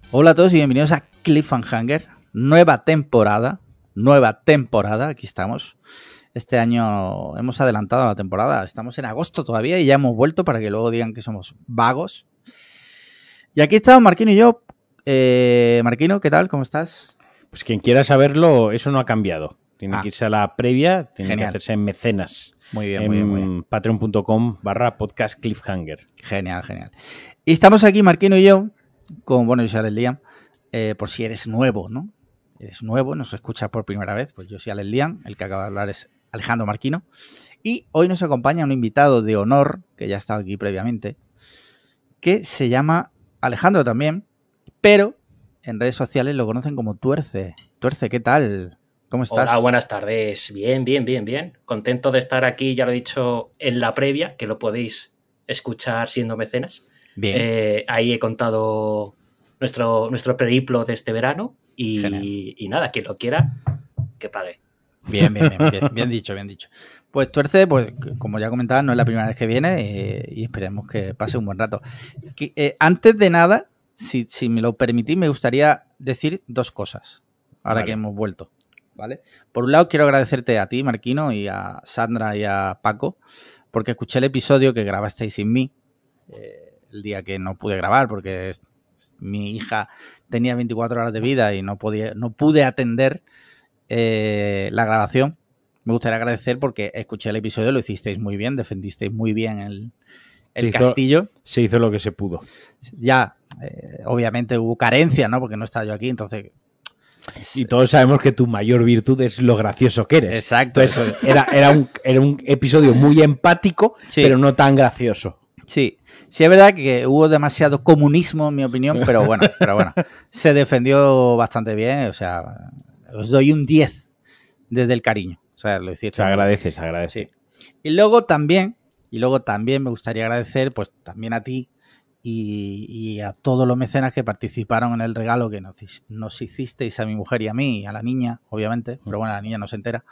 Hola a todos y bienvenidos a Cliffhanger, nueva temporada, aquí estamos. Este año hemos adelantado la temporada, estamos en agosto todavía y ya hemos vuelto para que luego digan que somos vagos. Y aquí estamos Marquino y yo. Marquino, ¿qué tal? ¿Cómo estás? Pues quien quiera saberlo, eso no ha cambiado. Tiene que irse a la previa, tiene Genial. que hacerse en mecenas. Muy bien, en muy bien, muy bien. patreon.com/podcast Cliffhanger. Genial, genial. Y estamos aquí Marquino y yo, yo soy Alex Liam, por si eres nuevo, ¿no? Eres nuevo, nos escuchas por primera vez, pues yo soy Alex Liam, el que acaba de hablar es Alejandro Marquino. Y hoy nos acompaña un invitado de honor, que ya ha estado aquí previamente, que se llama Alejandro también, pero en redes sociales lo conocen como Tuerce. Tuerce, ¿qué tal? ¿Cómo estás? Hola, buenas tardes. Bien. Contento de estar aquí, ya lo he dicho en la previa, que lo podéis escuchar siendo mecenas. Bien. Ahí he contado nuestro periplo de este verano y nada, quien lo quiera, que pague. Bien dicho. Pues Tuerce, pues como ya comentaba, no es la primera vez que viene y esperemos que pase un buen rato. Antes de nada, si me lo permitís, me gustaría decir dos cosas, ahora que hemos vuelto. ¿Vale? Por un lado, quiero agradecerte a ti, Marquino, y a Sandra y a Paco, porque escuché el episodio que grabasteis sin mí, el día que no pude grabar, porque mi hija tenía 24 horas de vida y no pude atender la grabación. Me gustaría agradecer porque escuché el episodio, lo hicisteis muy bien, defendisteis muy bien el castillo. Se hizo lo que se pudo. Ya, obviamente hubo carencia, ¿no? Porque no estaba yo aquí, entonces... Y todos sabemos que tu mayor virtud es lo gracioso que eres. Exacto. Entonces, era un episodio muy empático, sí, pero no tan gracioso. Sí, es verdad que hubo demasiado comunismo, en mi opinión, pero bueno, se defendió bastante bien, o sea, os doy un 10 desde el cariño. O sea, lo hiciste. Se agradece. Sí. Y luego también me gustaría agradecer, pues también a ti y a todos los mecenas que participaron en el regalo que nos hicisteis a mi mujer y a mí, y a la niña, obviamente, pero bueno, la niña no se entera.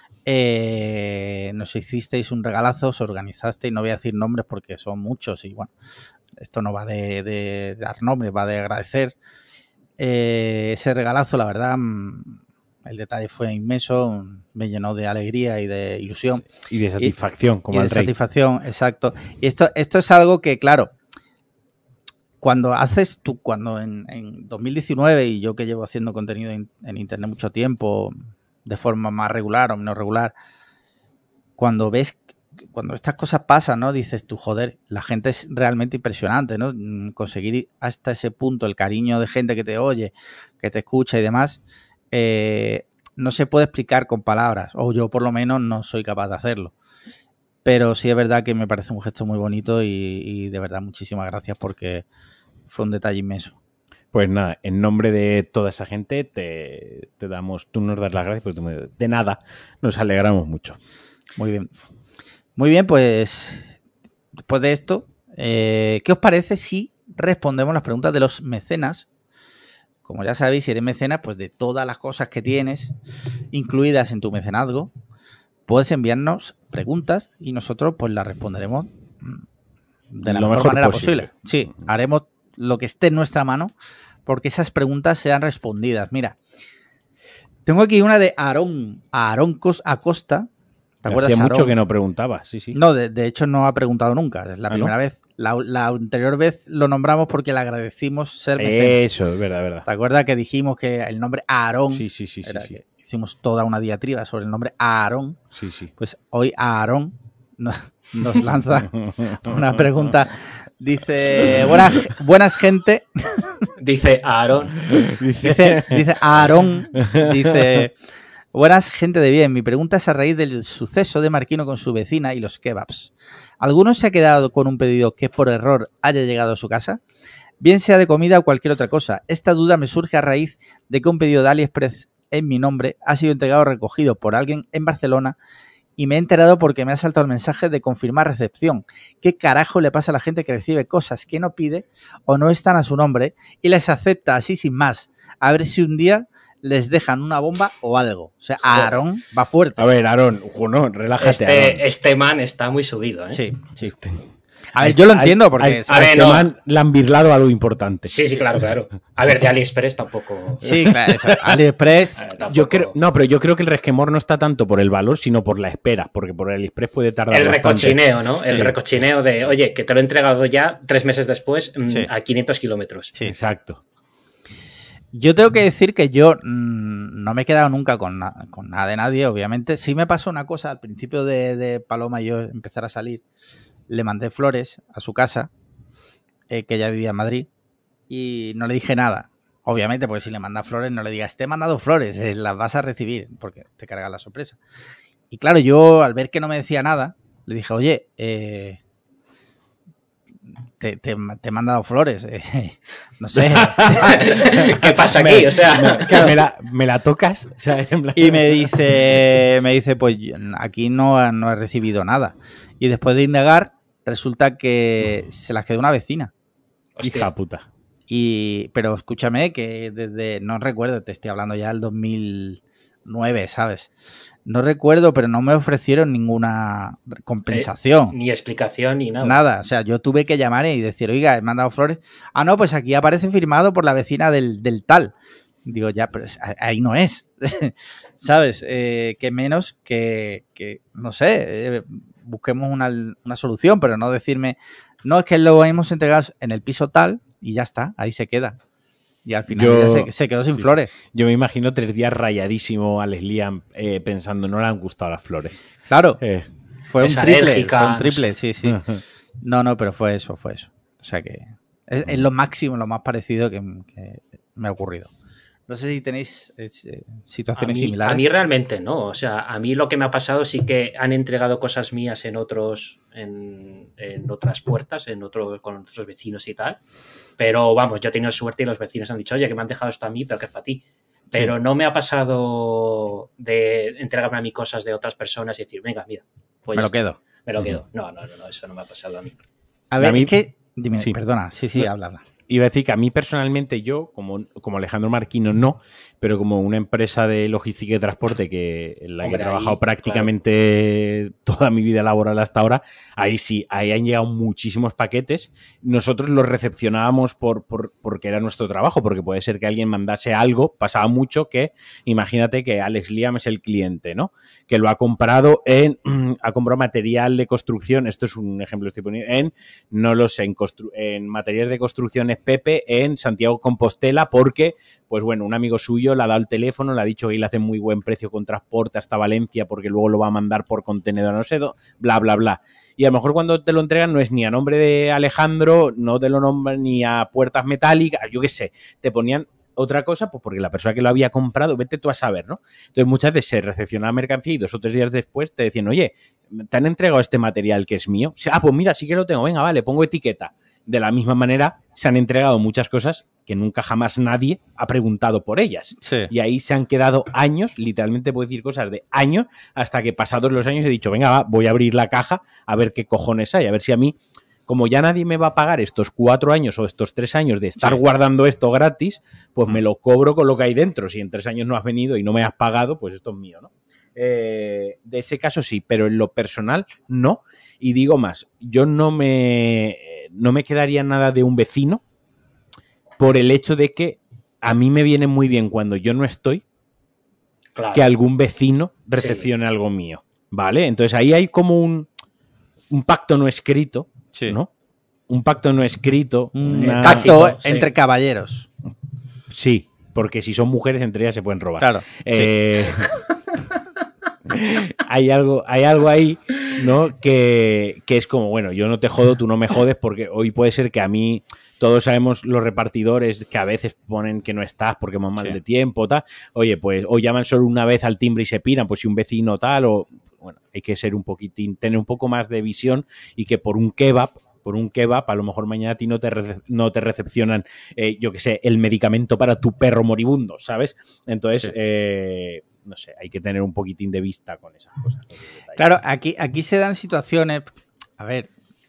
Nos hicisteis un regalazo, os organizasteis, no voy a decir nombres porque son muchos y bueno, esto no va de dar nombres, va de agradecer ese regalazo, la verdad. El detalle fue inmenso, me llenó de alegría y de ilusión. Y de satisfacción, como el rey. Satisfacción, exacto. Y esto es algo que, claro, cuando en 2019, y yo que llevo haciendo contenido en internet mucho tiempo, de forma más regular o menos regular, cuando estas cosas pasan, ¿no? Dices tú, joder, la gente es realmente impresionante, ¿no? Conseguir hasta ese punto el cariño de gente que te oye, que te escucha y demás, no se puede explicar con palabras, o yo por lo menos no soy capaz de hacerlo. Pero sí es verdad que me parece un gesto muy bonito y de verdad muchísimas gracias porque fue un detalle inmenso. Pues nada, en nombre de toda esa gente te damos, tú nos das las gracias, pero de nada, nos alegramos mucho. Muy bien, pues después de esto, ¿qué os parece si respondemos las preguntas de los mecenas? Como ya sabéis, si eres mecenas, pues de todas las cosas que tienes incluidas en tu mecenazgo, puedes enviarnos preguntas y nosotros pues las responderemos de la mejor manera posible. Sí, haremos lo que esté en nuestra mano porque esas preguntas sean respondidas. Mira, tengo aquí una de Aarón Acosta. ¿Te acuerdas? Hacía mucho que no preguntaba, sí. No, de hecho no ha preguntado nunca, es la primera vez. La anterior vez lo nombramos porque le agradecimos ser mecenas. Eso, es verdad. ¿Te acuerdas que dijimos que el nombre Aarón? Sí. Hicimos toda una diatriba sobre el nombre Aarón. Sí. Pues hoy Aarón nos lanza una pregunta. Dice, buenas gente. Dice Aarón. Dice Aarón. Dice, buenas gente de bien. Mi pregunta es a raíz del suceso de Marquino con su vecina y los kebabs. ¿Alguno se ha quedado con un pedido que por error haya llegado a su casa? Bien sea de comida o cualquier otra cosa. Esta duda me surge a raíz de que un pedido de AliExpress en mi nombre ha sido entregado o recogido por alguien en Barcelona y me he enterado porque me ha saltado el mensaje de confirmar recepción. ¿Qué carajo le pasa a la gente que recibe cosas que no pide o no están a su nombre y les acepta así sin más? A ver si un día les dejan una bomba o algo. O sea, Aarón va fuerte. A ver, Aarón, no, relájate. Este man está muy subido, ¿eh? Sí. A ver, yo lo entiendo porque... A ver, no. Le han birlado algo importante. Sí, claro. A ver, de AliExpress tampoco... Sí, claro, eso. AliExpress... tampoco... Yo creo, no, pero yo creo que el resquemor no está tanto por el valor, sino por la espera, porque por el AliExpress puede tardar el bastante. Recochineo, ¿no? El Sí. recochineo de, oye, que te lo he entregado ya 3 meses después a 500 kilómetros. Sí, exacto. Yo tengo que decir que yo no me he quedado nunca con nada de nadie, obviamente. Sí me pasó una cosa al principio de Paloma y yo empezar a salir. Le mandé flores a su casa, que ella vivía en Madrid, y no le dije nada. Obviamente, porque si le mandas flores, no le digas, te he mandado flores, las vas a recibir, porque te carga la sorpresa. Y claro, yo al ver que no me decía nada, le dije, oye, te he mandado flores, no sé. ¿Qué pasa aquí? O sea, me la tocas. O sea, y me dice, pues aquí no he recibido nada. Y después de indagar, resulta que se las quedó una vecina. hostia. Hija puta. Pero escúchame que no recuerdo, te estoy hablando ya del 2009, ¿sabes? No recuerdo, pero no me ofrecieron ninguna compensación. Ni explicación ni nada. Nada, o sea, yo tuve que llamar y decir, oiga, he mandado flores. Ah, no, pues aquí aparece firmado por la vecina del tal. Digo, ya, pero ahí no es. ¿Sabes? Que menos que no sé, busquemos una solución, pero no decirme, no, es que lo hemos entregado en el piso tal y ya está, ahí se queda. Y al final ya se quedó sin flores. Sí. Yo me imagino 3 días rayadísimo a Liam pensando, no le han gustado las flores. Claro. Fue Es un triple, alérgica, sí. No, pero fue eso. O sea que es lo máximo, lo más parecido que me ha ocurrido. No sé si tenéis situaciones similares. A mí realmente no. O sea, a mí lo que me ha pasado sí que han entregado cosas mías en otras puertas, con otros vecinos y tal. Pero vamos, yo he tenido suerte y los vecinos han dicho, oye, que me han dejado esto a mí, pero que es para ti. Pero no me ha pasado de entregarme a mí cosas de otras personas y decir, venga, mira, pues me lo quedo. Me lo quedo. No, eso no me ha pasado a mí. A ver, mí, es que... Dime, sí. Perdona, sí, habla. Iba a decir que a mí personalmente, yo, como Alejandro Marquino, no, pero como una empresa de logística y transporte en la que he trabajado prácticamente toda mi vida laboral hasta ahora, ahí sí, ahí han llegado muchísimos paquetes. Nosotros los recepcionábamos porque era nuestro trabajo, porque puede ser que alguien mandase algo. Pasaba mucho que, imagínate que Alex Liam es el cliente, ¿no? Que lo ha comprado ha comprado material de construcción, esto es un ejemplo que estoy poniendo, en materiales de construcción Pepe en Santiago Compostela porque, pues bueno, un amigo suyo le ha dado el teléfono, le ha dicho que le hace muy buen precio con transporte hasta Valencia porque luego lo va a mandar por contenedor, no sé, bla, bla, bla. Y a lo mejor cuando te lo entregan no es ni a nombre de Alejandro, no te lo nombran ni a Puertas Metálicas, yo qué sé, te ponían otra cosa, pues porque la persona que lo había comprado, vete tú a saber, ¿no? Entonces muchas veces se recepcionaba mercancía y 2 o 3 días después te decían, oye, ¿te han entregado este material que es mío? Pues mira, sí que lo tengo, venga, vale, pongo etiqueta. De la misma manera, se han entregado muchas cosas que nunca jamás nadie ha preguntado por ellas. Sí. Y ahí se han quedado años, literalmente puedo decir cosas de años, hasta que pasados los años he dicho, venga, va, voy a abrir la caja a ver qué cojones hay, a ver si a mí, como ya nadie me va a pagar estos 4 años o estos 3 años de estar guardando esto gratis, pues me lo cobro con lo que hay dentro. Si en 3 años no has venido y no me has pagado, pues esto es mío, ¿no? De ese caso sí, pero en lo personal no. Y digo más, yo no me quedaría nada de un vecino por el hecho de que a mí me viene muy bien cuando yo no estoy que algún vecino recepcione algo mío, ¿vale? Entonces ahí hay como un pacto no escrito, ¿no? Un pacto no escrito. Un pacto entre caballeros. Sí, porque si son mujeres entre ellas se pueden robar. Claro. Hay algo ahí, ¿no? Que es como, bueno, yo no te jodo, tú no me jodes, porque hoy puede ser que a mí, todos sabemos los repartidores que a veces ponen que no estás porque van mal de tiempo, tal. Oye, pues, o llaman solo una vez al timbre y se piran, pues si un vecino tal, o bueno, hay que ser un poquitín, tener un poco más de visión y que por un kebab, a lo mejor mañana a ti no te recepcionan, yo qué sé, el medicamento para tu perro moribundo, ¿sabes? Entonces, no sé, hay que tener un poquitín de vista con esas cosas. Claro, aquí se dan situaciones. A ver,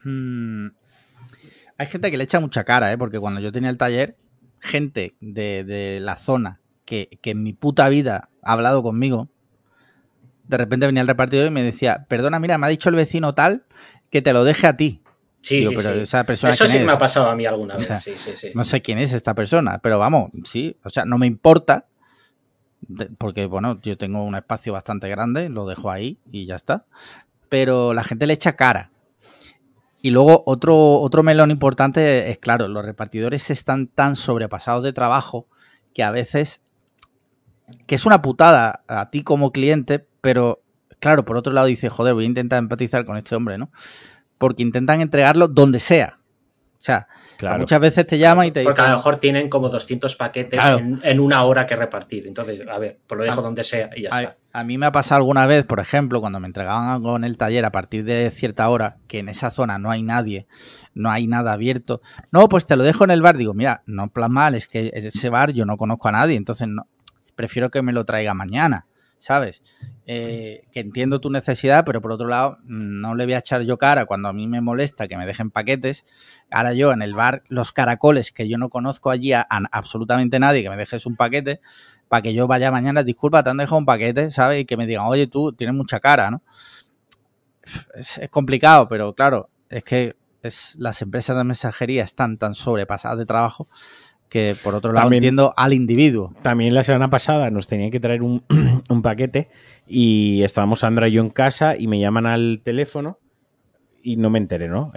hay gente que le echa mucha cara, porque cuando yo tenía el taller, gente de la zona que en mi puta vida ha hablado conmigo, de repente venía el repartidor y me decía, perdona, mira, me ha dicho el vecino tal que te lo deje a ti. Sí, Digo, sí, pero sí. esa persona, Eso sí ¿quién me es? ha pasado a mí alguna O vez. sea, Sí. No sé quién es esta persona, pero vamos, sí. O sea, no me importa, porque, bueno, yo tengo un espacio bastante grande, lo dejo ahí y ya está. Pero la gente le echa cara. Y luego otro melón importante es, claro, los repartidores están tan sobrepasados de trabajo que a veces, que es una putada a ti como cliente, pero claro, por otro lado dices, joder, voy a intentar empatizar con este hombre, ¿no? Porque intentan entregarlo donde sea. O sea, Claro. muchas veces te llaman y te dicen... Porque a lo mejor tienen como 200 paquetes Claro. en una hora que repartir. Entonces, a ver, pues lo dejo donde sea y ya está. A mí me ha pasado alguna vez, por ejemplo, cuando me entregaban algo en el taller a partir de cierta hora, que en esa zona no hay nadie, no hay nada abierto. No, pues te lo dejo en el bar. Digo, mira, no plan mal, es que ese bar yo no conozco a nadie, entonces no, prefiero que me lo traiga mañana, ¿sabes? Que entiendo tu necesidad, pero por otro lado, no le voy a echar yo cara cuando a mí me molesta que me dejen paquetes. Ahora yo en el bar, los caracoles, que yo no conozco allí a absolutamente nadie, que me dejes un paquete, para que yo vaya mañana, disculpa, te han dejado un paquete, ¿sabes? Y que me digan, oye, tú tienes mucha cara, ¿no? Es complicado, pero claro, es que las empresas de mensajería están tan sobrepasadas de trabajo que por otro lado También entiendo al individuo. También la semana pasada nos tenían que traer un paquete y estábamos Sandra y yo en casa y me llaman al teléfono y no me enteré, ¿no?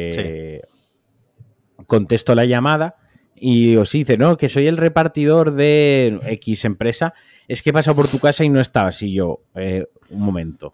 Contesto la llamada y os dice, no, que soy el repartidor de X empresa, es que he pasado por tu casa y no estabas. Y yo, un momento,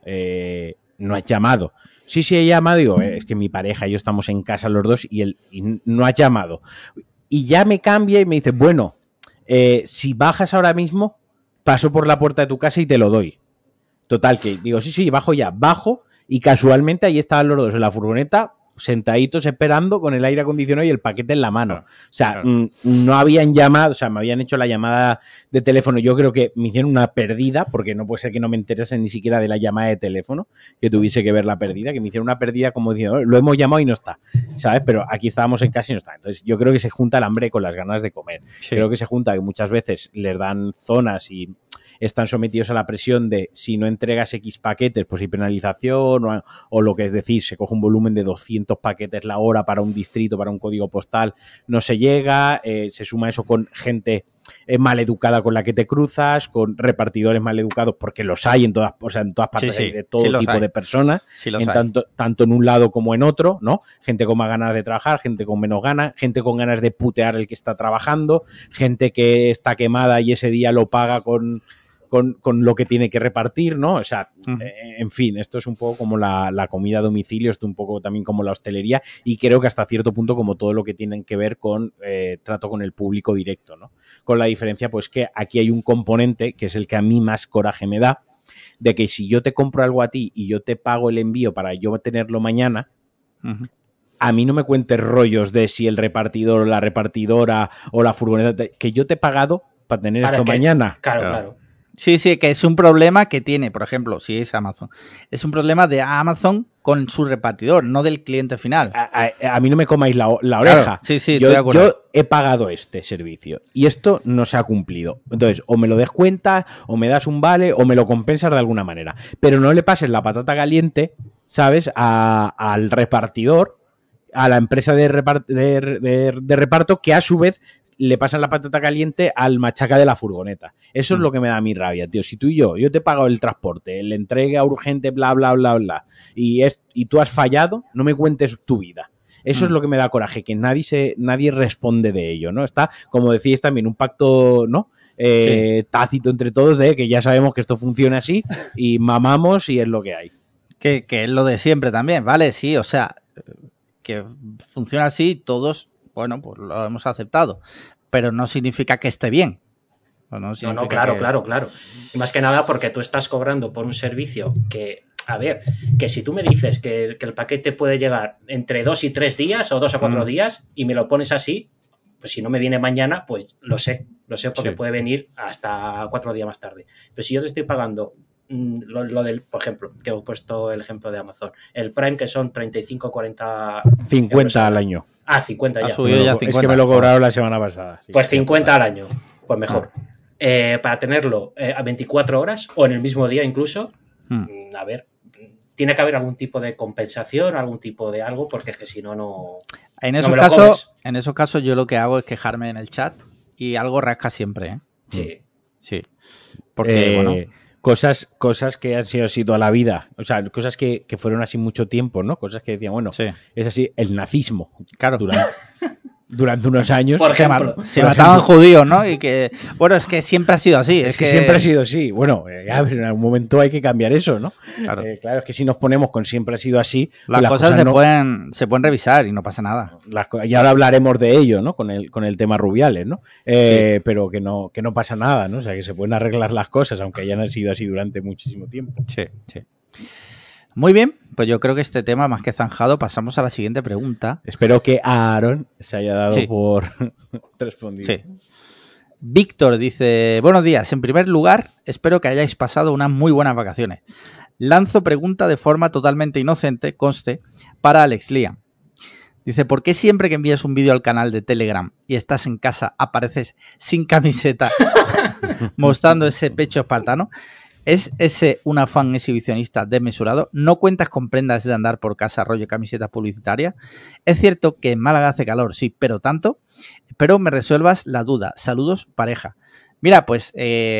no has llamado. Sí, he llamado. Digo, es que mi pareja y yo estamos en casa los dos y no has llamado. Y ya me cambia y me dice, bueno, si bajas ahora mismo, paso por la puerta de tu casa y te lo doy. Total, que digo, sí, bajo ya. Bajo y casualmente ahí estaban los dos en la furgoneta, sentaditos esperando con el aire acondicionado y el paquete en la mano. Claro, O sea, claro. no habían llamado, o sea, me habían hecho la llamada de teléfono. Yo creo que me hicieron una pérdida, porque no puede ser que no me enterase ni siquiera de la llamada de teléfono, que tuviese que ver la pérdida, que me hicieron una pérdida como diciendo, lo hemos llamado y no está, ¿sabes? Pero aquí estábamos en casa y no está. Entonces, yo creo que se junta el hambre con las ganas de comer. Sí. Creo que se junta que muchas veces les dan zonas y están sometidos a la presión de si no entregas X paquetes, pues hay penalización o lo que es decir, se coge un volumen de 200 paquetes la hora para un distrito, para un código postal, no se llega, se suma eso con gente mal educada con la que te cruzas, con repartidores mal educados, porque los hay en todas, o sea, en todas partes Sí, hay de todo tipo hay. de personas, Sí los en hay. tanto en un lado como en otro, ¿no? Gente con más ganas de trabajar, gente con menos ganas, gente con ganas de putear el que está trabajando, gente que está quemada y ese día lo paga con lo que tiene que repartir, ¿no? O sea, en fin, esto es un poco como la comida a domicilio, esto un poco también como la hostelería y creo que hasta cierto punto como todo lo que tiene que ver con trato con el público directo, ¿no? Con la diferencia, pues que aquí hay un componente que es el que a mí más coraje me da, de que si yo te compro algo a ti y yo te pago el envío para yo tenerlo mañana, a mí no me cuentes rollos de si el repartidor o la repartidora o la furgoneta, que yo te he pagado para tener Para esto que- mañana. Claro. Sí, que es un problema que tiene, por ejemplo, si es Amazon. Es un problema de Amazon con su repartidor, no del cliente final. A mí no me comáis la oreja. Claro, sí, estoy de acuerdo. Yo he pagado este servicio y esto no se ha cumplido. Entonces, o me lo descuentas, o me das un vale, o me lo compensas de alguna manera. Pero no le pases la patata caliente, ¿sabes? Al repartidor, a la empresa de reparto, que a su vez le pasan la patata caliente al machaca de la furgoneta. Eso es lo que me da a mí rabia, tío. Si tú y yo te he pagado el transporte, el entrega urgente, bla, bla, bla, bla, y tú has fallado, no me cuentes tu vida. Eso es lo que me da coraje, que nadie responde de ello, ¿no? Está, como decíais también, un pacto, ¿no? Tácito entre todos de que ya sabemos que esto funciona así y mamamos y es lo que hay. Que es lo de siempre también, ¿vale? Sí, o sea, que funciona así, todos, bueno, pues lo hemos aceptado, pero no significa que esté bien. No, claro. Y más que nada porque tú estás cobrando por un servicio que, a ver, que si tú me dices que el paquete puede llegar entre 2 y 3 días o 2 a 4 días y me lo pones así, pues si no me viene mañana, pues lo sé porque puede venir hasta 4 días más tarde. Pero si yo te estoy pagando lo del, por ejemplo, que he puesto el ejemplo de Amazon, el Prime, que son 35, 40... 50 al año. 50 ya. Ha subido ya 50. Es que me lo cobraron la semana pasada. Sí, pues 50 al año, pues mejor. Para tenerlo a 24 horas o en el mismo día incluso, a ver, tiene que haber algún tipo de compensación, algún tipo de algo, porque es que si no, no. En no esos me lo casos, comes. en esos casos yo lo que hago es quejarme en el chat y algo rasca siempre, ¿eh? Sí. Sí. Porque, bueno, Cosas que han sido así toda la vida, o sea, cosas que fueron así mucho tiempo, ¿no? Cosas que decían, bueno, sí, es así, el nazismo, claro. durante unos años. Por ejemplo. Se mataban judíos, ¿no? Y que, bueno, es que siempre ha sido así. Es que siempre ha sido así. Bueno, ya, pero en algún momento hay que cambiar eso, ¿no? Claro. Claro, es que si nos ponemos con siempre ha sido así, Las pues cosas se, no, se pueden revisar y no pasa nada. y ahora hablaremos de ello, ¿no? Con el tema Rubiales, ¿no? Sí. Pero que no pasa nada, ¿no? O sea, que se pueden arreglar las cosas, aunque hayan sido así durante muchísimo tiempo. Sí, sí. Muy bien, pues yo creo que este tema más que zanjado, pasamos a la siguiente pregunta. Espero que a Aaron se haya dado Sí. por respondido. Sí. Víctor dice, buenos días, en primer lugar, espero que hayáis pasado unas muy buenas vacaciones. Lanzo pregunta de forma totalmente inocente, conste, para Alex Liam. Dice, ¿por qué siempre que envías un vídeo al canal de Telegram y estás en casa apareces sin camiseta mostrando ese pecho espartano? ¿Es ese un afán exhibicionista desmesurado? ¿No cuentas con prendas de andar por casa rollo camisetas publicitarias? Es cierto que en Málaga hace calor, sí, pero tanto. Espero me resuelvas la duda. Saludos, pareja. Mira, pues,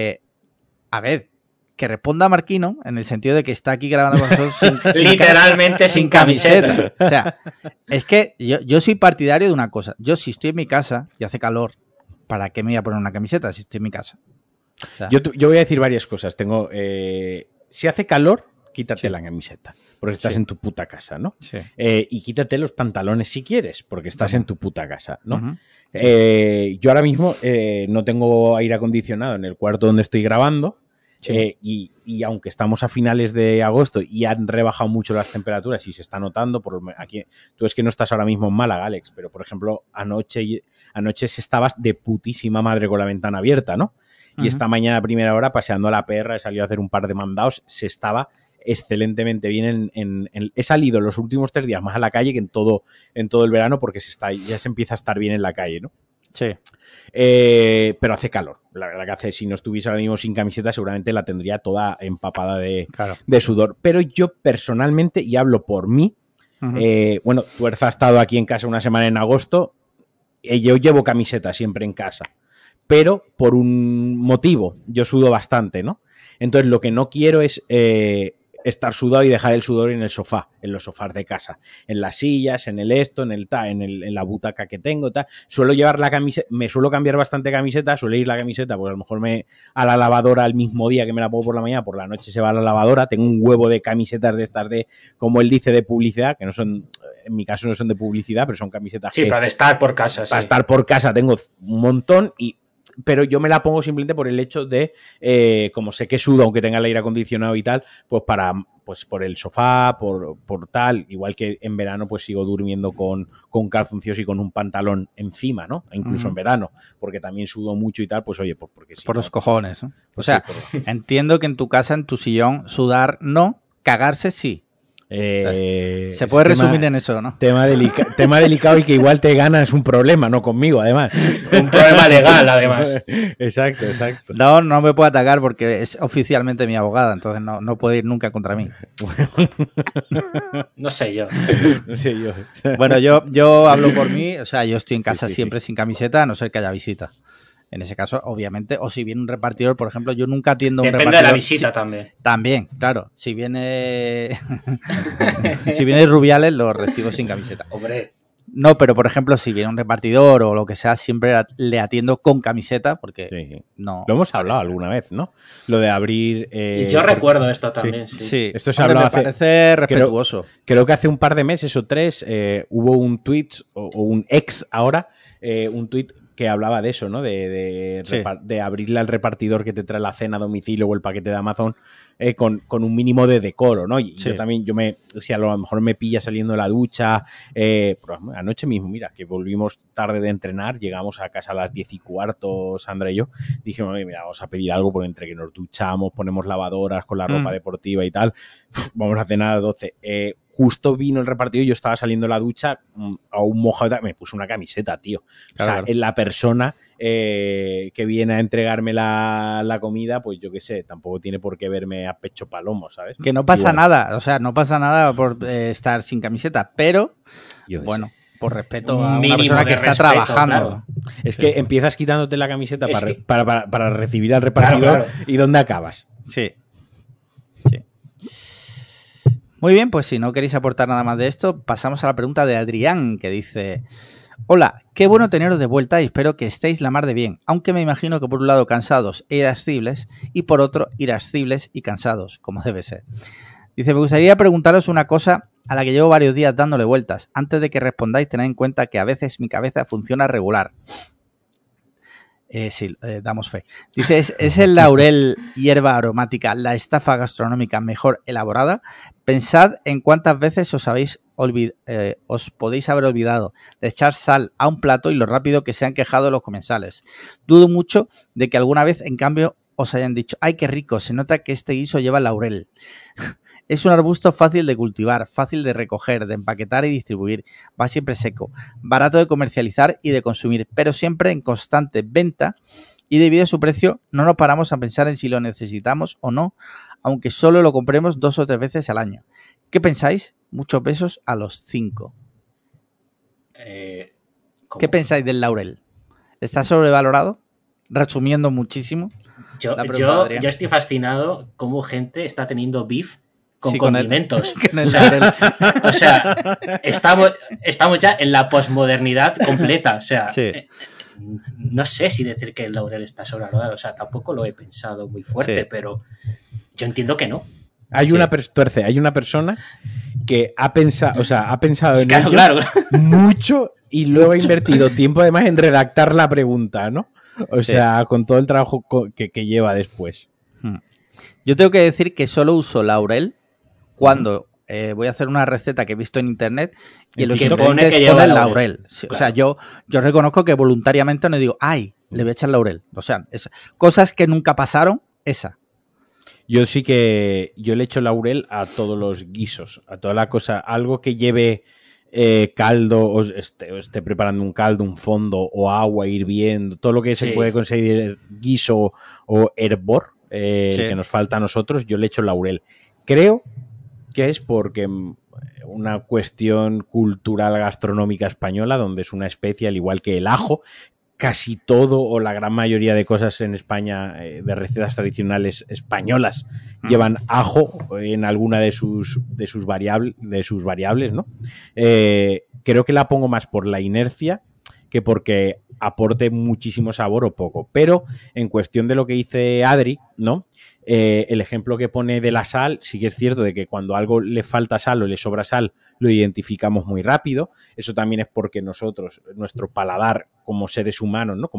a ver, que responda Marquino en el sentido de que está aquí grabando con nosotros literalmente sin camiseta. O sea, es que yo soy partidario de una cosa. Yo si estoy en mi casa y hace calor, ¿para qué me voy a poner una camiseta si estoy en mi casa? O sea, yo voy a decir varias cosas. Tengo, si hace calor, quítate la camiseta, porque estás en tu puta casa, ¿no? Sí. Y quítate los pantalones si quieres, porque estás en tu puta casa, ¿no? Uh-huh. Yo ahora mismo no tengo aire acondicionado en el cuarto donde estoy grabando. Sí. Y aunque estamos a finales de agosto y han rebajado mucho las temperaturas y se está notando, aquí tú es que no estás ahora mismo en Málaga, Alex, pero por ejemplo anoche se estaba de putísima madre con la ventana abierta, ¿no? Y esta mañana a primera hora, paseando a la perra, he salido a hacer un par de mandados, se estaba excelentemente bien. He salido los últimos 3 días más a la calle que en todo el verano, porque ya se empieza a estar bien en la calle, ¿no? Sí. Pero hace calor. La verdad que si no estuviese ahora mismo sin camiseta, seguramente la tendría toda empapada de sudor. Pero yo personalmente, y hablo por mí, bueno, Tuerza ha estado aquí en casa una semana en agosto, yo llevo camiseta siempre en casa. Pero por un motivo, yo sudo bastante, ¿no? Entonces lo que no quiero es estar sudado y dejar el sudor en el sofá, en los sofás de casa, en las sillas, en en la butaca que tengo, tal. Suelo llevar la camiseta, me suelo cambiar bastante camiseta, suele ir la camiseta, pues a lo mejor a la lavadora el mismo día que me la pongo por la mañana, por la noche se va a la lavadora. Tengo un huevo de camisetas de estas como él dice, de publicidad, que no son, en mi caso no son de publicidad, pero son camisetas sí, para estar por casa. Para estar por casa tengo un montón pero yo me la pongo simplemente por el hecho de, como sé que sudo, aunque tenga el aire acondicionado y tal, pues por el sofá, por tal, igual que en verano pues sigo durmiendo con calzoncillos y con un pantalón encima, ¿no? Incluso en verano, porque también sudo mucho y tal, pues oye, pues porque sí. Por los cojones, ¿no? Pues o sea, sí, entiendo que en tu casa, en tu sillón, sudar no, cagarse sí. O sea, se puede resumir en eso, ¿no? Tema delicado y que igual te ganas un problema, no conmigo, además. Un problema legal, además. Exacto. No me puede atacar porque es oficialmente mi abogada, entonces no puede ir nunca contra mí. No sé yo. Bueno, yo hablo por mí, o sea, yo estoy en casa siempre sin camiseta, a no ser que haya visita. En ese caso, obviamente, o si viene un repartidor, por ejemplo, yo nunca atiendo un repartidor. Depende de la visita también. También, claro. Si viene Rubiales, lo recibo sin camiseta. Hombre. No, pero por ejemplo, si viene un repartidor o lo que sea, siempre le atiendo con camiseta porque no. Lo hemos hablado alguna vez, ¿no? Lo de abrir. Yo recuerdo esto también, sí. Esto se hablaba me parece respetuoso. Creo que hace un par de meses o 3 hubo un tweet o un ex ahora, un tweet que hablaba de eso, ¿no? De abrirle al repartidor que te trae la cena a domicilio o el paquete de Amazon con un mínimo de decoro, ¿no? Y yo también, si a lo mejor me pilla saliendo de la ducha, anoche mismo, mira, que volvimos tarde de entrenar, llegamos a casa a las 10:15, Sandra y yo, dijimos, mira, vamos a pedir algo porque entre que nos duchamos, ponemos lavadoras con la ropa deportiva y tal, vamos a cenar a las 12. Justo vino el repartidor y yo estaba saliendo de la ducha a un mojado, me puse una camiseta, tío. Claro. O sea, la persona que viene a entregarme la comida, pues yo qué sé, tampoco tiene por qué verme a pecho palomo, ¿sabes? Que no pasa nada, o sea, no pasa nada por estar sin camiseta, pero bueno, por respeto a una persona que está trabajando. Claro. Es que empiezas quitándote la camiseta para recibir al repartidor, claro. ¿Y dónde acabas? Sí. Muy bien, pues si no queréis aportar nada más de esto, pasamos a la pregunta de Adrián, que dice: hola, qué bueno teneros de vuelta y espero que estéis la mar de bien, aunque me imagino que por un lado cansados e irascibles y por otro irascibles y cansados, como debe ser. Dice: me gustaría preguntaros una cosa a la que llevo varios días dándole vueltas. Antes de que respondáis, tened en cuenta que a veces mi cabeza funciona regular. Sí, damos fe. Dice: ¿es el laurel hierba aromática la estafa gastronómica mejor elaborada? Pensad en cuántas veces os podéis haber olvidado de echar sal a un plato y lo rápido que se han quejado los comensales. Dudo mucho de que alguna vez, en cambio, os hayan dicho: ¡ay, qué rico! Se nota que este guiso lleva laurel. Es un arbusto fácil de cultivar, fácil de recoger, de empaquetar y distribuir. Va siempre seco, barato de comercializar y de consumir, pero siempre en constante venta, y debido a su precio no nos paramos a pensar en si lo necesitamos o no, aunque solo lo compremos 2 o 3 veces al año. ¿Qué pensáis? Muchos besos a los 5. ¿Qué pensáis del laurel? ¿Está sobrevalorado? Resumiendo muchísimo. Yo estoy fascinado cómo gente está teniendo beef con condimentos. O sea, estamos ya en la posmodernidad completa. O sea, sí. No sé si decir que el laurel está sobrevalorado. O sea, tampoco lo he pensado muy fuerte, sí. Pero yo entiendo que no. Hay una persona que ha pensado en ello mucho y luego ha invertido tiempo además en redactar la pregunta, ¿no? O sea, con todo el trabajo que lleva después. Yo tengo que decir que solo uso laurel cuando voy a hacer una receta que he visto en internet y en los ingredientes pone laurel. Claro. O sea, yo reconozco que voluntariamente no digo: ¡ay, le voy a echar laurel! O sea, cosas que nunca pasaron, esa. Yo sí que yo le echo laurel a todos los guisos, a toda la cosa, algo que lleve caldo, o esté preparando un caldo, un fondo o agua hirviendo, todo lo que se puede conseguir guiso o hervor, que nos falta a nosotros, yo le echo laurel. Creo que es porque una cuestión cultural gastronómica española, donde es una especie, al igual que el ajo. Casi todo o la gran mayoría de cosas en España, de recetas tradicionales españolas, llevan ajo en alguna de sus variables, ¿no? Creo que la pongo más por la inercia que porque aporte muchísimo sabor o poco. Pero en cuestión de lo que dice Adri, ¿no? El ejemplo que pone de la sal, sí que es cierto de que cuando a algo le falta sal o le sobra sal, lo identificamos muy rápido. Eso también es porque nosotros, nuestro paladar como seres humanos, ¿no?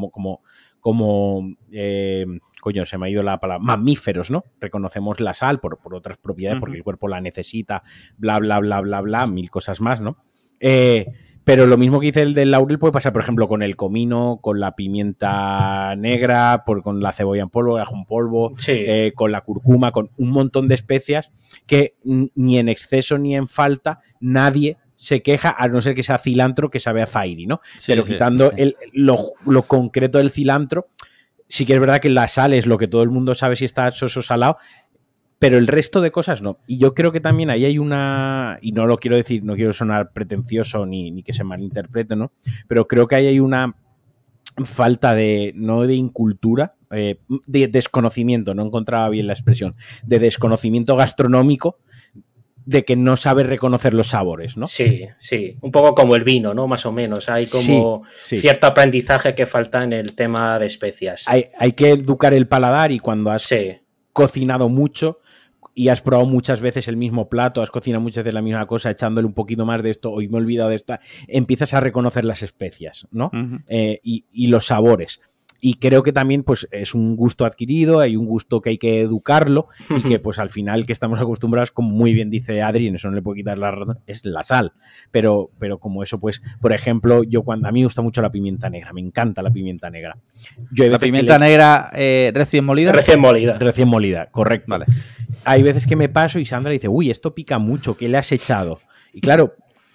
Coño, se me ha ido la palabra, mamíferos, ¿no? Reconocemos la sal por otras propiedades, porque el cuerpo la necesita, bla, bla, bla, bla, bla, mil cosas más, ¿no? Pero lo mismo que dice el del laurel puede pasar, por ejemplo, con el comino, con la pimienta negra, con la cebolla en polvo, el ajo en polvo, con la cúrcuma, con un montón de especias que ni en exceso ni en falta nadie se queja, a no ser que sea cilantro que sabe a fairy, ¿no? Sí, pero quitando lo concreto del cilantro, sí que es verdad que la sal es lo que todo el mundo sabe si está soso o salado, pero el resto de cosas no. Y yo creo que también ahí hay una... Y no lo quiero decir, no quiero sonar pretencioso ni que se malinterprete, ¿no? Pero creo que ahí hay una falta no de incultura, de desconocimiento, no encontraba bien la expresión, de desconocimiento gastronómico, de que no sabe reconocer los sabores, ¿no? Sí, sí. Un poco como el vino, ¿no? Más o menos. Hay como cierto aprendizaje que falta en el tema de especias. Hay que educar el paladar y cuando has cocinado mucho y has probado muchas veces el mismo plato, has cocinado muchas veces la misma cosa, echándole un poquito más de esto, hoy me he olvidado de esto, empiezas a reconocer las especias, ¿no? Y los sabores. Y creo que también pues es un gusto adquirido, hay un gusto que hay que educarlo y que pues al final que estamos acostumbrados, como muy bien dice Adri, en eso no le puedo quitar la razón, es la sal. Pero como eso pues, por ejemplo, a mí me gusta mucho la pimienta negra, me encanta la pimienta negra. ¿La pimienta negra recién molida? Recién molida, correcto. Vale. Hay veces que me paso y Sandra dice, uy, esto pica mucho, ¿qué le has echado? Y claro,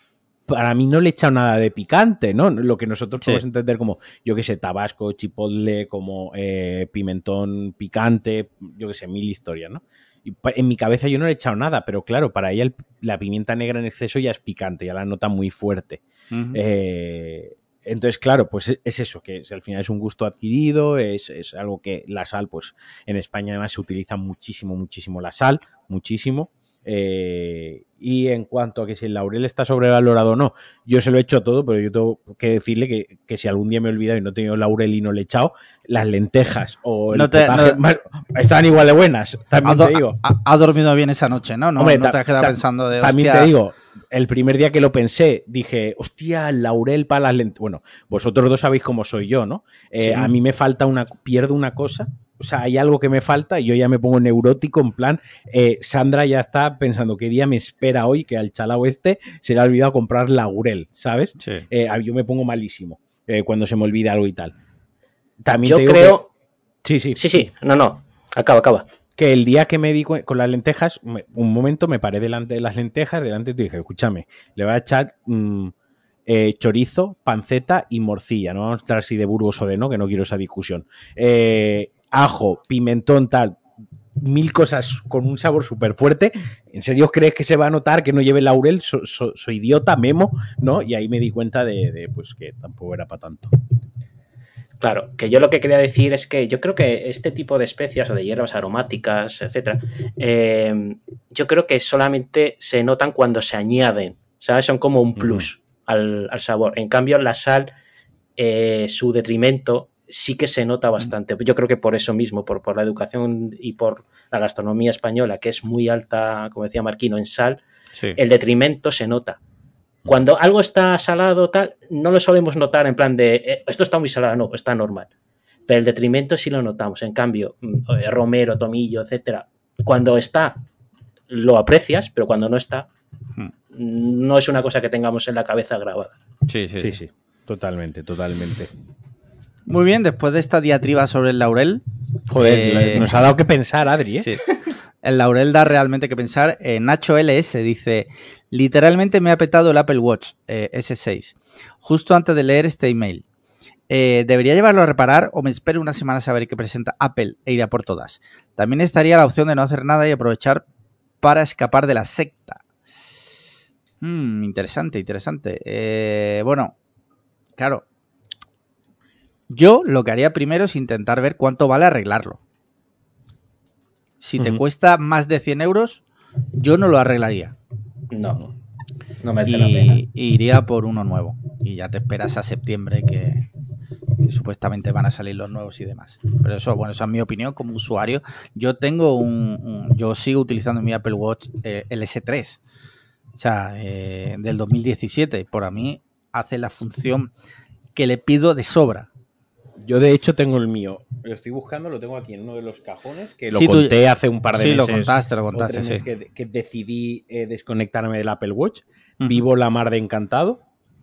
para mí no le he echado nada de picante, ¿no? Lo que nosotros podemos entender como, yo qué sé, tabasco, chipotle, como pimentón picante, yo qué sé, mil historias, ¿no? Y en mi cabeza yo no le he echado nada, pero claro, para ella la pimienta negra en exceso ya es picante, ya la nota muy fuerte. Uh-huh. Entonces, claro, pues es eso, que al final es un gusto adquirido, es algo que la sal, pues en España además se utiliza muchísimo la sal, muchísimo. Y en cuanto a que si el laurel está sobrevalorado o no, yo se lo he hecho todo, pero yo tengo que decirle que si algún día me he olvidado y no he tenido laurel y no le he echado, las lentejas o el potaje estaban igual de buenas, también te digo. Ha dormido bien esa noche, ¿no? Hombre, no te has quedado pensando de, también hostia... te digo, el primer día que lo pensé, dije, hostia, el laurel para las lentejas. Bueno, vosotros dos sabéis cómo soy yo, ¿no? Sí. A mí me falta pierdo una cosa. O sea, hay algo que me falta y yo ya me pongo neurótico, en plan, Sandra ya está pensando qué día me espera hoy que al chalao se le ha olvidado comprar laurel, ¿sabes? Sí. Yo me pongo malísimo cuando se me olvida algo y tal. También yo te digo creo... Sí. No. Acaba. Que el día que me di con las lentejas, un momento me paré delante de las lentejas, delante y te dije, escúchame, le voy a echar... chorizo, panceta y morcilla. No vamos a estar así de Burgos o de no, que no quiero esa discusión. Ajo, pimentón, tal, mil cosas con un sabor súper fuerte. ¿En serio os crees que se va a notar que no lleve laurel? Soy idiota, memo, ¿no? Y ahí me di cuenta de pues que tampoco era para tanto. Claro, que yo lo que quería decir es que yo creo que este tipo de especias o de hierbas aromáticas, etcétera, yo creo que solamente se notan cuando se añaden, ¿sabes? Son como un plus al sabor. En cambio, la sal, su detrimento sí que se nota bastante. Yo creo que por eso mismo, por la educación y por la gastronomía española, que es muy alta, como decía Marquino, en sal, sí. El detrimento se nota. Cuando algo está salado, tal, no lo solemos notar en plan de esto está muy salado, no, está normal. Pero el detrimento sí lo notamos. En cambio, romero, tomillo, etcétera, cuando está, lo aprecias, pero cuando no está, no es una cosa que tengamos en la cabeza grabada. Sí. Totalmente. Muy bien, después de esta diatriba sobre el laurel... Joder, nos ha dado que pensar, Adri, ¿eh? Sí. El laurel da realmente que pensar. Nacho LS dice, literalmente me ha petado el Apple Watch S6, justo antes de leer este email. ¿Debería llevarlo a reparar o me espero una semana a saber qué presenta Apple e iré a por todas? También estaría la opción de no hacer nada y aprovechar para escapar de la secta. Interesante. Bueno, claro. Yo lo que haría primero es intentar ver cuánto vale arreglarlo. Si te cuesta más de 100 euros, yo no lo arreglaría. No merece la pena. Y iría por uno nuevo. Y ya te esperas a septiembre que supuestamente van a salir los nuevos y demás. Pero eso, bueno, esa es mi opinión como usuario. Yo tengo yo sigo utilizando mi Apple Watch el S3. O sea, del 2017. Por mí hace la función que le pido de sobra. Yo, de hecho, tengo el mío. Lo estoy buscando, lo tengo aquí en uno de los cajones, que lo conté hace un par de meses. Sí, lo contaste, sí. Que decidí desconectarme del Apple Watch. Vivo la mar de encantado.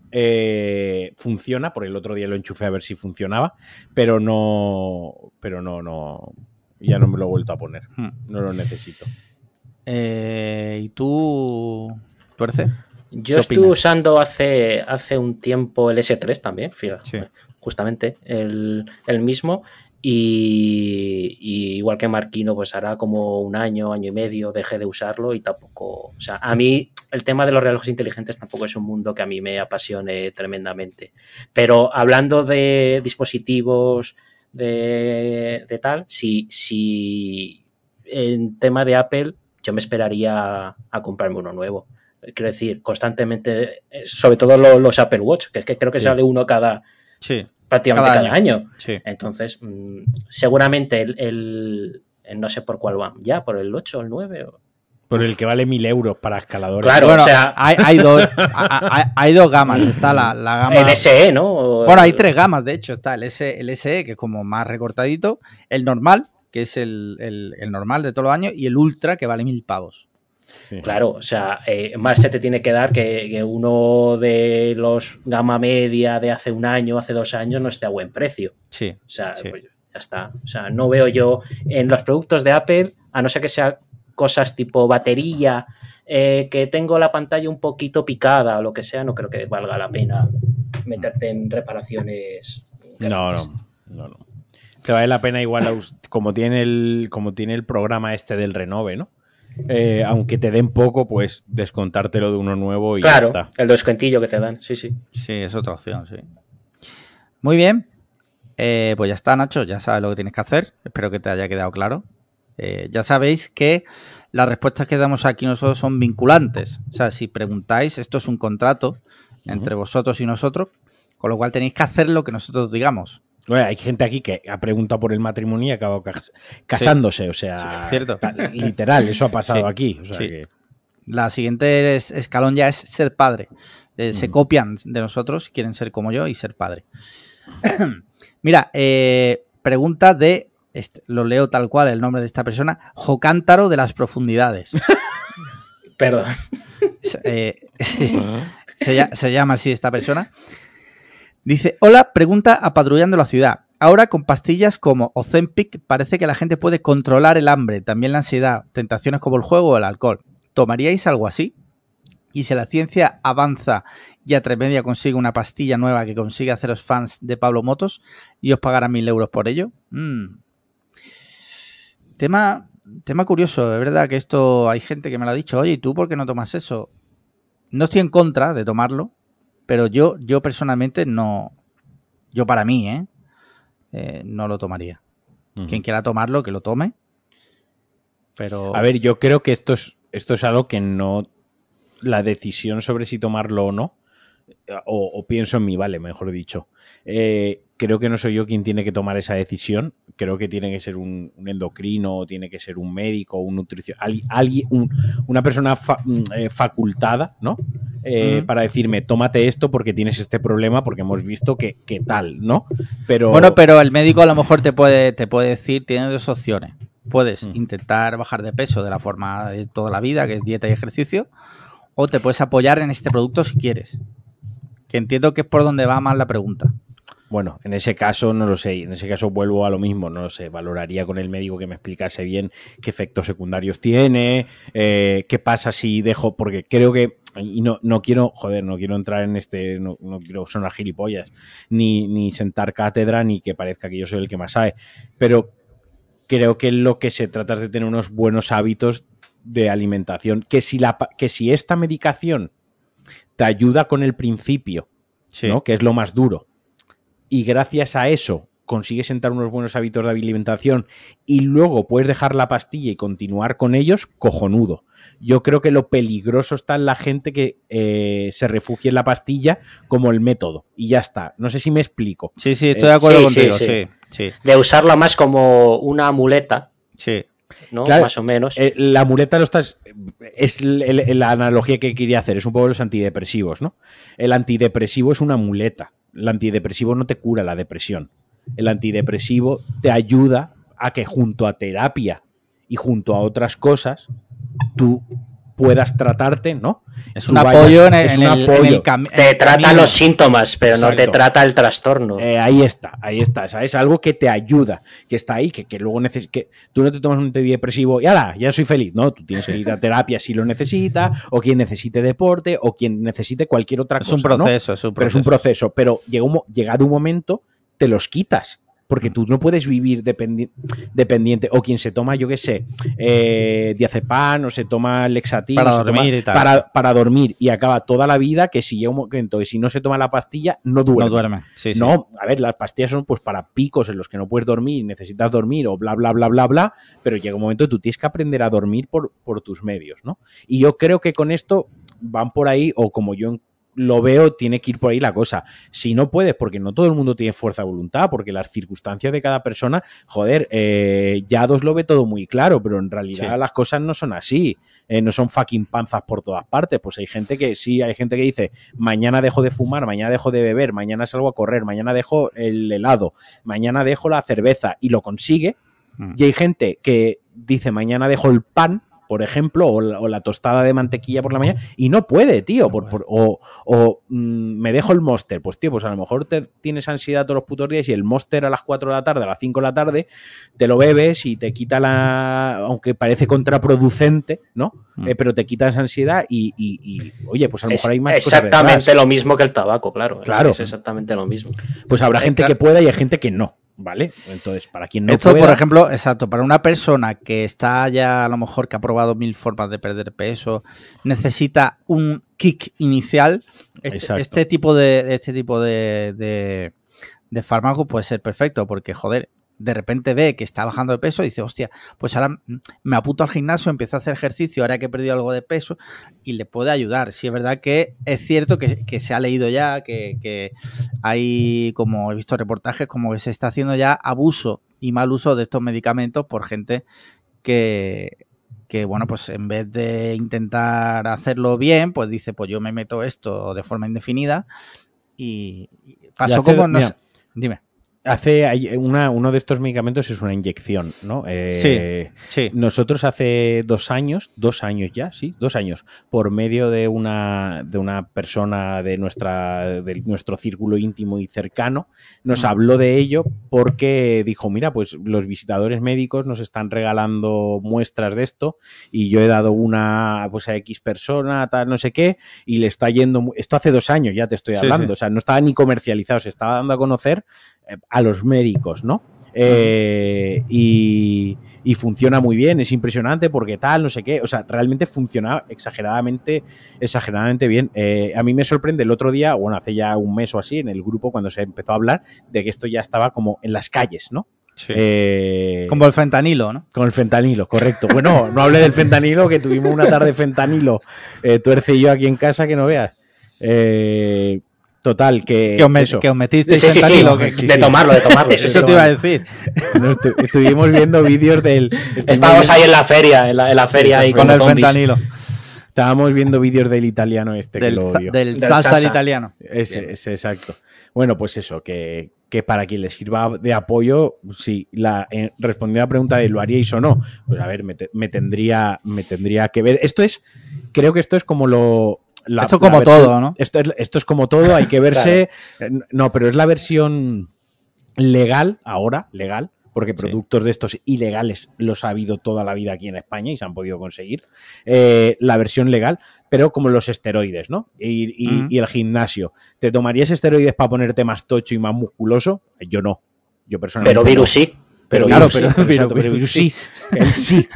Funciona, por el otro día lo enchufé a ver si funcionaba, pero no, ya no me lo he vuelto a poner. No lo necesito. ¿Y tú, Tuerce? Yo estuve usando hace un tiempo el S3 también, fíjate. Sí. Justamente el mismo y igual que Marquino, pues hará como un año y medio dejé de usarlo y tampoco, o sea, a mí el tema de los relojes inteligentes tampoco es un mundo que a mí me apasione tremendamente, pero hablando de dispositivos de tal, si en tema de Apple yo me esperaría a comprarme uno nuevo. Quiero decir, constantemente, sobre todo los Apple Watch, que es que creo que sale uno prácticamente cada año. Sí. Entonces, seguramente el no sé por cuál va, ya, por el 8 o el 9. Por el que vale 1.000 euros para escaladores. Claro, bueno, o sea, hay dos gamas. Está la gama... El SE, ¿no? Bueno, hay tres gamas, de hecho. Está el SE, que es como más recortadito, el normal, que es el normal de todos los años, y el Ultra, que vale 1.000 pavos. Sí. Claro, o sea, más se te tiene que dar que uno de los gama media de hace un año, hace 2 años, no esté a buen precio. Sí. O sea, pues ya está. O sea, no veo yo en los productos de Apple, a no ser que sean cosas tipo batería que tengo la pantalla un poquito picada o lo que sea, no creo que valga la pena meterte en reparaciones. No. Te vale la pena igual, como tiene el programa este del Renove, ¿no? Aunque te den poco, pues descontártelo de uno nuevo y claro, ya está. El descuentillo que te dan, sí. Sí, es otra opción, sí. Muy bien. Pues ya está, Nacho, ya sabes lo que tienes que hacer. Espero que te haya quedado claro. Ya sabéis que las respuestas que damos aquí nosotros son vinculantes. O sea, si preguntáis, esto es un contrato entre vosotros y nosotros, con lo cual tenéis que hacer lo que nosotros digamos. Bueno, hay gente aquí que ha preguntado por el matrimonio y ha acabado casándose, sí. O sea, sí, cierto. Literal, eso ha pasado sí. aquí. O sea sí. que... La siguiente escalón ya es ser padre. Se copian de nosotros, quieren ser como yo y ser padre. Mira, pregunta de, lo leo tal cual el nombre de esta persona, Jocántaro de las Profundidades. Perdón. Se llama así esta persona. Dice, hola, pregunta a Patrullando la Ciudad. Ahora con pastillas como Ozempic parece que la gente puede controlar el hambre, también la ansiedad, tentaciones como el juego o el alcohol. ¿Tomaríais algo así? Y si la ciencia avanza y Atremedia consigue una pastilla nueva que consigue haceros fans de Pablo Motos y os pagará 1.000 euros por ello. Tema curioso, es verdad que esto hay gente que me lo ha dicho, oye, ¿y tú por qué no tomas eso? No estoy en contra de tomarlo, pero yo personalmente no, yo para mí, no lo tomaría. Quien quiera tomarlo, que lo tome. Pero... A ver, yo creo que esto es algo que no... La decisión sobre si tomarlo o no, o pienso en mí, vale, mejor dicho. Creo que no soy yo quien tiene que tomar esa decisión. Creo que tiene que ser un endocrino, tiene que ser un médico, un nutricionista, una persona facultada, ¿no? Para decirme, tómate esto porque tienes este problema, porque hemos visto que tal, ¿no? Pero... Bueno, pero el médico a lo mejor te puede decir, tienes dos opciones. Puedes intentar bajar de peso de la forma de toda la vida, que es dieta y ejercicio, o te puedes apoyar en este producto si quieres. Que entiendo que es por donde va más la pregunta. Bueno, en ese caso no lo sé. En ese caso vuelvo a lo mismo. No lo sé. Valoraría con el médico que me explicase bien qué efectos secundarios tiene, qué pasa si dejo... Porque creo que... Y no quiero... Joder, no quiero entrar en este... No quiero sonar gilipollas. Ni sentar cátedra, ni que parezca que yo soy el que más sabe. Pero creo que lo que se trata es de tener unos buenos hábitos de alimentación. Que si esta medicación te ayuda con el principio, sí, ¿no? Que es lo más duro, y gracias a eso consigues sentar unos buenos hábitos de alimentación y luego puedes dejar la pastilla y continuar con ellos, cojonudo. Yo creo que lo peligroso está en la gente que se refugia en la pastilla como el método y ya está. No sé si me explico. Sí, estoy de acuerdo contigo. Sí. De usarla más como una muleta. Sí. ¿No? Claro, más o menos. La muleta es la analogía que quería hacer, es un poco los antidepresivos, ¿no? El antidepresivo es una muleta. El antidepresivo no te cura la depresión. El antidepresivo te ayuda a que junto a terapia y junto a otras cosas tú puedas tratarte, ¿no? Es un apoyo en el camino. Te trata los síntomas, pero exacto, no te trata el trastorno. Ahí está. ¿Sabes? Algo que te ayuda, que está ahí, que luego que tú no te tomas un antidepresivo y ¡hala! Ya soy feliz. No, tú tienes que ir a terapia si lo necesitas, o quien necesite deporte, o quien necesite cualquier otra cosa. Es un proceso, ¿no? Pero es un proceso. Pero llegado un momento, te los quitas. Porque tú no puedes vivir dependiente. O quien se toma, yo qué sé, diazepam o se toma Lexatin para dormir y tal. Para dormir y acaba toda la vida que si llega un momento que si no se toma la pastilla, no duerme. No duerme. Sí. A ver, las pastillas son pues para picos en los que no puedes dormir, necesitas dormir o bla, bla, bla, bla, bla, pero llega un momento que tú tienes que aprender a dormir por tus medios, ¿no? Y yo creo que con esto van por ahí, o como yo lo veo, tiene que ir por ahí la cosa. Si no puedes, porque no todo el mundo tiene fuerza de voluntad, porque las circunstancias de cada persona, joder, Yados lo ve todo muy claro, pero en realidad las cosas no son así, no son fucking panzas por todas partes. Pues hay gente que dice, mañana dejo de fumar, mañana dejo de beber, mañana salgo a correr, mañana dejo el helado, mañana dejo la cerveza, y lo consigue. Y hay gente que dice, mañana dejo el pan, por ejemplo, o la tostada de mantequilla por la mañana, y no puede, tío. Me dejo el Monster. Pues, tío, pues a lo mejor tienes ansiedad todos los putos días y el Monster a las 4 de la tarde, a las 5 de la tarde, te lo bebes y te quita aunque parece contraproducente, ¿no? Pero te quita esa ansiedad y oye, pues a lo mejor hay más cosas detrás. Exactamente lo mismo que el tabaco, claro. Claro. Es exactamente lo mismo. Pues habrá gente que pueda y hay gente que no, ¿vale? Entonces, para quien no esto, pueda... por ejemplo, exacto, para una persona que está ya a lo mejor que ha probado 1000 formas de perder peso, necesita un kick inicial, este tipo de fármaco puede ser perfecto porque, joder, de repente ve que está bajando de peso y dice, hostia, pues ahora me apunto al gimnasio, empiezo a hacer ejercicio, ahora que he perdido algo de peso y le puede ayudar. Sí, es verdad que es cierto que se ha leído ya, que hay, como he visto reportajes, como que se está haciendo ya abuso y mal uso de estos medicamentos por gente que bueno, pues en vez de intentar hacerlo bien, pues dice, pues yo me meto esto de forma indefinida y pasó como... no sé, dime. Uno de estos medicamentos es una inyección, ¿no? Sí. Nosotros hace 2 años, por medio de una persona de nuestro círculo íntimo y cercano, nos habló de ello porque dijo, mira, pues los visitadores médicos nos están regalando muestras de esto y yo he dado una pues a X persona, tal, no sé qué, y le está yendo... Esto hace 2 años ya te estoy hablando, o sea, no estaba ni comercializado, se estaba dando a conocer a los médicos, ¿no? Y funciona muy bien, es impresionante porque tal, no sé qué, o sea, realmente funciona exageradamente bien. A mí me sorprende el otro día, bueno, hace ya un mes o así, en el grupo cuando se empezó a hablar de que esto ya estaba como en las calles, ¿no? Sí. Como el fentanilo, ¿no? Con el fentanilo, correcto. Bueno, no hablé del fentanilo, que tuvimos una tarde de fentanilo, Tuerce y yo aquí en casa, que no veas. Total, que os metisteis fentanilo. Sí. De tomarlo. Eso te iba a decir. No, estuvimos viendo vídeos Estábamos ahí en la feria, en la feria ahí con el fentanilo. Estábamos viendo vídeos del italiano del que lo odio. Del salsa italiano. Ese, exacto. Bueno, pues eso, que para quien les sirva de apoyo, sí, respondiendo a la pregunta de ¿lo haríais o no? Pues a ver, me tendría que ver. Creo que esto es como esto como todo, ¿no? Esto es como todo, hay que verse... Claro. No, pero es la versión legal, porque productos de estos ilegales los ha habido toda la vida aquí en España y se han podido conseguir. La versión legal, pero como los esteroides, ¿no? Y el gimnasio. ¿Te tomarías esteroides para ponerte más tocho y más musculoso? Yo no. Yo personalmente Pero virus no. sí. Pero virus sí. Él sí.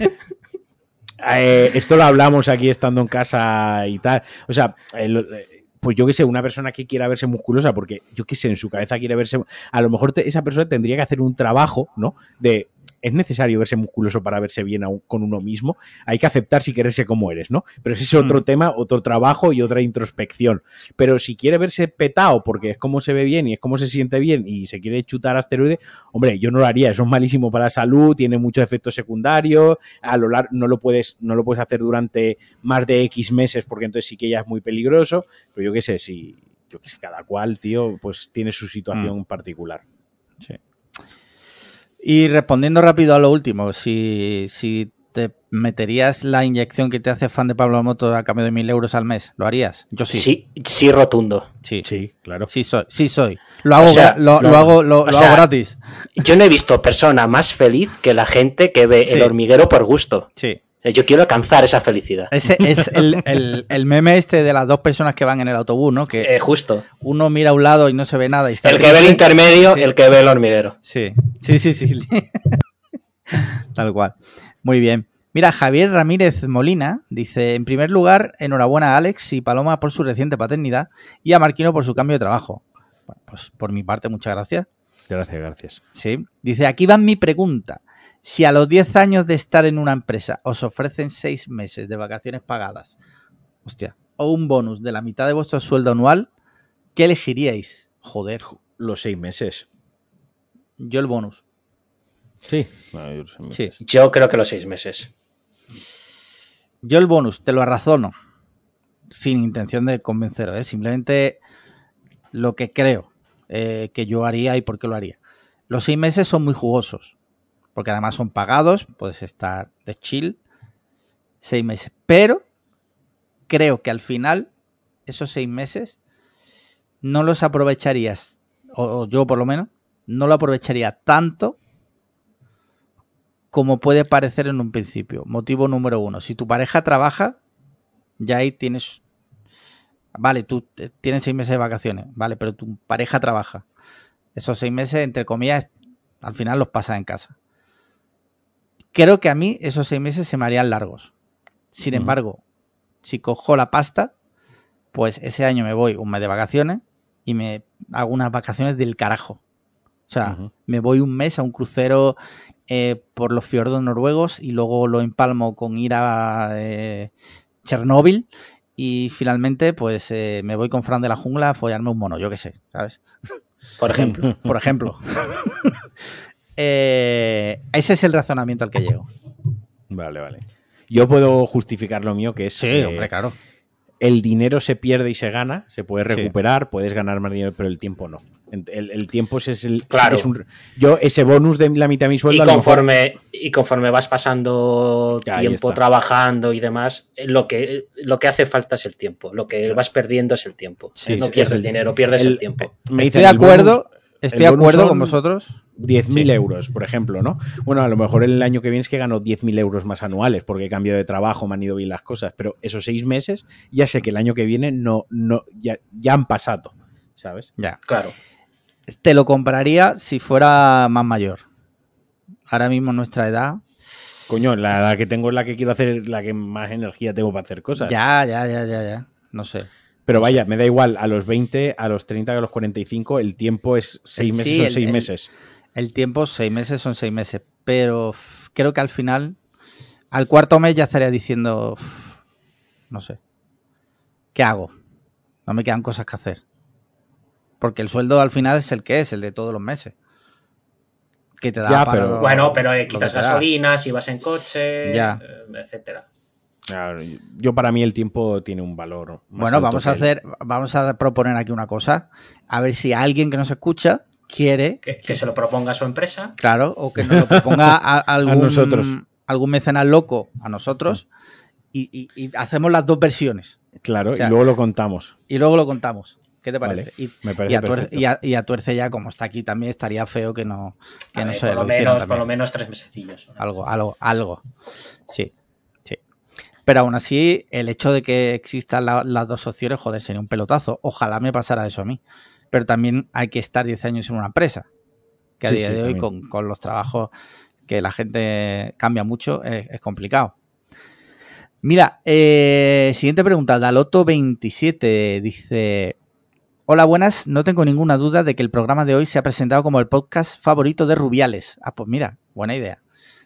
Esto lo hablamos aquí estando en casa y tal. O sea, pues yo qué sé, una persona que quiera verse musculosa, porque yo qué sé, en su cabeza quiere verse... A lo mejor esa persona tendría que hacer un trabajo, ¿no? Es necesario verse musculoso para verse bien con uno mismo. Hay que aceptar si quererse como eres, ¿no? Pero ese es otro tema, otro trabajo y otra introspección. Pero si quiere verse petado porque es como se ve bien y es como se siente bien y se quiere chutar asteroide, hombre, yo no lo haría. Eso es malísimo para la salud, tiene muchos efectos secundarios. A lo largo no lo puedes hacer durante más de X meses porque entonces sí que ya es muy peligroso. Pero yo qué sé, cada cual, tío, pues tiene su situación particular. Sí. Y respondiendo rápido a lo último, si te meterías la inyección que te hace Fan de Pablo Moto a cambio de 1.000 euros al mes, ¿lo harías? Yo sí. Sí, rotundo. Sí, claro. Sí soy. Lo hago, lo hago gratis. Yo no he visto persona más feliz que la gente que ve El Hormiguero por gusto. Sí. Yo quiero alcanzar esa felicidad. Ese es el meme este de las dos personas que van en el autobús, ¿no? Que justo. Uno mira a un lado y no se ve nada. Y está el que ve el intermedio, sí. El que ve el hormiguero. Sí. Tal cual. Muy bien. Mira, Javier Ramírez Molina dice, en primer lugar, enhorabuena a Alex y Paloma por su reciente paternidad y a Marquino por su cambio de trabajo. Bueno, pues por mi parte, muchas gracias. Gracias. Sí. Dice, aquí va mi pregunta. Si a los 10 años de estar en una empresa os ofrecen 6 meses de vacaciones pagadas, hostia, o un bonus de la mitad de vuestro sueldo anual, ¿qué elegiríais? Joder. Los 6 meses. Yo el bonus. Sí. Sí. Yo creo que los 6 meses. Yo el bonus, te lo razono. Sin intención de convenceros, simplemente lo que creo que yo haría y por qué lo haría. Los 6 meses son muy jugosos. Porque además son pagados, puedes estar de chill 6 meses. Pero creo que al final, esos 6 meses, no los aprovecharías, o yo por lo menos, no lo aprovecharía tanto como puede parecer en un principio. Motivo número 1. Si tu pareja trabaja, ya ahí tienes... Vale, tú tienes 6 meses de vacaciones, vale, pero tu pareja trabaja. Esos 6 meses, entre comillas, al final los pasas en casa. Creo que a mí esos 6 meses se me harían largos. Sin embargo, si cojo la pasta, pues ese año me voy un mes de vacaciones y me hago unas vacaciones del carajo. O sea, me voy un mes a un crucero por los fiordos noruegos y luego lo empalmo con ir a Chernóbil y finalmente pues me voy con Fran de la Jungla a follarme un mono, yo qué sé, ¿sabes? Por ejemplo. Por ejemplo. Ese es el razonamiento al que llego. Vale. Yo puedo justificar lo mío, que es... Sí, hombre, claro. El dinero se pierde y se gana, se puede recuperar, puedes ganar más dinero, pero el tiempo no. El tiempo es el... Claro. Yo ese bonus de la mitad de mi sueldo... Y conforme vas pasando tiempo trabajando y demás, lo que hace falta es el tiempo. Lo que vas perdiendo es el tiempo. Sí, no pierdes dinero, pierdes el tiempo. Estoy de acuerdo con vosotros. 10.000 euros, por ejemplo, ¿no? Bueno, a lo mejor el año que viene es que gano 10.000 euros más anuales porque he cambiado de trabajo, me han ido bien las cosas, pero esos 6 meses ya sé que el año que viene ya han pasado, ¿sabes? Ya. Claro. Te lo compraría si fuera más mayor. Ahora mismo nuestra edad... Coño, la edad que tengo es la que quiero hacer, la que más energía tengo para hacer cosas. Ya. No sé. Pero vaya, me da igual, a los 20, a los 30, a los 45, el tiempo es 6 meses, son 6 meses. El tiempo, 6 meses son 6 meses. Pero creo que al final, al cuarto mes ya estaría diciendo, no sé, ¿qué hago? No me quedan cosas que hacer. Porque el sueldo al final es el que es, el de todos los meses. Que te da para bueno, pero quitas gasolina, si vas en coche, etcétera. Claro, yo para mí el tiempo tiene un valor más bueno, alto vamos a proponer aquí una cosa. A ver si alguien que nos escucha quiere... Que se lo proponga a su empresa. Claro, o que nos lo proponga a nosotros. Algún mecenas loco a nosotros y hacemos las dos versiones. Claro, o sea, y luego lo contamos. ¿Qué te parece? Vale, me parece y a Tuerce ya, como está aquí también, estaría feo que no se por lo hicieran también. Por lo menos 3 mesecillos. Algo. Sí. Pero aún así, el hecho de que existan las dos opciones, joder, sería un pelotazo. Ojalá me pasara eso a mí. Pero también hay que estar 10 años en una empresa. Que a día de hoy, con los trabajos que la gente cambia mucho, es complicado. Mira, siguiente pregunta. Daloto27 dice... Hola, buenas. No tengo ninguna duda de que el programa de hoy se ha presentado como el podcast favorito de Rubiales. Ah, pues mira, buena idea.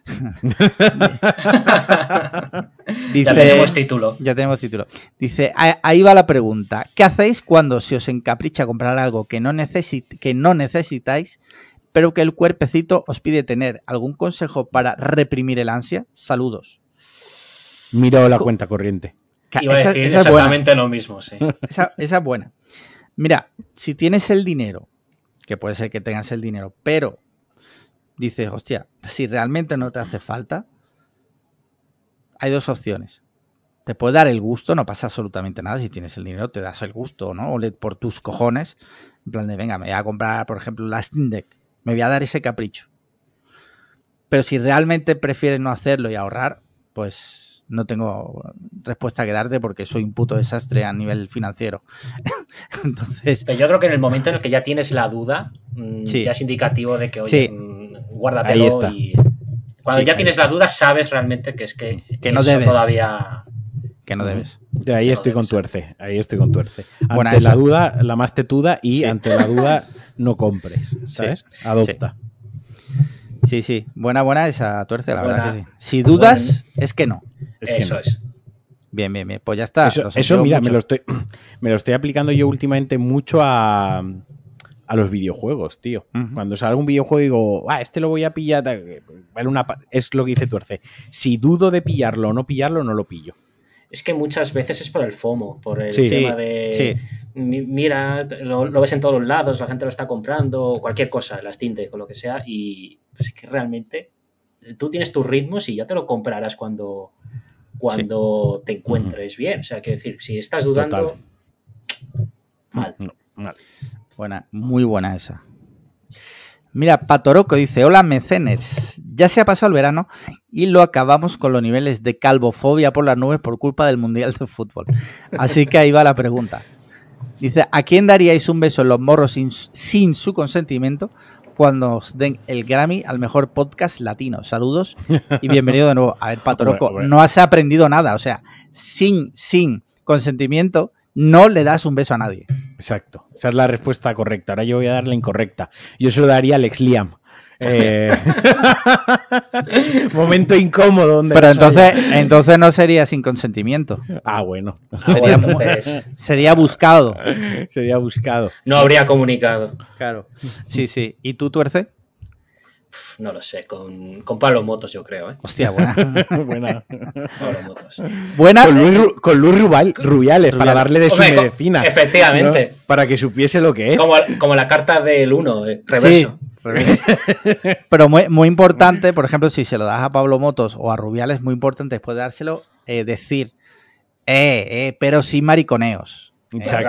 Dice, ya tenemos título. Dice, ahí va la pregunta. ¿Qué hacéis cuando se os encapricha comprar algo que no necesitáis, pero que el cuerpecito os pide tener? ¿Algún consejo para reprimir el ansia? Saludos. Miro la cuenta corriente. Iba a decir exactamente lo mismo, sí. Esa es buena. Mira, si tienes el dinero, que puede ser que tengas el dinero, pero dices, hostia, si realmente no te hace falta, hay dos opciones. Te puede dar el gusto, no pasa absolutamente nada. Si tienes el dinero, te das el gusto, ¿no? O por tus cojones, en plan de, venga, me voy a comprar, por ejemplo, la Steam Deck. Me voy a dar ese capricho. Pero si realmente prefieres no hacerlo y ahorrar, pues no tengo respuesta que darte porque soy un puto desastre a nivel financiero. Entonces... Pero yo creo que en el momento en el que ya tienes la duda, ya es indicativo de que, oye, guárdatelo. Ahí está. Y cuando ya tienes la duda, sabes realmente que es que no debes. Todavía... Que no debes. Ahí estoy con Tuerce. Ante la duda, la más tetuda y ante la duda, no compres. ¿Sabes? Adopta. Sí. Buena esa, Tuerce, la verdad que sí. Si dudas, es que no. Eso es. Bien. Pues ya está. Eso mira, me lo estoy aplicando yo últimamente mucho a los videojuegos, tío. Cuando salga un videojuego digo, este lo voy a pillar. Vale es lo que dice Tuerce. Si dudo de pillarlo o no pillarlo, no lo pillo. Es que muchas veces es por el FOMO, por el tema de... Mira, lo ves en todos los lados, la gente lo está comprando, cualquier cosa, las Steam Deck o lo que sea, y pues es que realmente tú tienes tus ritmos y ya te lo comprarás cuando cuando te encuentres bien. O sea, que decir, si estás dudando, mal. No, mal. Buena, muy buena esa. Mira, Patoroco dice, hola meceners, ya se ha pasado el verano y lo acabamos con los niveles de calvofobia por las nubes por culpa del Mundial de Fútbol. Así que ahí va la pregunta. Dice, ¿a quién daríais un beso en los morros sin su consentimiento cuando os den el Grammy al mejor podcast latino? Saludos y bienvenido de nuevo. A ver, Patoroco, no has aprendido nada. O sea, sin consentimiento no le das un beso a nadie. Exacto. Esa es la respuesta correcta. Ahora yo voy a dar la incorrecta. Yo se lo daría a Alex Liam. Momento incómodo. Donde pero entonces no sería sin consentimiento. Ah, bueno. Sería buscado. Sería buscado. No habría comunicado. Claro. Sí. ¿Y tú, Tuerce? No lo sé, con Pablo Motos yo creo, ¿eh? Hostia, buena. Buena. Pablo Motos. Buena. Con Luis Rubiales, para darle de su medicina. Efectivamente. ¿No? Para que supiese lo que es. Como la carta del 1, reverso. Sí, pero muy importante, por ejemplo, si se lo das a Pablo Motos o a Rubiales, muy importante después de dárselo, decir, pero sin mariconeos. Exacto.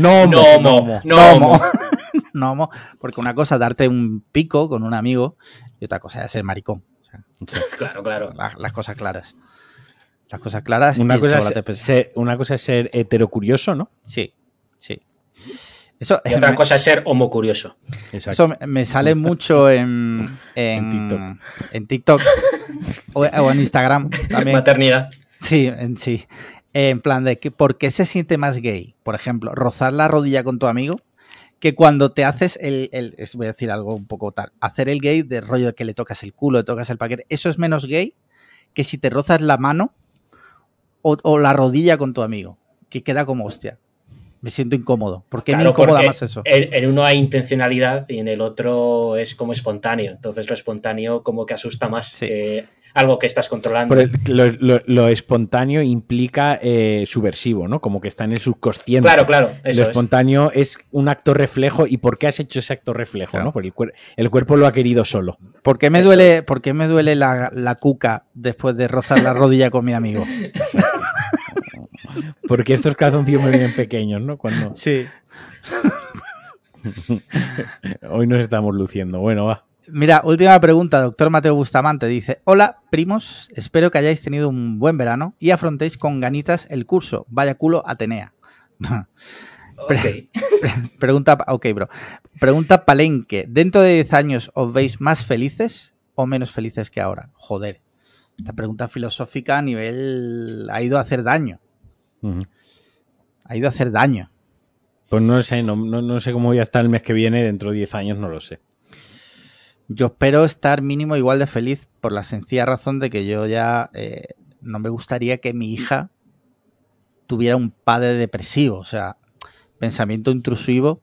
No, porque una cosa es darte un pico con un amigo y otra cosa es ser maricón. O sea, claro. Las cosas claras. Las cosas claras. Una cosa es ser heterocurioso, ¿no? Sí. Eso, y otra cosa es ser homocurioso. Exacto. Eso me sale mucho en TikTok o en Instagram también. Maternidad. Sí. En plan de que ¿por qué se siente más gay? Por ejemplo, rozar la rodilla con tu amigo que cuando te haces voy a decir algo un poco tal, hacer el gay de rollo de que le tocas el culo, le tocas el paquete, eso es menos gay que si te rozas la mano o la rodilla con tu amigo, que queda como hostia. Me siento incómodo. ¿Por qué me incomoda más eso? En uno hay intencionalidad y en el otro es como espontáneo. Entonces lo espontáneo como que asusta más que algo que estás controlando. Lo espontáneo implica subversivo, ¿no? Como que está en el subconsciente. Claro. Eso lo espontáneo es un acto reflejo. ¿Y por qué has hecho ese acto reflejo? Claro. ¿No? Porque el cuerpo lo ha querido solo. ¿Por qué me duele la cuca después de rozar la rodilla con mi amigo? Porque estos calzoncillos me vienen pequeños, ¿no? Sí. Hoy nos estamos luciendo. Bueno, va. Mira, última pregunta, doctor Mateo Bustamante. Dice, hola, primos, espero que hayáis tenido un buen verano y afrontéis con ganitas el curso. Vaya culo, Atenea. Pregunta Palenque. ¿Dentro de 10 años os veis más felices o menos felices que ahora? Joder. Esta pregunta filosófica a nivel... ha ido a hacer daño. Ha ido a hacer daño. Pues no sé, no sé cómo voy a estar el mes que viene, dentro de 10 años no lo sé. Yo espero estar mínimo igual de feliz por la sencilla razón de que yo ya no me gustaría que mi hija tuviera un padre depresivo, o sea, pensamiento intrusivo,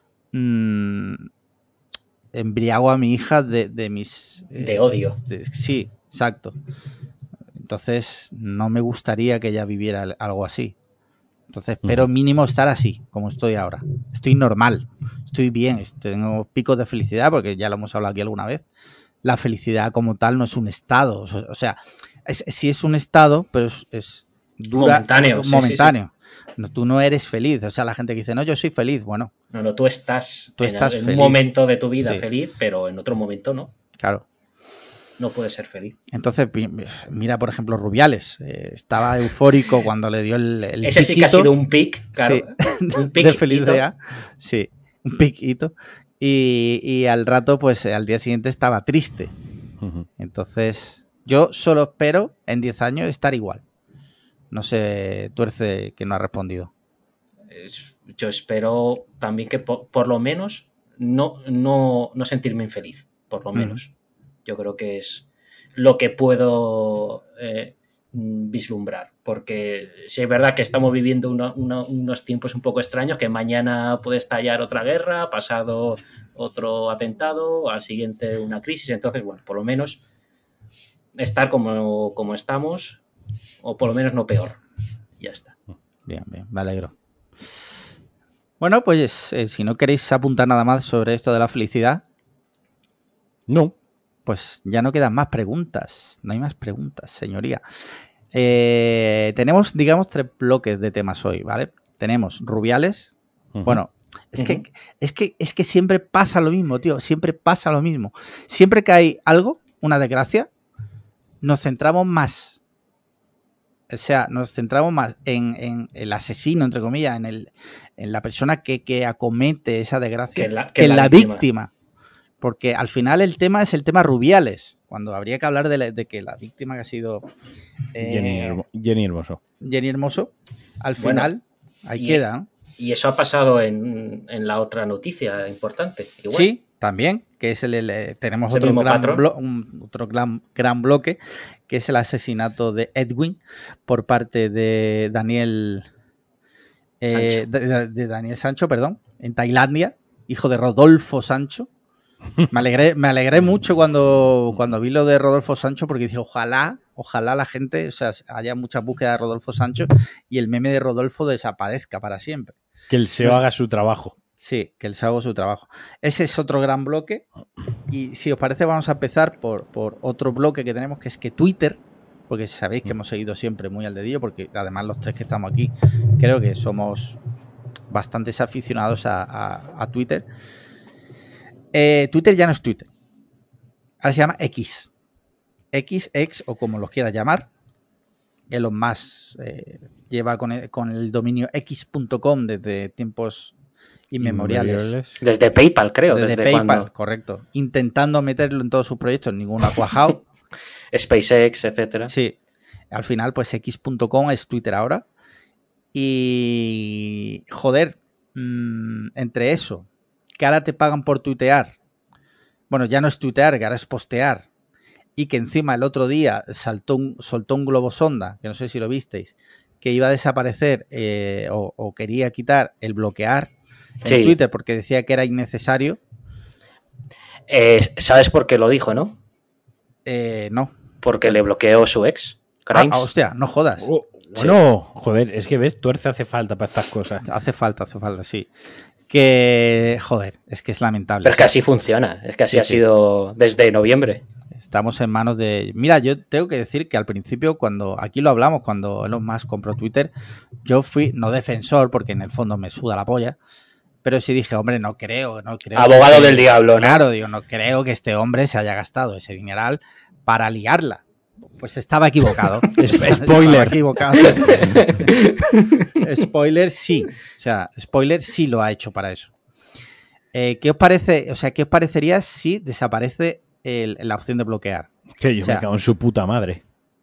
embriago a mi hija de mis... de odio. Sí, exacto. Entonces, no me gustaría que ella viviera algo así. Entonces, pero mínimo estar así, como estoy ahora. Estoy normal, estoy bien, tengo picos de felicidad, porque ya lo hemos hablado aquí alguna vez. La felicidad como tal no es un estado. O sea, sí es un estado, pero es dura, momentáneo. Sí. No, tú no eres feliz. O sea, la gente que dice, no, yo soy feliz. Bueno. No, tú estás en un momento de tu vida feliz, pero en otro momento no. Claro. No puede ser feliz. Entonces, mira, por ejemplo, Rubiales. Estaba eufórico cuando le dio el ese piquito. Sí que ha sido un pic, claro. Sí, un pic de felicidad. Sí, un piquito. Y al rato, pues al día siguiente estaba triste. Entonces, yo solo espero en 10 años estar igual. No sé, Tuerce, que no ha respondido. Yo espero también que por lo menos no sentirme infeliz, por lo menos. Yo creo que es lo que puedo vislumbrar, porque sí es verdad que estamos viviendo unos tiempos un poco extraños, que mañana puede estallar otra guerra, pasado otro atentado, al siguiente una crisis, entonces, bueno, por lo menos estar como estamos, o por lo menos no peor. Ya está. Bien, me alegro. Bueno, pues si no queréis apuntar nada más sobre esto de la felicidad, no. Pues ya no quedan más preguntas. No hay más preguntas, señoría. Tenemos, digamos, 3 bloques de temas hoy, ¿vale? Tenemos Rubiales. Bueno, es que siempre pasa lo mismo, tío. Siempre pasa lo mismo. Siempre que hay algo, una desgracia, nos centramos más. O sea, nos centramos más en el asesino, entre comillas, en la persona que acomete esa desgracia que en la víctima. Porque al final el tema es el tema Rubiales, cuando habría que hablar de que la víctima que ha sido Jenny Hermoso. Jenny Hermoso, al final ahí queda, ¿no? Y eso ha pasado en la otra noticia importante. Igual. Sí, también, que es tenemos otro gran bloque, que es el asesinato de Edwin por parte de Daniel Sancho. de Daniel Sancho, perdón, en Tailandia, hijo de Rodolfo Sancho. Me alegré mucho cuando vi lo de Rodolfo Sancho, porque dije, ojalá la gente, o sea, haya mucha búsqueda de Rodolfo Sancho y el meme de Rodolfo desaparezca para siempre. Que el SEO haga su trabajo. Sí, que el SEO haga su trabajo. Ese es otro gran bloque. Y si os parece, vamos a empezar por otro bloque que tenemos, que es que Twitter, porque sabéis que hemos seguido siempre muy al dedillo, porque además los 3 que estamos aquí creo que somos bastantes aficionados a Twitter. Twitter ya no es Twitter. Ahora se llama X. X o como los quieras llamar. Elon Musk lleva con el dominio x.com desde tiempos inmemoriales. Desde PayPal, creo. Desde PayPal, ¿cuándo? Correcto. Intentando meterlo en todos sus proyectos, ninguno ha cuajado. SpaceX, etcétera. Sí. Al final, pues x.com es Twitter ahora. Y joder, entre eso, que ahora te pagan por tuitear. Bueno, ya no es tuitear, que ahora es postear. Y que encima el otro día soltó un globo sonda, que no sé si lo visteis, que iba a desaparecer o quería quitar el bloquear en Twitter porque decía que era innecesario. ¿Sabes por qué lo dijo, no? No. Porque le bloqueó su ex, Grimes. Hostia, no jodas. Bueno, joder, es que ves, tuerce hace falta para estas cosas. Hace falta, sí. Que, joder, es que es lamentable. Pero es que así funciona, es que así ha sido desde noviembre. Estamos en manos de... Mira, yo tengo que decir que al principio, aquí lo hablamos, cuando Elon Musk compró Twitter, yo fui, no defensor, porque en el fondo me suda la polla, pero sí dije, hombre, no creo. Abogado del diablo, ¿no? Claro, digo, no creo que este hombre se haya gastado ese dineral para liarla. Pues estaba equivocado. Spoiler. Estaba equivocado. Spoiler, sí. O sea, spoiler sí lo ha hecho para eso. ¿Qué os parece? O sea, ¿qué os parecería si desaparece la opción de bloquear? Que yo me cago en su puta madre.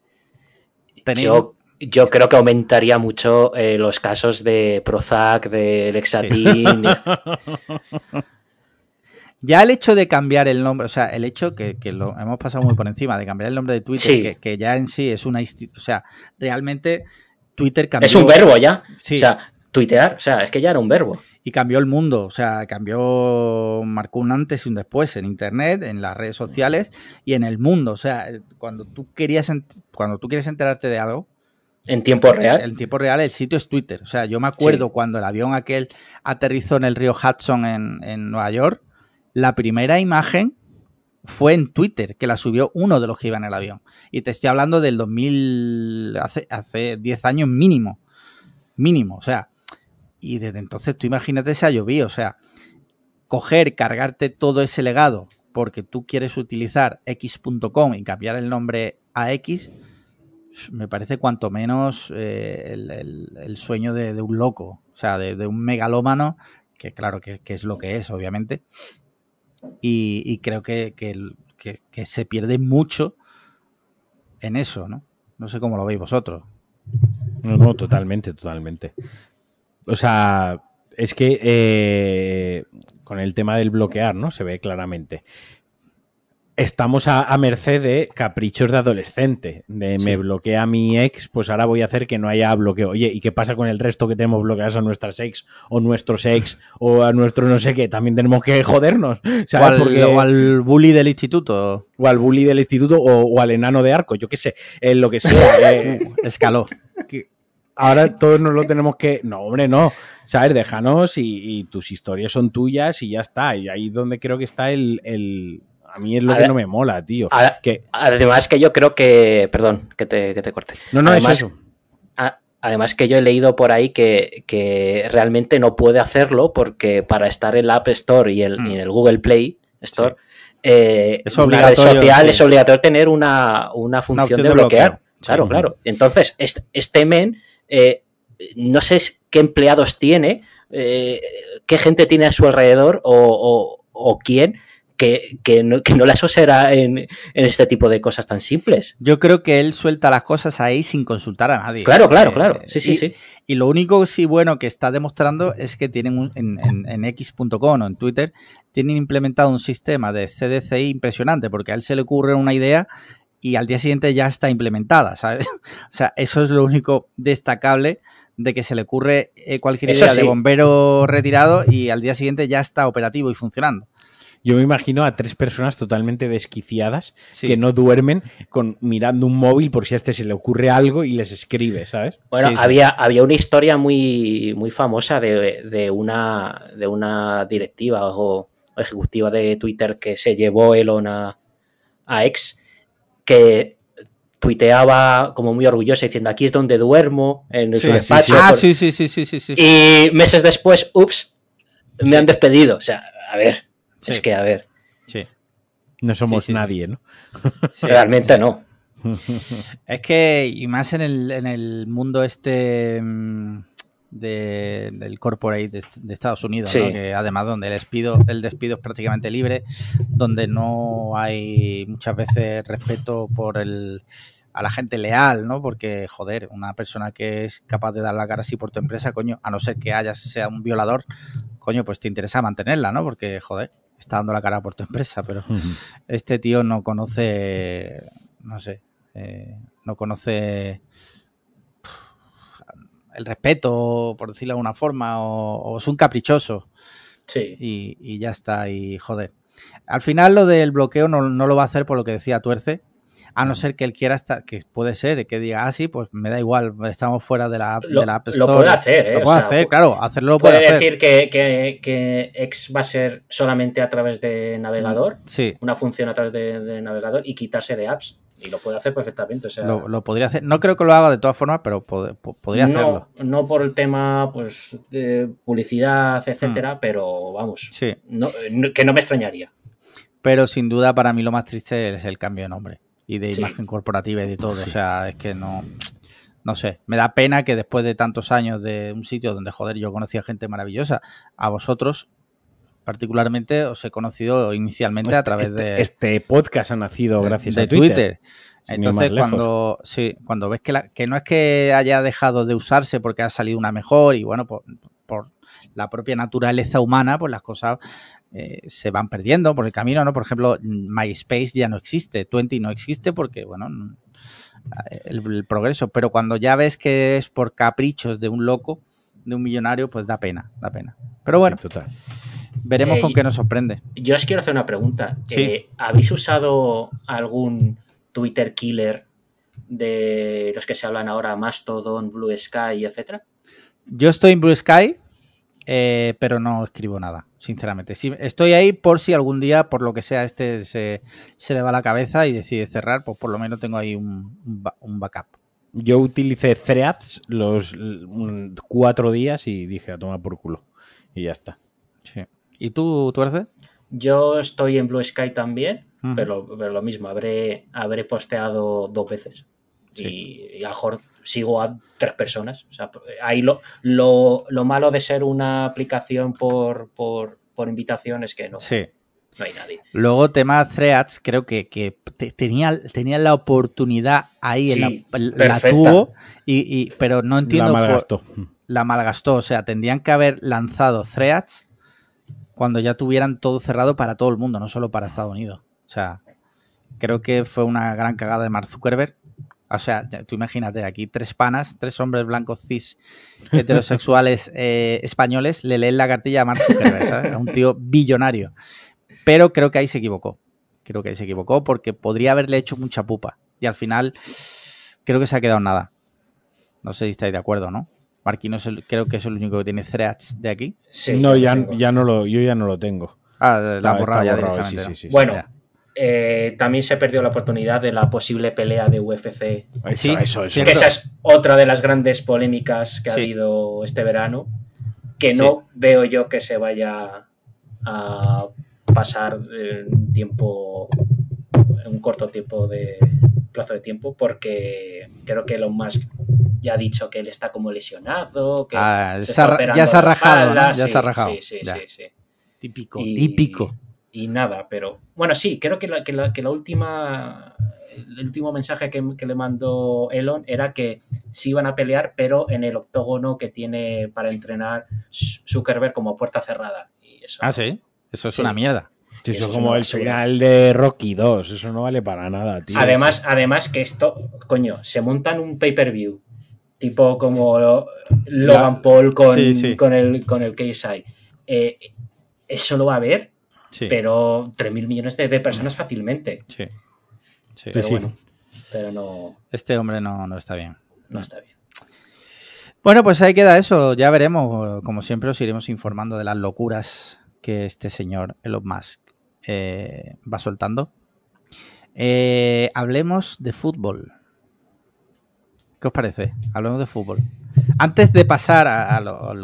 Yo creo que aumentaría mucho los casos de Prozac, de Lexatin. Sí. Ya el hecho de cambiar el nombre, o sea, el hecho que lo hemos pasado muy por encima, de cambiar el nombre de Twitter, que ya en sí es una institución, o sea, realmente Twitter cambió... Es un verbo ya. Sí. O sea, tuitear, o sea, es que ya era un verbo. Y cambió el mundo, o sea, marcó un antes y un después en Internet, en las redes sociales y en el mundo. O sea, cuando tú quieres enterarte de algo... En tiempo real. En tiempo real el sitio es Twitter. O sea, yo me acuerdo cuando el avión aquel aterrizó en el río Hudson en Nueva York, la primera imagen fue en Twitter, que la subió uno de los que iba en el avión. Y te estoy hablando del 2000, hace 10 años mínimo. Mínimo, o sea... Y desde entonces tú imagínate se ha llovido, o sea, cargarte todo ese legado porque tú quieres utilizar x.com y cambiar el nombre a X, me parece cuanto menos el sueño de un loco, o sea, de un megalómano, que claro que es lo que es, obviamente, y creo que se pierde mucho en eso, ¿no? No sé cómo lo veis vosotros. No, totalmente. O sea, es que con el tema del bloquear, ¿no? Se ve claramente. Estamos a merced de caprichos de adolescente. Me bloquea mi ex, pues ahora voy a hacer que no haya bloqueo. Oye, ¿y qué pasa con el resto que tenemos bloqueados a nuestras ex o nuestros ex o a nuestro no sé qué? También tenemos que jodernos. O al bully del instituto. O al bully del instituto o al enano de arco, yo qué sé. Lo que sea. Escaló. Ahora todos nos lo tenemos que... No, hombre, no. ¿Sabes? Déjanos y tus historias son tuyas y ya está. Y ahí es donde creo que está a mí es lo que no me mola, tío. Además que yo creo que... Perdón, que te corte. No, además, eso. Además que yo he leído por ahí que realmente no puede hacerlo porque para estar en la App Store y en el Google Play Store, es una red social es obligatorio tener una función de bloquear. Claro, claro. Entonces, este men, no sé qué empleados tiene, qué gente tiene a su alrededor o quién, que no la asociará en este tipo de cosas tan simples. Yo creo que él suelta las cosas ahí sin consultar a nadie. Claro. Sí. Y lo único sí bueno que está demostrando es que tienen en x.com o en Twitter tienen implementado un sistema de CDCI impresionante, porque a él se le ocurre una idea y al día siguiente ya está implementada, ¿sabes? O sea, eso es lo único destacable de que se le ocurre cualquier idea de bombero retirado y al día siguiente ya está operativo y funcionando. Yo me imagino a 3 personas totalmente desquiciadas que no duermen mirando un móvil por si a este se le ocurre algo y les escribe, ¿sabes? Bueno, había una historia muy, muy famosa de una directiva o ejecutiva de Twitter que se llevó Elon a X, que tuiteaba como muy orgullosa diciendo aquí es donde duermo, en su despacho. Sí. Y meses después, me han despedido. O sea, a ver... Sí. Es que, a ver. Sí. No somos nadie, ¿no? Sí, realmente no. Es que, y más en el mundo del corporate de Estados Unidos, ¿no? Que además donde el despido es prácticamente libre, donde no hay muchas veces respeto a la gente leal, ¿no? Porque, joder, una persona que es capaz de dar la cara así por tu empresa, coño, a no ser que sea un violador, coño, pues te interesa mantenerla, ¿no? Porque, joder, está dando la cara por tu empresa, pero este tío no conoce, no sé, no conoce el respeto, por decirlo de alguna forma, o es un caprichoso. Sí. Y ya está, y joder. Al final lo del bloqueo no lo va a hacer por lo que decía Tuerce, a no ser que él quiera estar, que puede ser, que diga, sí, pues me da igual, estamos fuera de la App Store. Lo puede hacer, Lo puede hacer, claro, hacerlo lo puede hacer. Puede decir que X va a ser solamente a través de navegador, una función a través de navegador y quitarse de apps. Y lo puede hacer perfectamente. O sea, lo podría hacer. No creo que lo haga de todas formas, pero podría hacerlo. No por el tema pues de publicidad, etcétera, pero vamos, que no me extrañaría. Pero sin duda para mí lo más triste es el cambio de nombre y de imagen corporativa y de todo. O sea, es que no sé. Me da pena que después de tantos años de un sitio donde, joder, yo conocía gente maravillosa, a vosotros particularmente os he conocido inicialmente a través de... Este podcast ha nacido gracias a Twitter. Entonces, cuando ves que no es que haya dejado de usarse porque ha salido una mejor y bueno, por la propia naturaleza humana, pues las cosas se van perdiendo por el camino, ¿no? Por ejemplo, MySpace ya no existe, Twenty no existe porque, bueno, el progreso. Pero cuando ya ves que es por caprichos de un loco, de un millonario, pues da pena. Pero bueno, total. Veremos con qué nos sorprende. Yo os quiero hacer una pregunta. Sí. ¿Habéis usado algún Twitter killer de los que se hablan ahora, Mastodon, Blue Sky, etcétera? Yo estoy en Blue Sky, pero no escribo nada, sinceramente. Sí, estoy ahí por si algún día, por lo que sea, se le va la cabeza y decide cerrar, pues por lo menos tengo ahí un backup. Yo utilicé Threads los 4 días y dije a tomar por culo. Y ya está. Sí. ¿Y tú, Tuerce? Yo estoy en Blue Sky también, pero lo mismo, habré posteado 2 veces. Sí. Y a lo mejor sigo a 3 personas. O sea, ahí lo malo de ser una aplicación por invitación es que no hay nadie. Luego, tema Threads, creo que tenía la oportunidad ahí, la tuvo, pero no entiendo. La malgastó. O sea, tendrían que haber lanzado Threads cuando ya tuvieran todo cerrado para todo el mundo, no solo para Estados Unidos. O sea, creo que fue una gran cagada de Mark Zuckerberg. O sea, tú imagínate, aquí 3 hombres blancos cis heterosexuales españoles le leen la cartilla a Mark Zuckerberg, ¿sabes? A un tío billonario. Pero creo que ahí se equivocó. Porque podría haberle hecho mucha pupa. Y al final creo que se ha quedado en nada. No sé si estáis de acuerdo, ¿no? Marquino creo que es el único que tiene Threads de aquí. Sí, no, yo ya no lo tengo. La has borrado ya directamente. Sí. Bueno, también se perdió la oportunidad de la posible pelea de UFC. Eso. Que esa es otra de las grandes polémicas que ha habido este verano, que no veo yo que se vaya a pasar en un corto plazo de tiempo, porque creo que Elon Musk ya ha dicho que él está como lesionado, que ya se ha rajado, ¿no? Ya se ha rajado. Sí. Típico. Y nada, pero bueno, sí, creo que el último mensaje que le mandó Elon era que sí iban a pelear, pero en el octógono que tiene para entrenar Zuckerberg como puerta cerrada. Y eso, sí, eso es una mierda. Sí, eso es como el final de Rocky 2, eso no vale para nada, tío. Además que esto, coño, se montan un pay-per-view, tipo como Logan Paul con el KSI. Eso lo va a ver, pero 3.000 millones de personas fácilmente. Sí. Pero bueno, pero no... Este hombre no está bien. No está bien. Bueno, pues ahí queda eso. Ya veremos. Como siempre os iremos informando de las locuras que este señor Elon Musk va soltando. Hablemos de fútbol. ¿Qué os parece? Hablemos de fútbol. Antes de pasar a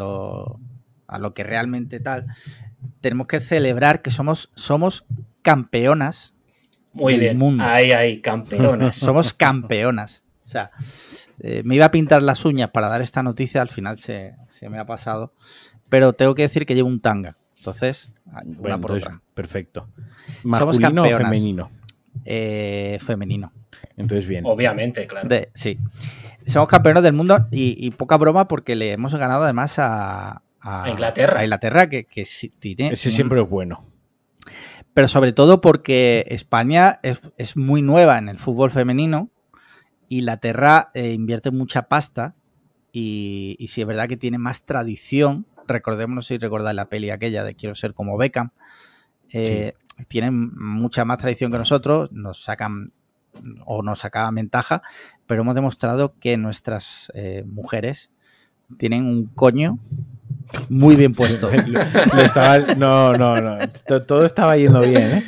lo que realmente tal, tenemos que celebrar que somos campeonas del mundo. Ahí, campeonas. Somos campeonas. O sea, me iba a pintar las uñas para dar esta noticia, al final se me ha pasado, pero tengo que decir que llevo un tanga. Entonces, una por otra. Perfecto. ¿Masculino o femenino? Femenino. Entonces, bien. Obviamente, claro. Sí. Somos campeones del mundo y poca broma porque le hemos ganado además a Inglaterra. A Inglaterra, que tiene... Ese siempre es bueno. Pero sobre todo porque España es muy nueva en el fútbol femenino. Inglaterra invierte mucha pasta y sí es verdad que tiene más tradición. Recordémonos, si recordáis la peli aquella de Quiero ser como Beckham. Tienen mucha más tradición que nosotros, nos sacaban ventaja, pero hemos demostrado que nuestras mujeres tienen un coño muy bien puesto. No. Todo estaba yendo bien,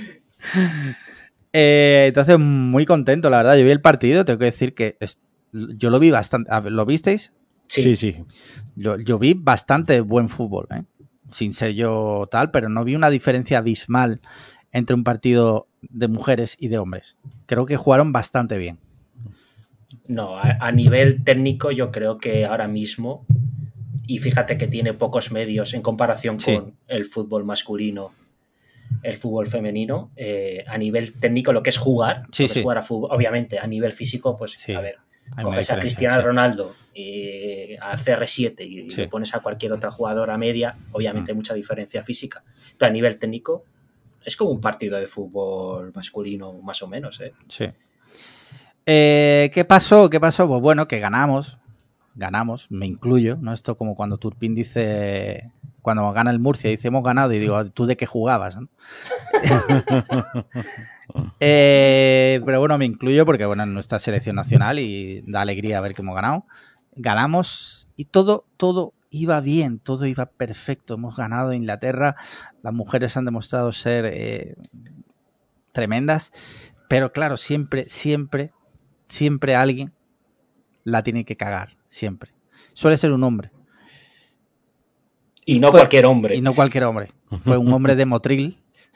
entonces, muy contento, la verdad. Yo vi el partido, tengo que decir que yo lo vi bastante. ¿Lo visteis? Sí. Yo vi bastante buen fútbol, sin ser yo tal, pero no vi una diferencia abismal entre un partido de mujeres y de hombres. Creo que jugaron bastante bien. No, a nivel técnico yo creo que ahora mismo, y fíjate que tiene pocos medios en comparación con el fútbol masculino, el fútbol femenino, a nivel técnico lo que es jugar, jugar a fútbol, obviamente a nivel físico, pues a ver, coges a Cristiano Ronaldo y a CR7 y le pones a cualquier otra jugadora media, obviamente hay mucha diferencia física, pero a nivel técnico es como un partido de fútbol masculino más o menos, Sí. ¿Qué pasó? Pues bueno, que ganamos, me incluyo, ¿no? Esto como cuando Turpin dice, cuando gana el Murcia, dice hemos ganado, y digo, ¿tú de qué jugabas? ¿No? Pero bueno, me incluyo porque bueno, en nuestra selección nacional y da alegría ver que hemos ganado. Ganamos y todo iba bien, todo iba perfecto. Hemos ganado a Inglaterra, las mujeres han demostrado ser tremendas, pero claro, siempre alguien la tiene que cagar, siempre. Suele ser un hombre. Y no cualquier hombre. Y no cualquier hombre. Fue un hombre de Motril.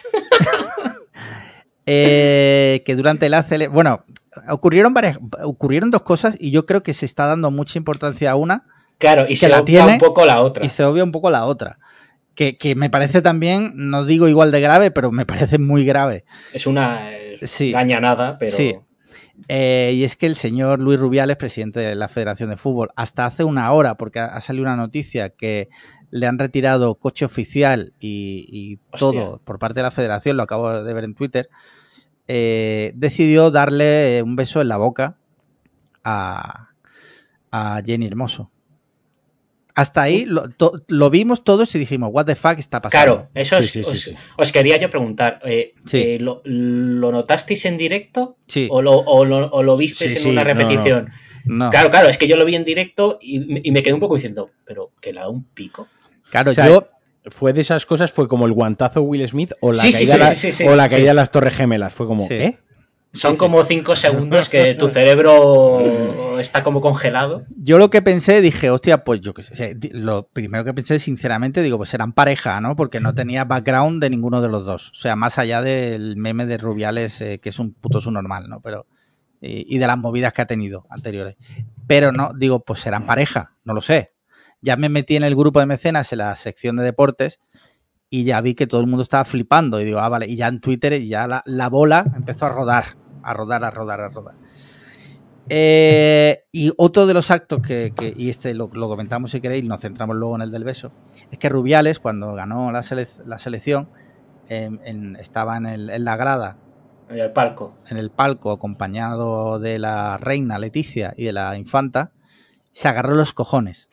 Que durante la bueno, ocurrieron dos cosas y yo creo que se está dando mucha importancia a una. Claro, y se obvia un poco la otra. Y se obvia un poco la otra. Que me parece también, no digo igual de grave, pero me parece muy grave. Es una gañanada, pero... Sí. Y es que el señor Luis Rubiales, presidente de la Federación de Fútbol, hasta hace una hora, porque ha salido una noticia que le han retirado coche oficial y todo por parte de la Federación, lo acabo de ver en Twitter, decidió darle un beso en la boca a Jenny Hermoso. Hasta ahí lo vimos todos y dijimos, what the fuck está pasando. Claro, eso os quería yo preguntar. ¿Lo notasteis en directo? Sí. ¿O lo visteis en una repetición? No. Claro, es que yo lo vi en directo y me quedé un poco diciendo, pero que le da un pico. Claro, fue de esas cosas, fue como el guantazo Will Smith o la caída de las Torres Gemelas. Fue como, ¿qué? Son como 5 segundos que tu cerebro está como congelado. Yo lo que pensé, dije, hostia, pues yo qué sé. Lo primero que pensé, sinceramente, digo, pues eran pareja, ¿no? Porque no tenía background de ninguno de los dos. O sea, más allá del meme de Rubiales, que es un puto subnormal, ¿no? Pero y de las movidas que ha tenido anteriores. Pero no, digo, pues serán pareja, no lo sé. Ya me metí en el grupo de mecenas, en la sección de deportes, y ya vi que todo el mundo estaba flipando. Y digo, vale. Y ya en Twitter ya la bola empezó a rodar. Y otro de los actos y este lo comentamos si queréis, nos centramos luego en el del beso, es que Rubiales, cuando ganó la selección, estaba en la grada, en el palco, acompañado de la reina Leticia y de la infanta, se agarró los cojones.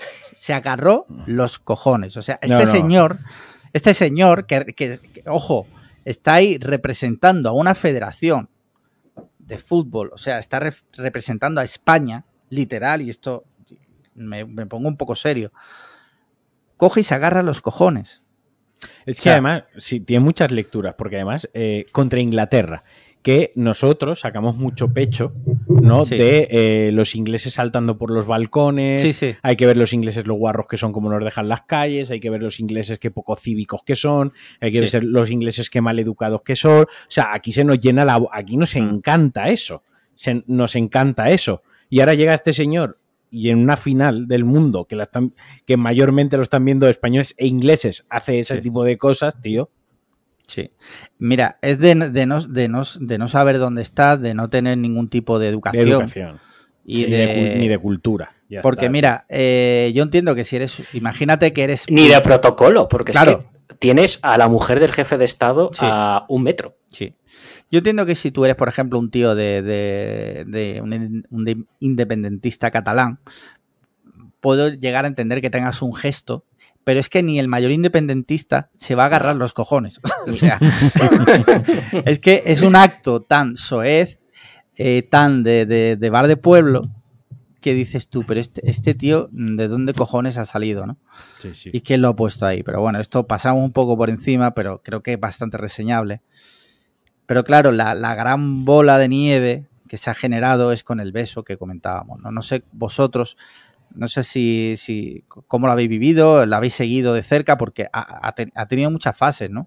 O sea, este señor que ojo, está ahí representando a una federación de fútbol, o sea, está representando a España, literal, y esto me pongo un poco serio, coge y se agarra los cojones. Es que además, sí, tiene muchas lecturas, porque además, contra Inglaterra, que nosotros sacamos mucho pecho, ¿no? Sí. De los ingleses saltando por los balcones, sí. Hay que ver los ingleses los guarros que son como nos dejan las calles, hay que ver los ingleses que poco cívicos que son, hay que ver los ingleses que mal educados que son, o sea, aquí se nos llena aquí nos encanta eso, nos encanta eso, y ahora llega este señor y en una final del mundo que mayormente lo están viendo españoles e ingleses, hace ese tipo de cosas, tío. Sí. Mira, es de no saber dónde está, de no tener ningún tipo de educación. Y ni de cultura. Ya porque está, mira, yo entiendo que si eres, imagínate que eres... Ni de protocolo, porque claro, es que tienes a la mujer del jefe de Estado a 1 metro. Sí. Yo entiendo que si tú eres, por ejemplo, un tío de un independentista catalán, puedo llegar a entender que tengas un gesto, pero es que ni el mayor independentista se va a agarrar los cojones. O sea, es que es un acto tan soez, tan de bar de pueblo, que dices tú, pero este tío, ¿de dónde cojones ha salido, no? Sí. ¿Y quién lo ha puesto ahí? Pero bueno, esto pasamos un poco por encima, pero creo que es bastante reseñable. Pero claro, la gran bola de nieve que se ha generado es con el beso que comentábamos, ¿no? No sé vosotros... No sé si cómo lo habéis vivido, lo habéis seguido de cerca, porque ha tenido muchas fases, ¿no?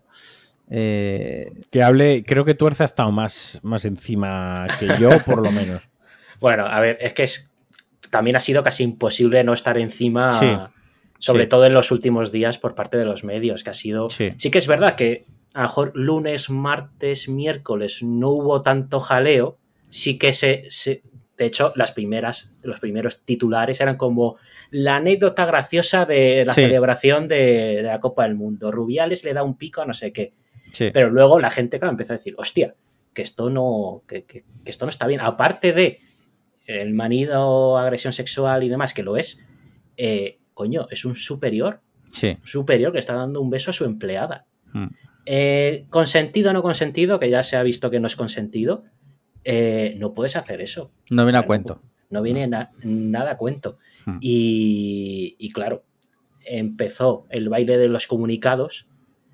Creo que Tuerce ha estado más encima que yo, por lo menos. Bueno, a ver, es que también ha sido casi imposible no estar encima, sobre todo en los últimos días por parte de los medios, que ha sido... Sí que es verdad que a lo mejor lunes, martes, miércoles no hubo tanto jaleo, sí que de hecho, los primeros titulares eran como la anécdota graciosa de la celebración de la Copa del Mundo. Rubiales le da un pico a no sé qué. Sí. Pero luego la gente, claro, empezó a decir, hostia, que esto no está bien. Aparte de el manido, agresión sexual y demás, que lo es, coño, es un superior. Sí. Superior que está dando un beso a su empleada. Consentido o no consentido, que ya se ha visto que no es consentido. No puedes hacer eso. No viene a cuento. No viene nada a cuento. Y claro, empezó el baile de los comunicados.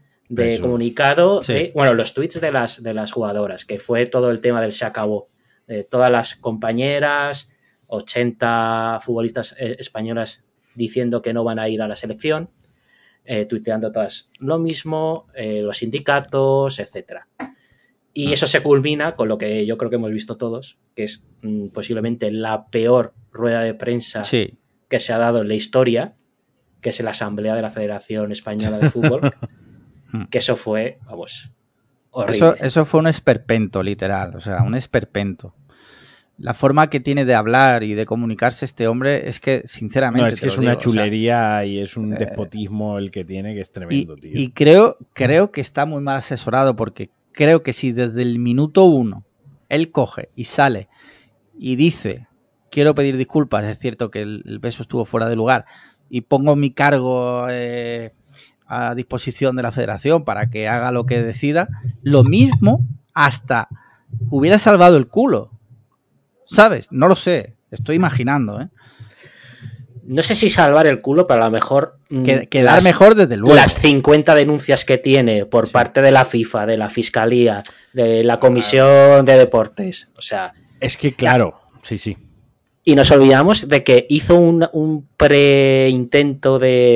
Los tweets de las jugadoras, que fue todo el tema del se acabó. De todas las compañeras, 80 futbolistas españolas diciendo que no van a ir a la selección, tuiteando todas lo mismo, los sindicatos, etcétera. Y eso se culmina con lo que yo creo que hemos visto todos, que es posiblemente la peor rueda de prensa que se ha dado en la historia, que es la Asamblea de la Federación Española de Fútbol, que eso fue, vamos, horrible. Eso fue un esperpento, literal, o sea, un esperpento. La forma que tiene de hablar y de comunicarse este hombre es que, sinceramente... No, es que es una chulería y es un despotismo el que tiene, que es tremendo, tío. Y creo que está muy mal asesorado, porque creo que si desde el minuto 1 él coge y sale y dice, quiero pedir disculpas, es cierto que el beso estuvo fuera de lugar y pongo mi cargo a disposición de la federación para que haga lo que decida, lo mismo hasta hubiera salvado el culo, ¿sabes? No lo sé, estoy imaginando, no sé si salvar el culo, pero a lo mejor quedar mejor desde luego. Las 50 denuncias que tiene por parte de la FIFA, de la Fiscalía, de la Comisión de Deportes. O sea... Es que claro, sí. Y nos olvidamos de que hizo un pre-intento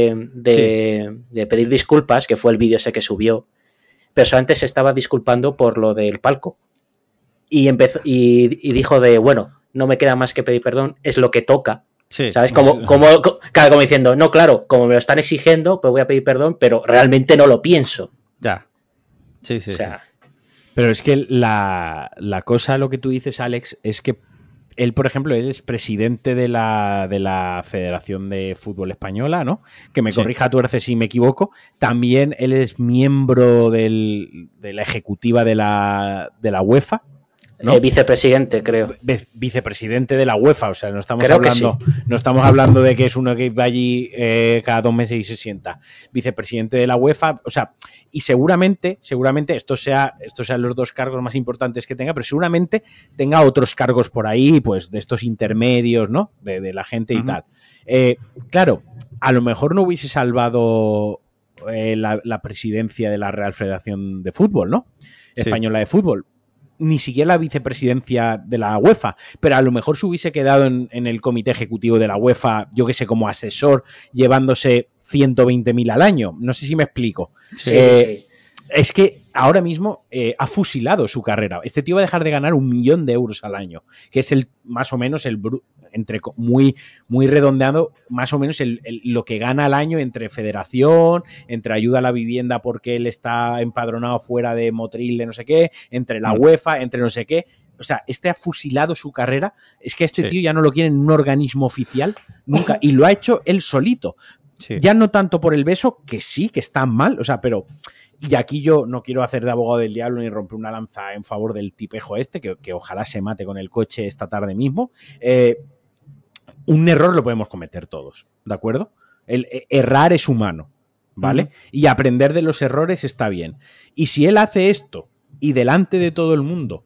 de pedir disculpas, que fue el vídeo ese que subió, pero antes se estaba disculpando por lo del palco. Y empezó y dijo bueno, no me queda más que pedir perdón, es lo que toca. Sí, ¿sabes? Como diciendo, no, claro, como me lo están exigiendo, pues voy a pedir perdón, pero realmente no lo pienso. Ya. Sí. O sea, pero es que la cosa, lo que tú dices, Alex, es que él, por ejemplo, él es presidente de la Federación de Fútbol Española, ¿no? Que me corrija Tuerce si me equivoco. También él es miembro de la ejecutiva de la UEFA, ¿no? Vicepresidente, creo. Vicepresidente de la UEFA, o sea, no estamos hablando de que es uno que va allí cada 2 meses y se sienta. Vicepresidente de la UEFA, o sea, y seguramente estos sean los 2 cargos más importantes que tenga, pero seguramente tenga otros cargos por ahí, pues de estos intermedios, ¿no? De la gente y tal. Claro, a lo mejor no hubiese salvado la presidencia de la Real Federación de Fútbol, ¿no? Española de Fútbol. Ni siquiera la vicepresidencia de la UEFA, pero a lo mejor se hubiese quedado en el comité ejecutivo de la UEFA, yo que sé, como asesor, llevándose 120.000 al año. No sé si me explico. Sí. Es que ahora mismo ha fusilado su carrera. Este tío va a dejar de ganar 1 millón de euros al año, que es más o menos muy redondeado, más o menos lo que gana al año entre federación, entre ayuda a la vivienda porque él está empadronado fuera de Motril de no sé qué, entre la UEFA, entre no sé qué. O sea, ha fusilado su carrera. Es que tío ya no lo quiere en un organismo oficial nunca, y lo ha hecho él solito. Sí. Ya no tanto por el beso, que sí, que está mal, o sea, pero... Y aquí yo no quiero hacer de abogado del diablo ni romper una lanza en favor del tipejo que ojalá se mate con el coche esta tarde mismo. Un error lo podemos cometer todos, ¿de acuerdo? Errar es humano, ¿vale? Y aprender de los errores está bien. Y si él hace esto y delante de todo el mundo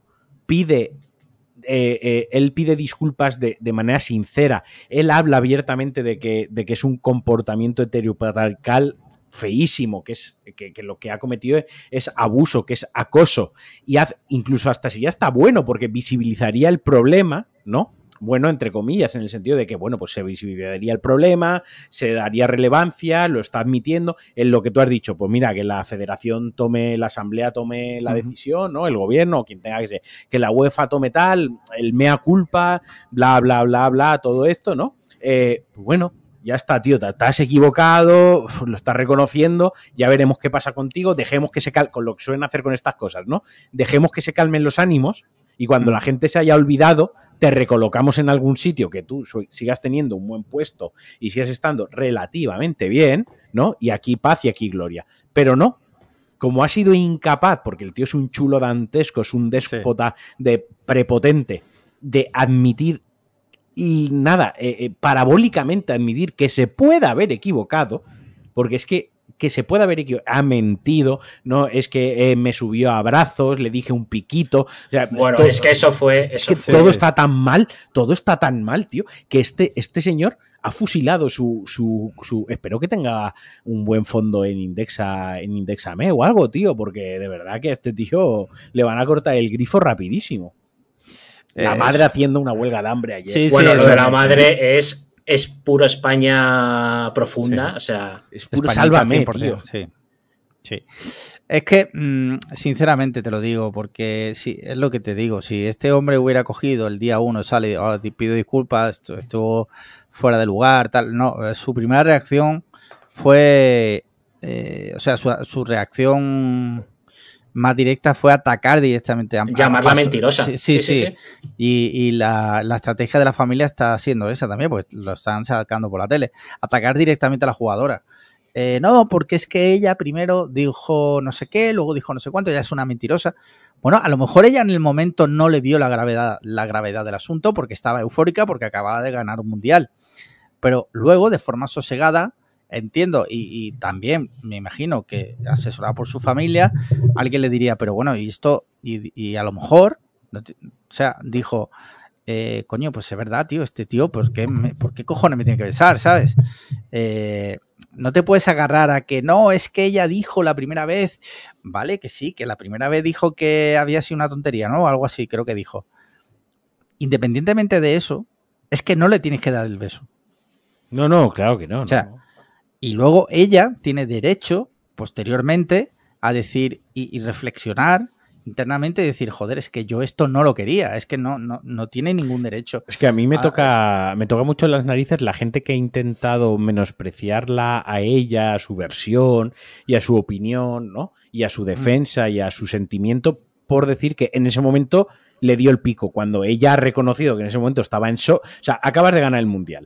él pide disculpas de manera sincera, él habla abiertamente de que es un comportamiento heteropatriarcal feísimo, que lo que ha cometido es abuso, que es acoso, y incluso hasta si ya está bueno, porque visibilizaría el problema, ¿no? Bueno, entre comillas, en el sentido de que, bueno, pues se visibilizaría el problema, se daría relevancia, lo está admitiendo, en lo que tú has dicho, pues mira, que la federación la asamblea tome la decisión, ¿no? El gobierno, quien tenga que ser, que la UEFA tome tal, el mea culpa, bla, bla, bla, bla, todo esto, ¿no? Pues bueno, ya está, tío, te has equivocado, lo estás reconociendo, ya veremos qué pasa contigo, dejemos que con lo que suelen hacer con estas cosas, ¿no? Dejemos que se calmen los ánimos y cuando la gente se haya olvidado, te recolocamos en algún sitio que tú sigas teniendo un buen puesto y sigas estando relativamente bien, ¿no? Y aquí paz y aquí gloria. Pero no, como ha sido incapaz, porque el tío es un chulo dantesco, es un déspota prepotente, de admitir y nada, parabólicamente admitir que se puede haber equivocado, porque es que se puede haber equivocado, ha mentido, no es que me subió a brazos, le dije un piquito, o sea, bueno, es que eso fue todo está tan mal, tío, que este señor ha fusilado su espero que tenga un buen fondo en Indexame o algo, tío, porque de verdad que a este tío le van a cortar el grifo rapidísimo. La madre haciendo una huelga de hambre ayer. Sí, bueno, lo de la madre es puro España profunda, o sea... Es puro Sálvame, tío. Sí. Es que, sinceramente te lo digo, porque sí, es lo que te digo, si este hombre hubiera cogido el día 1, sale, te pido disculpas, estuvo fuera de lugar, tal, no, su primera reacción fue, su reacción más directa fue atacar directamente a llamarla mentirosa. Sí. Y la estrategia de la familia está siendo esa también, pues lo están sacando por la tele. Atacar directamente a la jugadora. No, porque es que ella primero dijo no sé qué, luego dijo no sé cuánto, ella es una mentirosa. Bueno, a lo mejor ella en el momento no le vio la gravedad del asunto porque estaba eufórica porque acababa de ganar un mundial. Pero luego, de forma sosegada, entiendo, y también me imagino que asesorada por su familia, alguien le diría, pero bueno, y esto, y a lo mejor, o sea, dijo, coño, pues es verdad, tío, este tío, pues ¿por qué cojones me tiene que besar, ¿sabes? No te puedes agarrar a que no, es que ella dijo la primera vez, vale, que sí, que la primera vez dijo que había sido una tontería, ¿no? Algo así, creo que dijo. Independientemente de eso, es que no le tienes que dar el beso. No, claro que no. O sea, y luego ella tiene derecho, posteriormente, a decir y reflexionar internamente y decir, joder, es que yo esto no lo quería, es que no tiene ningún derecho. Es que a mí me toca mucho en las narices la gente que ha intentado menospreciarla a ella, a su versión y a su opinión, ¿no? Y a su defensa y a su sentimiento por decir que en ese momento le dio el pico, cuando ella ha reconocido que en ese momento estaba en shock. O sea, acabas de ganar el mundial.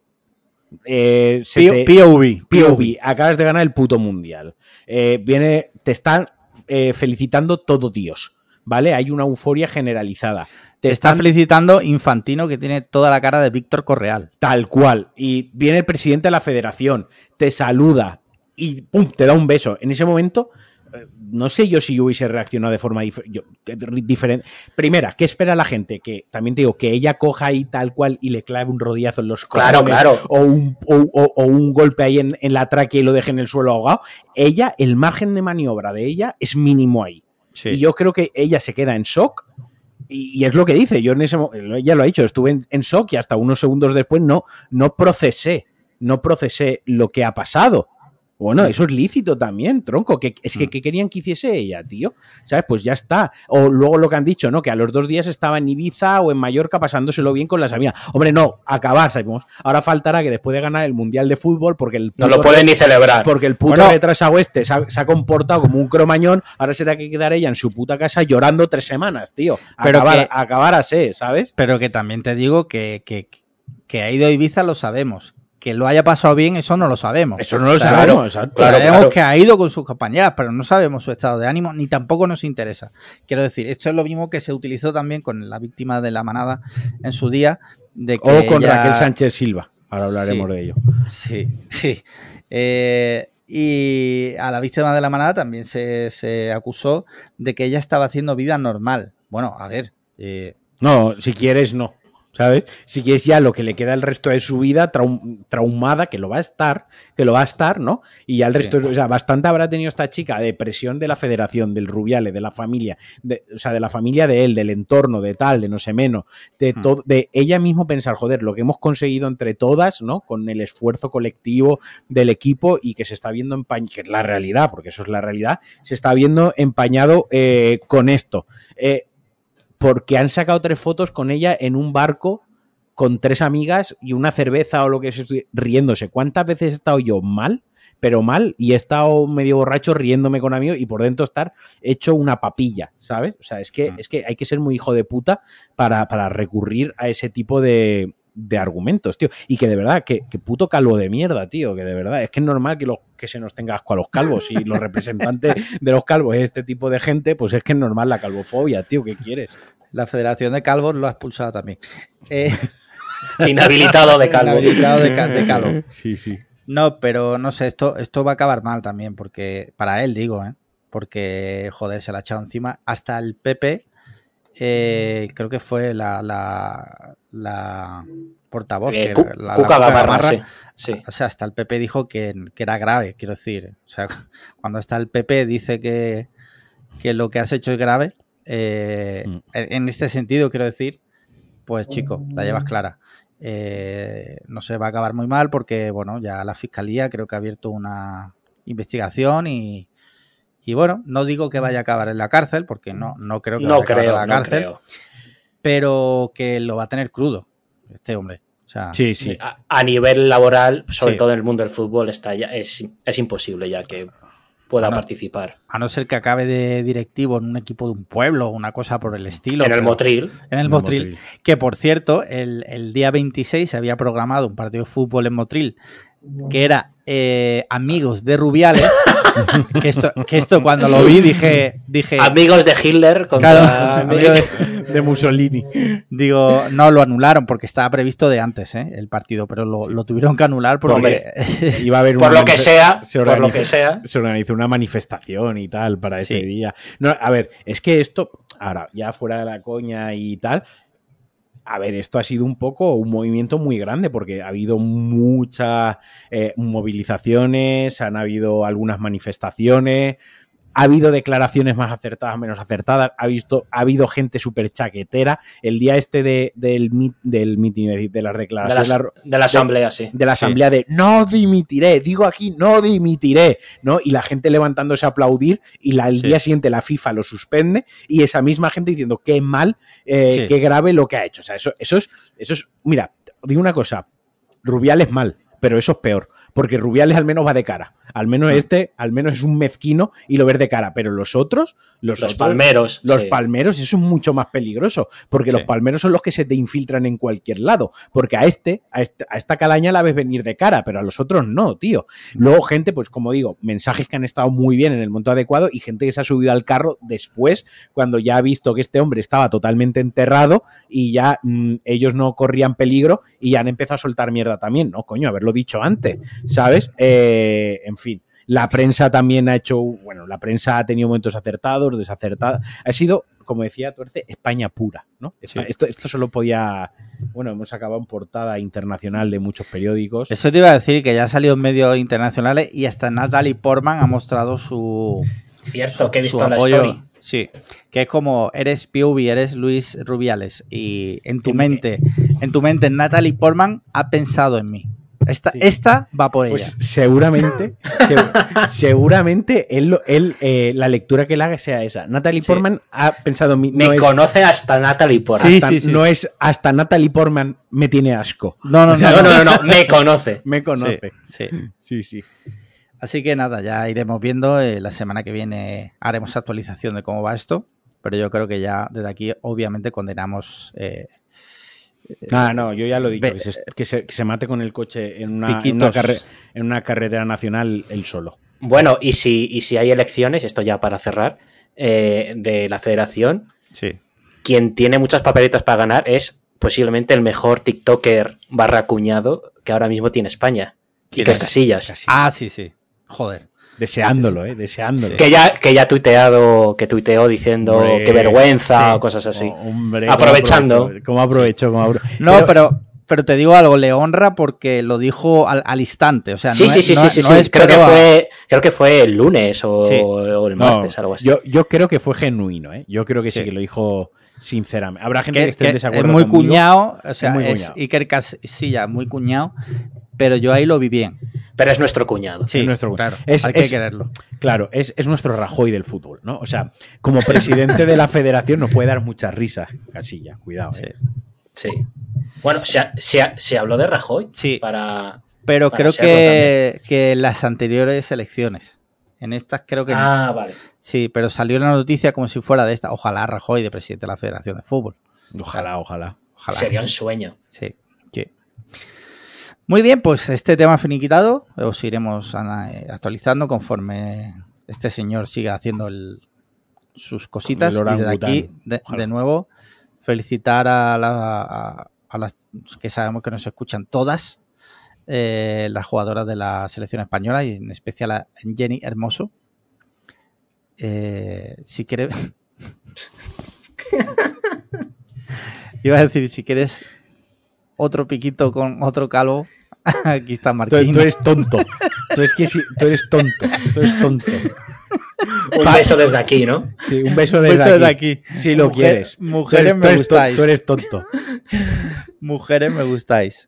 POV, acabas de ganar el puto mundial. Te están felicitando todo Dios, ¿vale? Hay una euforia generalizada. Te está felicitando Infantino, que tiene toda la cara de Víctor Correal. Tal cual. Y viene el presidente de la federación, te saluda y ¡pum!, te da un beso. En ese momento, no sé yo si yo hubiese reaccionado de forma diferente. Primera, ¿qué espera la gente? Que también te digo, que ella coja ahí tal cual y le clave un rodillazo en los cojones, claro. o un golpe ahí en la tráquea y lo deje en el suelo ahogado. Ella, el margen de maniobra de ella es mínimo ahí. Sí. Y yo creo que ella se queda en shock. Y es lo que dice, yo en ese momento, ya lo ha dicho, estuve en shock y hasta unos segundos después no procesé lo que ha pasado. Bueno, eso es lícito también, tronco. ¿Qué querían que hiciese ella, tío? ¿Sabes? Pues ya está. O luego lo que han dicho, ¿no? Que a los 2 días estaba en Ibiza o en Mallorca pasándoselo bien con las amigas. Hombre, no, acabar, sabemos. Ahora faltará que después de ganar el Mundial de Fútbol, porque no lo pueden ni celebrar. Porque el puto retrasado este se ha comportado como un cromañón, ahora se da que quedar ella en su puta casa llorando 3 semanas, tío. Acabar así, ¿sabes? Pero que también te digo que ha ido a Ibiza, lo sabemos. Que lo haya pasado bien, eso no lo sabemos. Eso no lo sabemos, exacto. Sabemos que ha ido con sus compañeras, pero no sabemos su estado de ánimo, ni tampoco nos interesa. Quiero decir, esto es lo mismo que se utilizó también con la víctima de la manada en su día. O con Raquel Sánchez Silva. Ahora hablaremos de ello. Sí. Y a la víctima de la manada también se acusó de que ella estaba haciendo vida normal. Bueno, a ver. No, si quieres, no. ¿Sabes? Si quieres ya lo que le queda el resto de su vida traumada, que lo va a estar, ¿no? Y ya el resto, o sea, bastante habrá tenido esta chica de presión de la federación, del Rubiales, de la familia, de la familia de él, del entorno, de tal, de no sé menos, de ella mismo pensar, joder, lo que hemos conseguido entre todas, ¿no? Con el esfuerzo colectivo del equipo y que se está viendo empañado, que es la realidad, porque eso es la realidad, se está viendo empañado con esto. Porque han sacado 3 fotos con ella en un barco con 3 amigas y una cerveza o lo que sea, riéndose. ¿Cuántas veces he estado yo mal? Pero mal, y he estado medio borracho riéndome con amigos y por dentro estar hecho una papilla, ¿sabes? O sea, es que hay que ser muy hijo de puta para recurrir a ese tipo de argumentos, tío. Y que de verdad, que puto calvo de mierda, tío. Que de verdad, es que es normal que se nos tenga asco a los calvos. Y los representantes de los calvos es este tipo de gente, pues es que es normal la calvofobia, tío. ¿Qué quieres? La Federación de Calvos lo ha expulsado también. Inhabilitado de calvo. Inhabilitado de calvo. Sí. No, pero no sé, esto va a acabar mal también, porque para él digo, porque, joder, se la ha echado encima. Hasta el PP, creo que fue la portavoz, Cuca Gamarra, sí. O sea, hasta el PP dijo que era grave, quiero decir. O sea, cuando hasta el PP dice que lo que has hecho es grave, en este sentido, quiero decir, pues chico, la llevas clara. No sé, va a acabar muy mal porque, bueno, ya la Fiscalía creo que ha abierto una investigación y bueno, no digo que vaya a acabar en la cárcel porque no creo que vaya a acabar en la cárcel, pero que lo va a tener crudo este hombre. O sea, sí. A nivel laboral, sobre todo en el mundo del fútbol, es imposible ya que pueda participar. A no ser que acabe de directivo en un equipo de un pueblo o una cosa por el estilo. En el Motril. En el Motril. Que, por cierto, el día 26 se había programado un partido de fútbol en Motril que era Amigos de Rubiales. que esto cuando lo vi dije amigos de Hitler contra amigos de Mussolini. Digo, no, lo anularon porque estaba previsto de antes, el partido, pero lo tuvieron que anular porque iba a haber por lo que sea se organizó una manifestación y tal para ese día. No, a ver, es que esto ahora ya fuera de la coña y tal, a ver, esto ha sido un poco un movimiento muy grande porque ha habido muchas movilizaciones, han habido algunas manifestaciones, ha habido declaraciones más acertadas, menos acertadas, ha habido gente súper chaquetera. El día este del meeting, de las declaraciones... De la asamblea, sí. De la asamblea de no dimitiré, digo aquí, no dimitiré, ¿no? Y la gente levantándose a aplaudir y el día siguiente la FIFA lo suspende y esa misma gente diciendo qué mal, qué grave lo que ha hecho. O sea, eso es... Mira, digo una cosa, Rubiales mal, pero eso es peor, porque Rubiales al menos va de cara. Al menos al menos es un mezquino y lo ves de cara, pero los otros, palmeros. Los palmeros, eso es mucho más peligroso, porque los palmeros son los que se te infiltran en cualquier lado, porque a esta calaña la ves venir de cara, pero a los otros no, tío. Luego gente, pues como digo, mensajes que han estado muy bien en el momento adecuado y gente que se ha subido al carro después, cuando ya ha visto que este hombre estaba totalmente enterrado y ya ellos no corrían peligro y ya han empezado a soltar mierda también, ¿no? Coño, haberlo dicho antes, ¿sabes? En fin, la prensa también la prensa ha tenido momentos acertados, desacertados. Ha sido, como decía Tuerce, España pura, ¿no? Sí. Esto solo podía... Bueno, hemos acabado en portada internacional de muchos periódicos. Eso te iba a decir, que ya ha salido en medios internacionales y hasta Natalie Portman ha mostrado su... Cierto, que he visto su la apoyo. story. Sí, que es como eres POV, eres Luis Rubiales y en tu mente Natalie Portman ha pensado en mí. Esta va por ella. Pues seguramente la lectura que él haga sea esa. Natalie Portman ha pensado en mí. Me conoce hasta Natalie Portman. No es hasta Natalie Portman me tiene asco. No, me conoce. Me conoce. Sí. Así que nada, ya iremos viendo. La semana que viene haremos actualización de cómo va esto. Pero yo creo que ya desde aquí obviamente condenamos... no, yo ya lo he dicho, que se mate con el coche en una carretera nacional él solo. Bueno, y si hay elecciones, esto ya para cerrar, de la federación, quien tiene muchas papeletas para ganar es posiblemente el mejor TikToker / cuñado que ahora mismo tiene España. Iker Casillas. Ah, sí. Joder. Deseándolo, deseándolo. Que ya tuiteó diciendo hombre, qué vergüenza o cosas así. Hombre, aprovechando. ¿Cómo aprovecho? No, pero te digo algo, le honra porque lo dijo al instante. O sea, sí. Creo que fue el lunes o el martes, algo así. Yo creo que fue genuino, ¿eh? Yo creo que sí que lo dijo sinceramente. Habrá gente que esté en desacuerdo. Es muy conmigo. cuñado, o sea, es Iker Casillas, muy cuñado, pero yo ahí lo vi bien. Pero es nuestro cuñado. Sí, es nuestro claro. Hay que quererlo. Claro, es nuestro Rajoy del fútbol, ¿no? O sea, como presidente de la federación nos puede dar mucha risa, Casillas. Cuidado, Sí. Bueno, se habló de Rajoy. Sí. Pero creo que las anteriores elecciones. En estas creo que no. Vale. Sí, pero salió la noticia como si fuera de esta. Ojalá Rajoy de presidente de la Federación de Fútbol. Ojalá. Sería un sueño. Sí. Muy bien, pues este tema finiquitado. Os iremos actualizando conforme este señor siga haciendo sus cositas. Y desde aquí, de nuevo, felicitar a las que sabemos que nos escuchan todas, las jugadoras de la selección española y en especial a Jenny Hermoso. Si quieres... Iba a decir, si quieres otro piquito con otro calvo, aquí está Marquín. Tú eres tonto. Tú eres tonto. Un beso desde aquí, ¿no? Sí, un beso desde aquí. Si lo quieres. Mujeres me gustáis. Tú eres tonto. Mujeres me gustáis.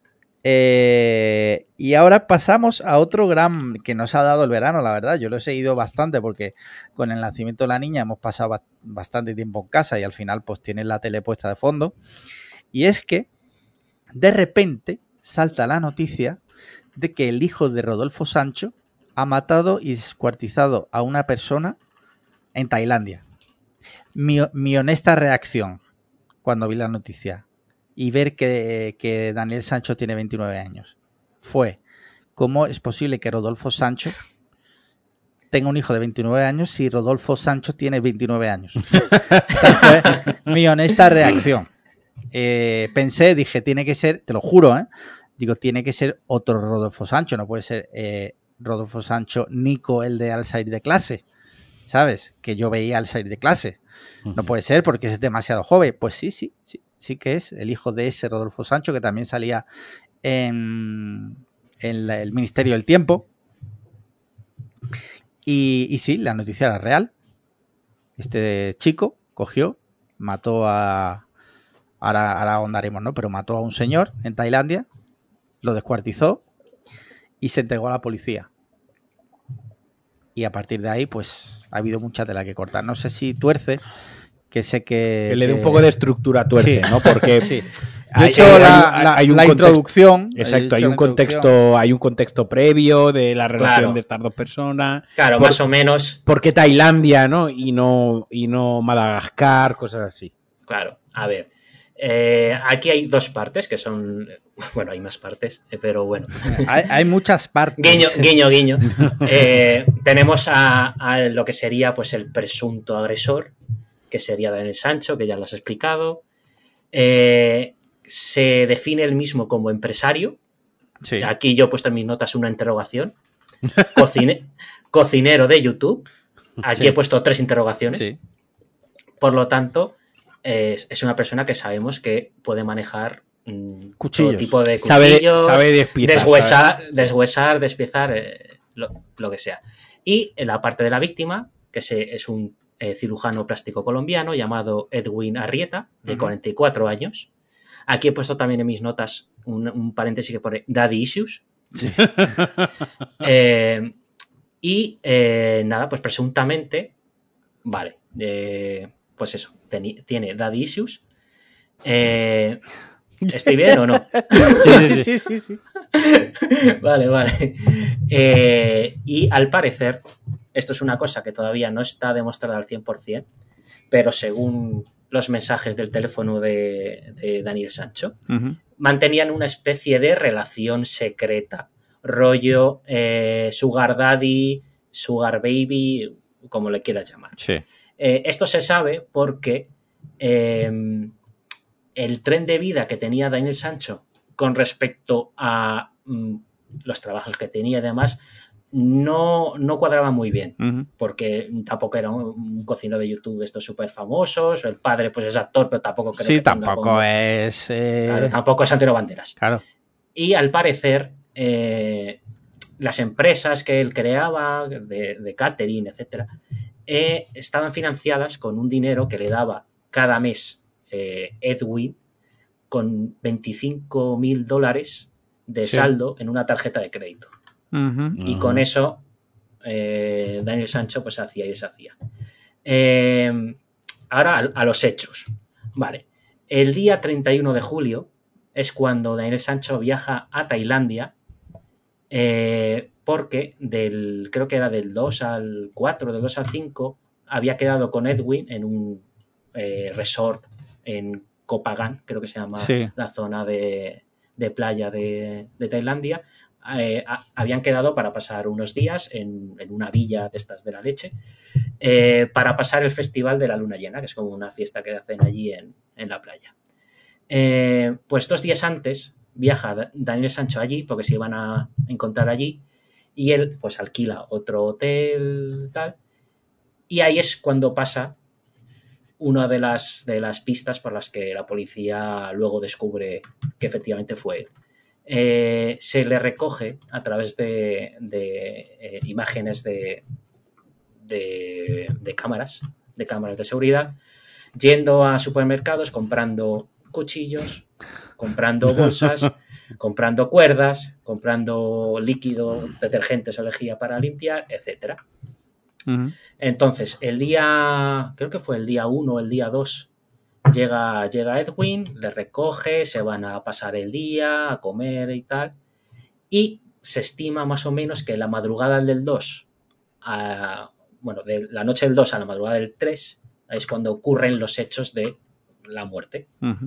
Y ahora pasamos a otro gran que nos ha dado el verano, la verdad. Yo lo he seguido bastante porque con el nacimiento de la niña hemos pasado bastante tiempo en casa y al final pues tienes la tele puesta de fondo. Y es que de repente salta la noticia de que el hijo de Rodolfo Sancho ha matado y descuartizado a una persona en Tailandia. Mi honesta reacción cuando vi la noticia y ver que Daniel Sancho tiene 29 años fue: ¿cómo es posible que Rodolfo Sancho tenga un hijo de 29 años si Rodolfo Sancho tiene 29 años? Esa fue mi honesta reacción. Pensé, dije, tiene que ser, te lo juro, digo, tiene que ser otro Rodolfo Sancho, no puede ser Rodolfo Sancho Nico, el de Al salir de clase, ¿sabes? Que yo veía Al salir de clase. No puede ser porque es demasiado joven. Pues sí, sí que es, el hijo de ese Rodolfo Sancho, que también salía en el Ministerio del Tiempo. Y sí, la noticia era real. Este chico cogió, mató a... Ahora ahondaremos, ¿no? Pero mató a un señor en Tailandia, lo descuartizó y se entregó a la policía. Y a partir de ahí, pues, ha habido mucha tela que cortar. No sé si Tuerce, que sé que le dé un poco de estructura a Tuerce, sí, ¿no? Porque sí. Yo he hecho la introducción. Exacto, hay un contexto previo de la relación de estas dos personas. Claro, más o menos. ¿Por qué Tailandia, no? Y no Madagascar, cosas así. Claro, a ver. Aquí hay dos partes que son. Bueno, hay más partes, pero bueno. Hay muchas partes. Guiño, guiño. Tenemos a lo que sería pues el presunto agresor, que sería Daniel Sancho, que ya lo has explicado. Se define él mismo como empresario. Sí. Aquí yo he puesto en mis notas una interrogación. Cocinero de YouTube. Aquí he puesto 3 interrogaciones. Sí. Por lo tanto, es una persona que sabemos que puede manejar cuchillos. Todo tipo de cuchillos. Sabe despiezar. Deshuesar, despiezar, lo que sea. Y en la parte de la víctima, que es un cirujano plástico colombiano llamado Edwin Arrieta, de 44 años. Aquí he puesto también en mis notas un paréntesis que pone Daddy Issues. Sí. Nada, pues presuntamente, vale, pues eso, tiene Daddy Issues. ¿Estoy bien o no? Sí. Vale. Y al parecer, esto es una cosa que todavía no está demostrada al 100%, pero según los mensajes del teléfono de Daniel Sancho, mantenían una especie de relación secreta, rollo sugar daddy, sugar baby, como le quieras llamar. Sí. Esto se sabe porque el tren de vida que tenía Daniel Sancho con respecto a los trabajos que tenía y demás no cuadraba muy bien, porque tampoco era un cocinero de YouTube de estos súper famosos, el padre pues es actor, pero tampoco creo que tampoco es... Claro, tampoco es Antonio Banderas. Claro. Y al parecer las empresas que él creaba de catering, etcétera, estaban financiadas con un dinero que le daba cada mes Edwin con $25,000 de saldo en una tarjeta de crédito. Y con eso Daniel Sancho pues hacía y deshacía. Ahora a los hechos. Vale. El día 31 de julio es cuando Daniel Sancho viaja a Tailandia porque creo que era del 2 al 4, del 2 al 5, había quedado con Edwin en un resort en Koh Phangan, creo que se llama la zona de playa de Tailandia. Habían quedado para pasar unos días en una villa de estas de la leche para pasar el festival de la luna llena, que es como una fiesta que hacen allí en la playa. Pues 2 días antes viaja Daniel Sancho allí porque se iban a encontrar allí y él pues alquila otro hotel tal, y ahí es cuando pasa una de las pistas por las que la policía luego descubre que efectivamente fue él. Se le recoge a través de imágenes de cámaras de seguridad, yendo a supermercados, comprando cuchillos, comprando bolsas, comprando cuerdas, comprando líquido, detergentes o lejía para limpiar, etcétera. Entonces, creo que fue el día 1 o el día 2, llega Edwin, le recoge, se van a pasar el día, a comer y tal, y se estima más o menos que la madrugada del 2, de la noche del 2 a la madrugada del 3, es cuando ocurren los hechos de la muerte.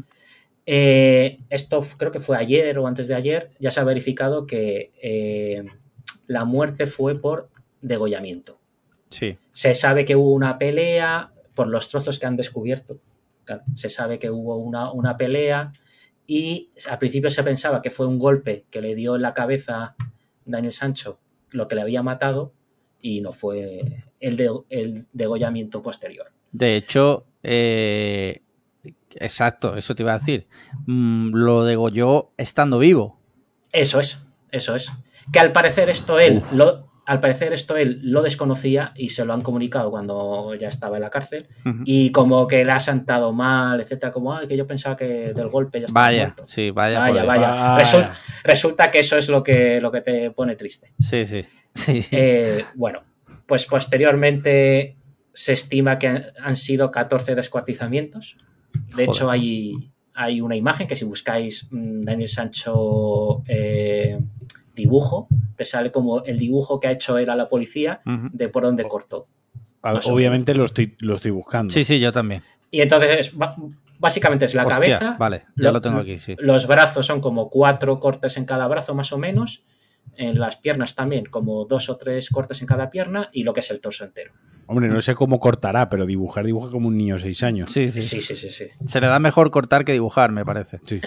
Esto creo que fue ayer o antes de ayer, ya se ha verificado que la muerte fue por degollamiento. Sí. Se sabe que hubo una pelea por los trozos que han descubierto. Claro, se sabe que hubo una pelea y al principio se pensaba que fue un golpe que le dio en la cabeza Daniel Sancho lo que le había matado y no fue el degollamiento posterior. De hecho, Exacto, eso te iba a decir. Lo degolló estando vivo. Eso es. Que al parecer esto él lo desconocía y se lo han comunicado cuando ya estaba en la cárcel. Y como que le ha sentado mal, etcétera, como, ay, que yo pensaba que del golpe ya estaba muerto. Sí, vaya. Resulta que eso es lo que te pone triste. Sí. Bueno, pues posteriormente se estima que han sido 14 descuartizamientos. De hecho, hay una imagen que si buscáis Daniel Sancho dibujo, te sale como el dibujo que ha hecho él a la policía de por dónde cortó. Obviamente lo estoy buscando. Sí, yo también. Y entonces, básicamente es la cabeza. Vale, ya lo tengo aquí, sí. Los brazos son como 4 cortes en cada brazo, más o menos. En las piernas también, como 2 o 3 cortes en cada pierna. Y lo que es el torso entero. Hombre, no sé cómo cortará, pero dibuja como un niño de 6 años. Sí. Se le da mejor cortar que dibujar, me parece. Sí.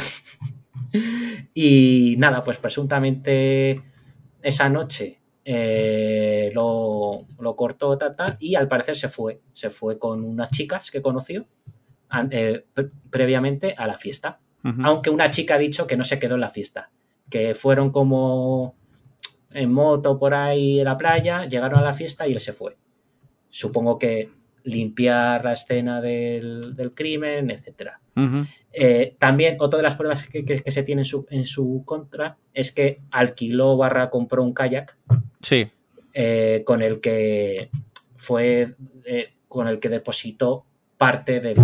Y nada, pues presuntamente esa noche lo cortó tal, y al parecer se fue con unas chicas que conoció previamente a la fiesta. Aunque una chica ha dicho que no se quedó en la fiesta, que fueron como en moto por ahí en la playa, llegaron a la fiesta y él se fue. Supongo que limpiar la escena del crimen, etcétera. También otra de las pruebas que se tiene en su contra es que alquiló / compró un kayak. Sí. Con el que depositó parte de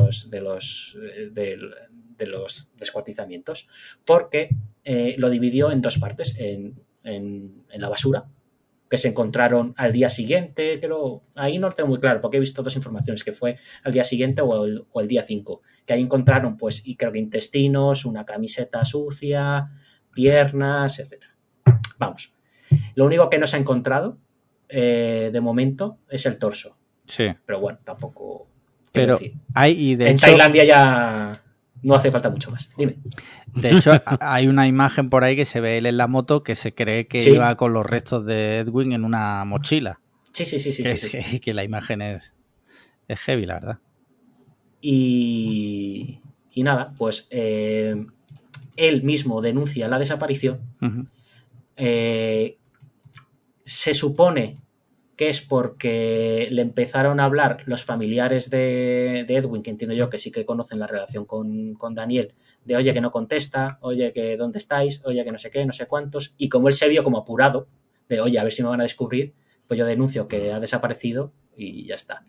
los descuartizamientos, porque lo dividió en 2 partes, en la basura, que se encontraron al día siguiente, pero ahí no tengo muy claro, porque he visto 2 informaciones, que fue al día siguiente o el día 5, que ahí encontraron, pues, y creo que intestinos, una camiseta sucia, piernas, etc. Vamos. Lo único que no se ha encontrado de momento es el torso. Sí. Pero bueno, tampoco. Pero decir. en Tailandia ya no hace falta mucho más. Dime. De hecho, hay una imagen por ahí que se ve él en la moto que se cree que iba con los restos de Edwin en una mochila. Sí. Que la imagen es heavy, la verdad. Y nada, pues él mismo denuncia la desaparición. Se supone que es porque le empezaron a hablar los familiares de Edwin, que entiendo yo que sí que conocen la relación con Daniel, de oye que no contesta, oye que dónde estáis, oye que no sé qué, no sé cuántos, y como él se vio como apurado, de oye a ver si me van a descubrir, pues yo denuncio que ha desaparecido y ya está.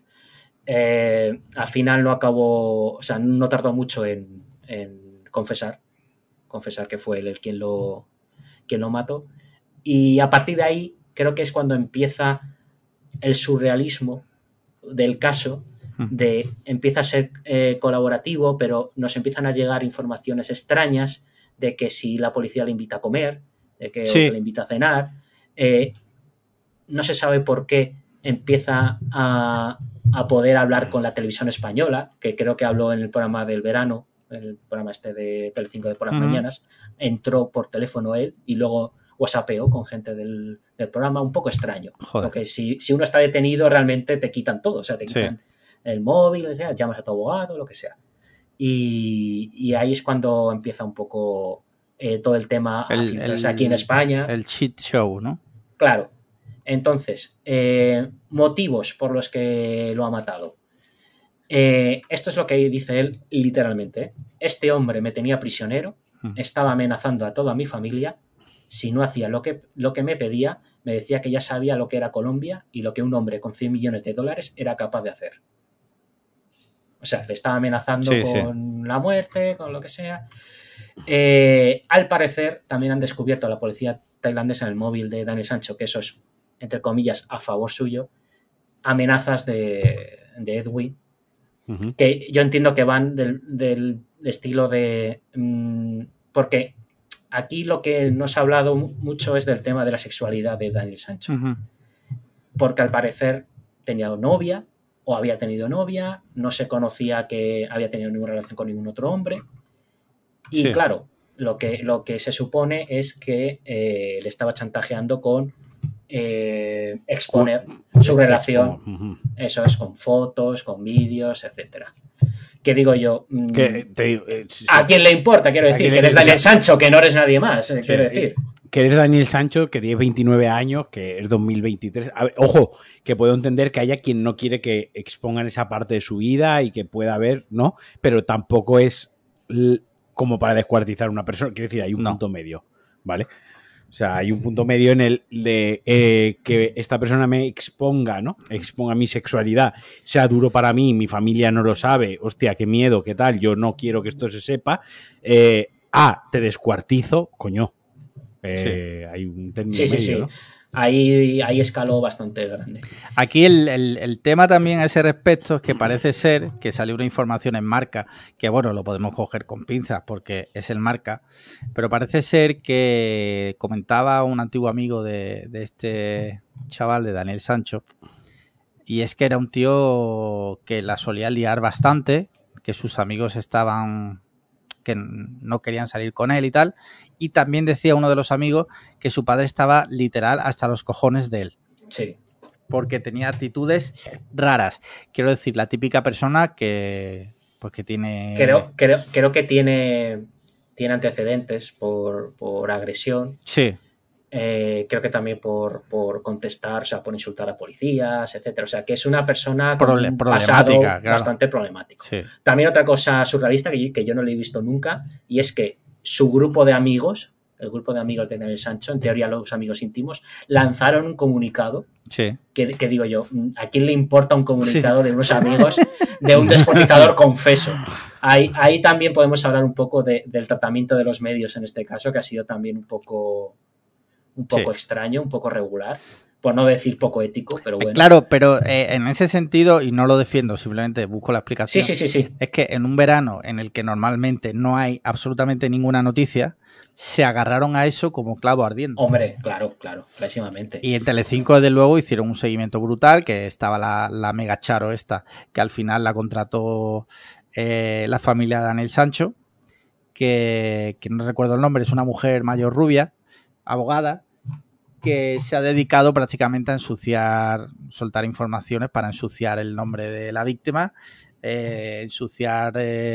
Al final no acabó, o sea, no tardó mucho en confesar que fue él quien lo mató, y a partir de ahí creo que es cuando empieza el surrealismo del caso, empieza a ser colaborativo, pero nos empiezan a llegar informaciones extrañas de que si la policía le invita a comer, o que le invita a cenar, no se sabe por qué empieza a poder hablar con la televisión española, que creo que habló en el programa del verano, el programa este de Telecinco de por las mañanas, entró por teléfono él y luego whatsappeó con gente del programa, un poco extraño. Joder. Porque si uno está detenido realmente te quitan todo, o sea, te quitan el móvil, o sea, llamas a tu abogado, lo que sea. Y ahí es cuando empieza un poco todo el tema aquí en España. El cheat show, ¿no? Claro. Entonces, motivos por los que lo ha matado. Esto es lo que dice él literalmente. Este hombre me tenía prisionero, estaba amenazando a toda mi familia. Si no hacía lo que me pedía, me decía que ya sabía lo que era Colombia y lo que un hombre con $100 millones era capaz de hacer. O sea, le estaba amenazando con la muerte, con lo que sea. Al parecer, también han descubierto a la policía tailandesa en el móvil de Daniel Sancho, que eso es, entre comillas, a favor suyo, amenazas de Edwin, que yo entiendo que van del estilo de... porque aquí lo que nos ha hablado mucho es del tema de la sexualidad de Daniel Sancho. Porque al parecer tenía novia o había tenido novia, no se conocía que había tenido ninguna relación con ningún otro hombre. Y claro, lo que se supone es que le estaba chantajeando con exponer su relación. Eso es, con fotos, con vídeos, etcétera. que digo yo, Sí. ¿a quién le importa? Quiero decir, que eres Daniel Sancho, que no eres nadie más, quiero decir. Que eres Daniel Sancho, que tienes 29 años, que es 2023. A ver, ojo, que puedo entender que haya quien no quiere que expongan esa parte de su vida y que pueda haber, ¿no? Pero tampoco es como para descuartizar a una persona. Quiero decir, hay un punto medio, ¿vale? O sea, hay un punto medio en el de que esta persona me exponga, ¿no? Exponga mi sexualidad, sea duro para mí, mi familia no lo sabe, hostia, qué miedo, qué tal, yo no quiero que esto se sepa. Te descuartizo, coño. Sí. Hay un término Sí, medio, ¿no? Ahí escaló bastante grande. Aquí el tema también a ese respecto es que parece ser que salió una información en Marca, que bueno, lo podemos coger con pinzas porque es el Marca, pero parece ser que comentaba un antiguo amigo de este chaval, de Daniel Sancho, y es que era un tío que la solía liar bastante, que sus amigos que no querían salir con él y tal, y también decía uno de los amigos que su padre estaba literal hasta los cojones de él. Sí. Porque tenía actitudes raras. Quiero decir, la típica persona que pues que tiene... Creo que tiene antecedentes por agresión. Sí. Creo que también por contestar, o sea, por insultar a policías, etcétera. O sea, que es una persona con un pasado bastante problemático. Sí. También otra cosa surrealista que yo no le he visto nunca, y es que su grupo de amigos, el grupo de amigos de Daniel Sancho, en teoría los amigos íntimos, lanzaron un comunicado. Sí. Que digo yo, ¿a quién le importa un comunicado de unos amigos de un descuartizador confeso? Ahí también podemos hablar un poco del tratamiento de los medios en este caso, que ha sido también un poco extraño, un poco regular, por no decir poco ético, pero bueno. Claro, pero en ese sentido, y no lo defiendo, simplemente busco la explicación. Sí. Es que en un verano en el que normalmente no hay absolutamente ninguna noticia, se agarraron a eso como clavo ardiendo. Hombre, claro, clarísimamente. Y en Telecinco, desde luego, hicieron un seguimiento brutal, que estaba la mega Charo esta, que al final la contrató la familia de Daniel Sancho, que no recuerdo el nombre, es una mujer mayor rubia, abogada, que se ha dedicado prácticamente a soltar informaciones para ensuciar el nombre de la víctima, ensuciar...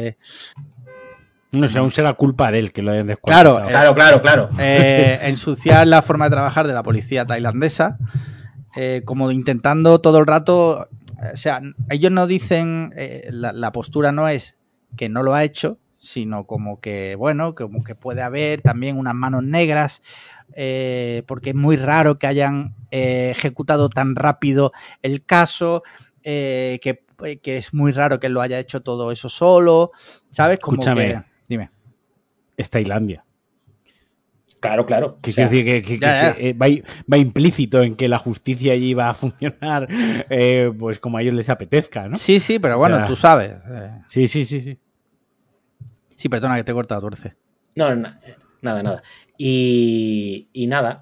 No sé, aún será culpa de él que lo hayan descuartizado. Claro. Ensuciar la forma de trabajar de la policía tailandesa, como intentando todo el rato... O sea, ellos no dicen... la postura no es que no lo ha hecho, sino como que, bueno, como que puede haber también unas manos negras, porque es muy raro que hayan ejecutado tan rápido el caso, que es muy raro que él lo haya hecho todo eso solo, ¿sabes? Como Escúchame, dime. Es Tailandia. Claro. Que quiere decir que va implícito en que la justicia allí va a funcionar pues como a ellos les apetezca, ¿no? Sí, pero bueno, tú sabes. Sí. Sí, perdona que te he cortado, Tuerce. No, nada. Y nada,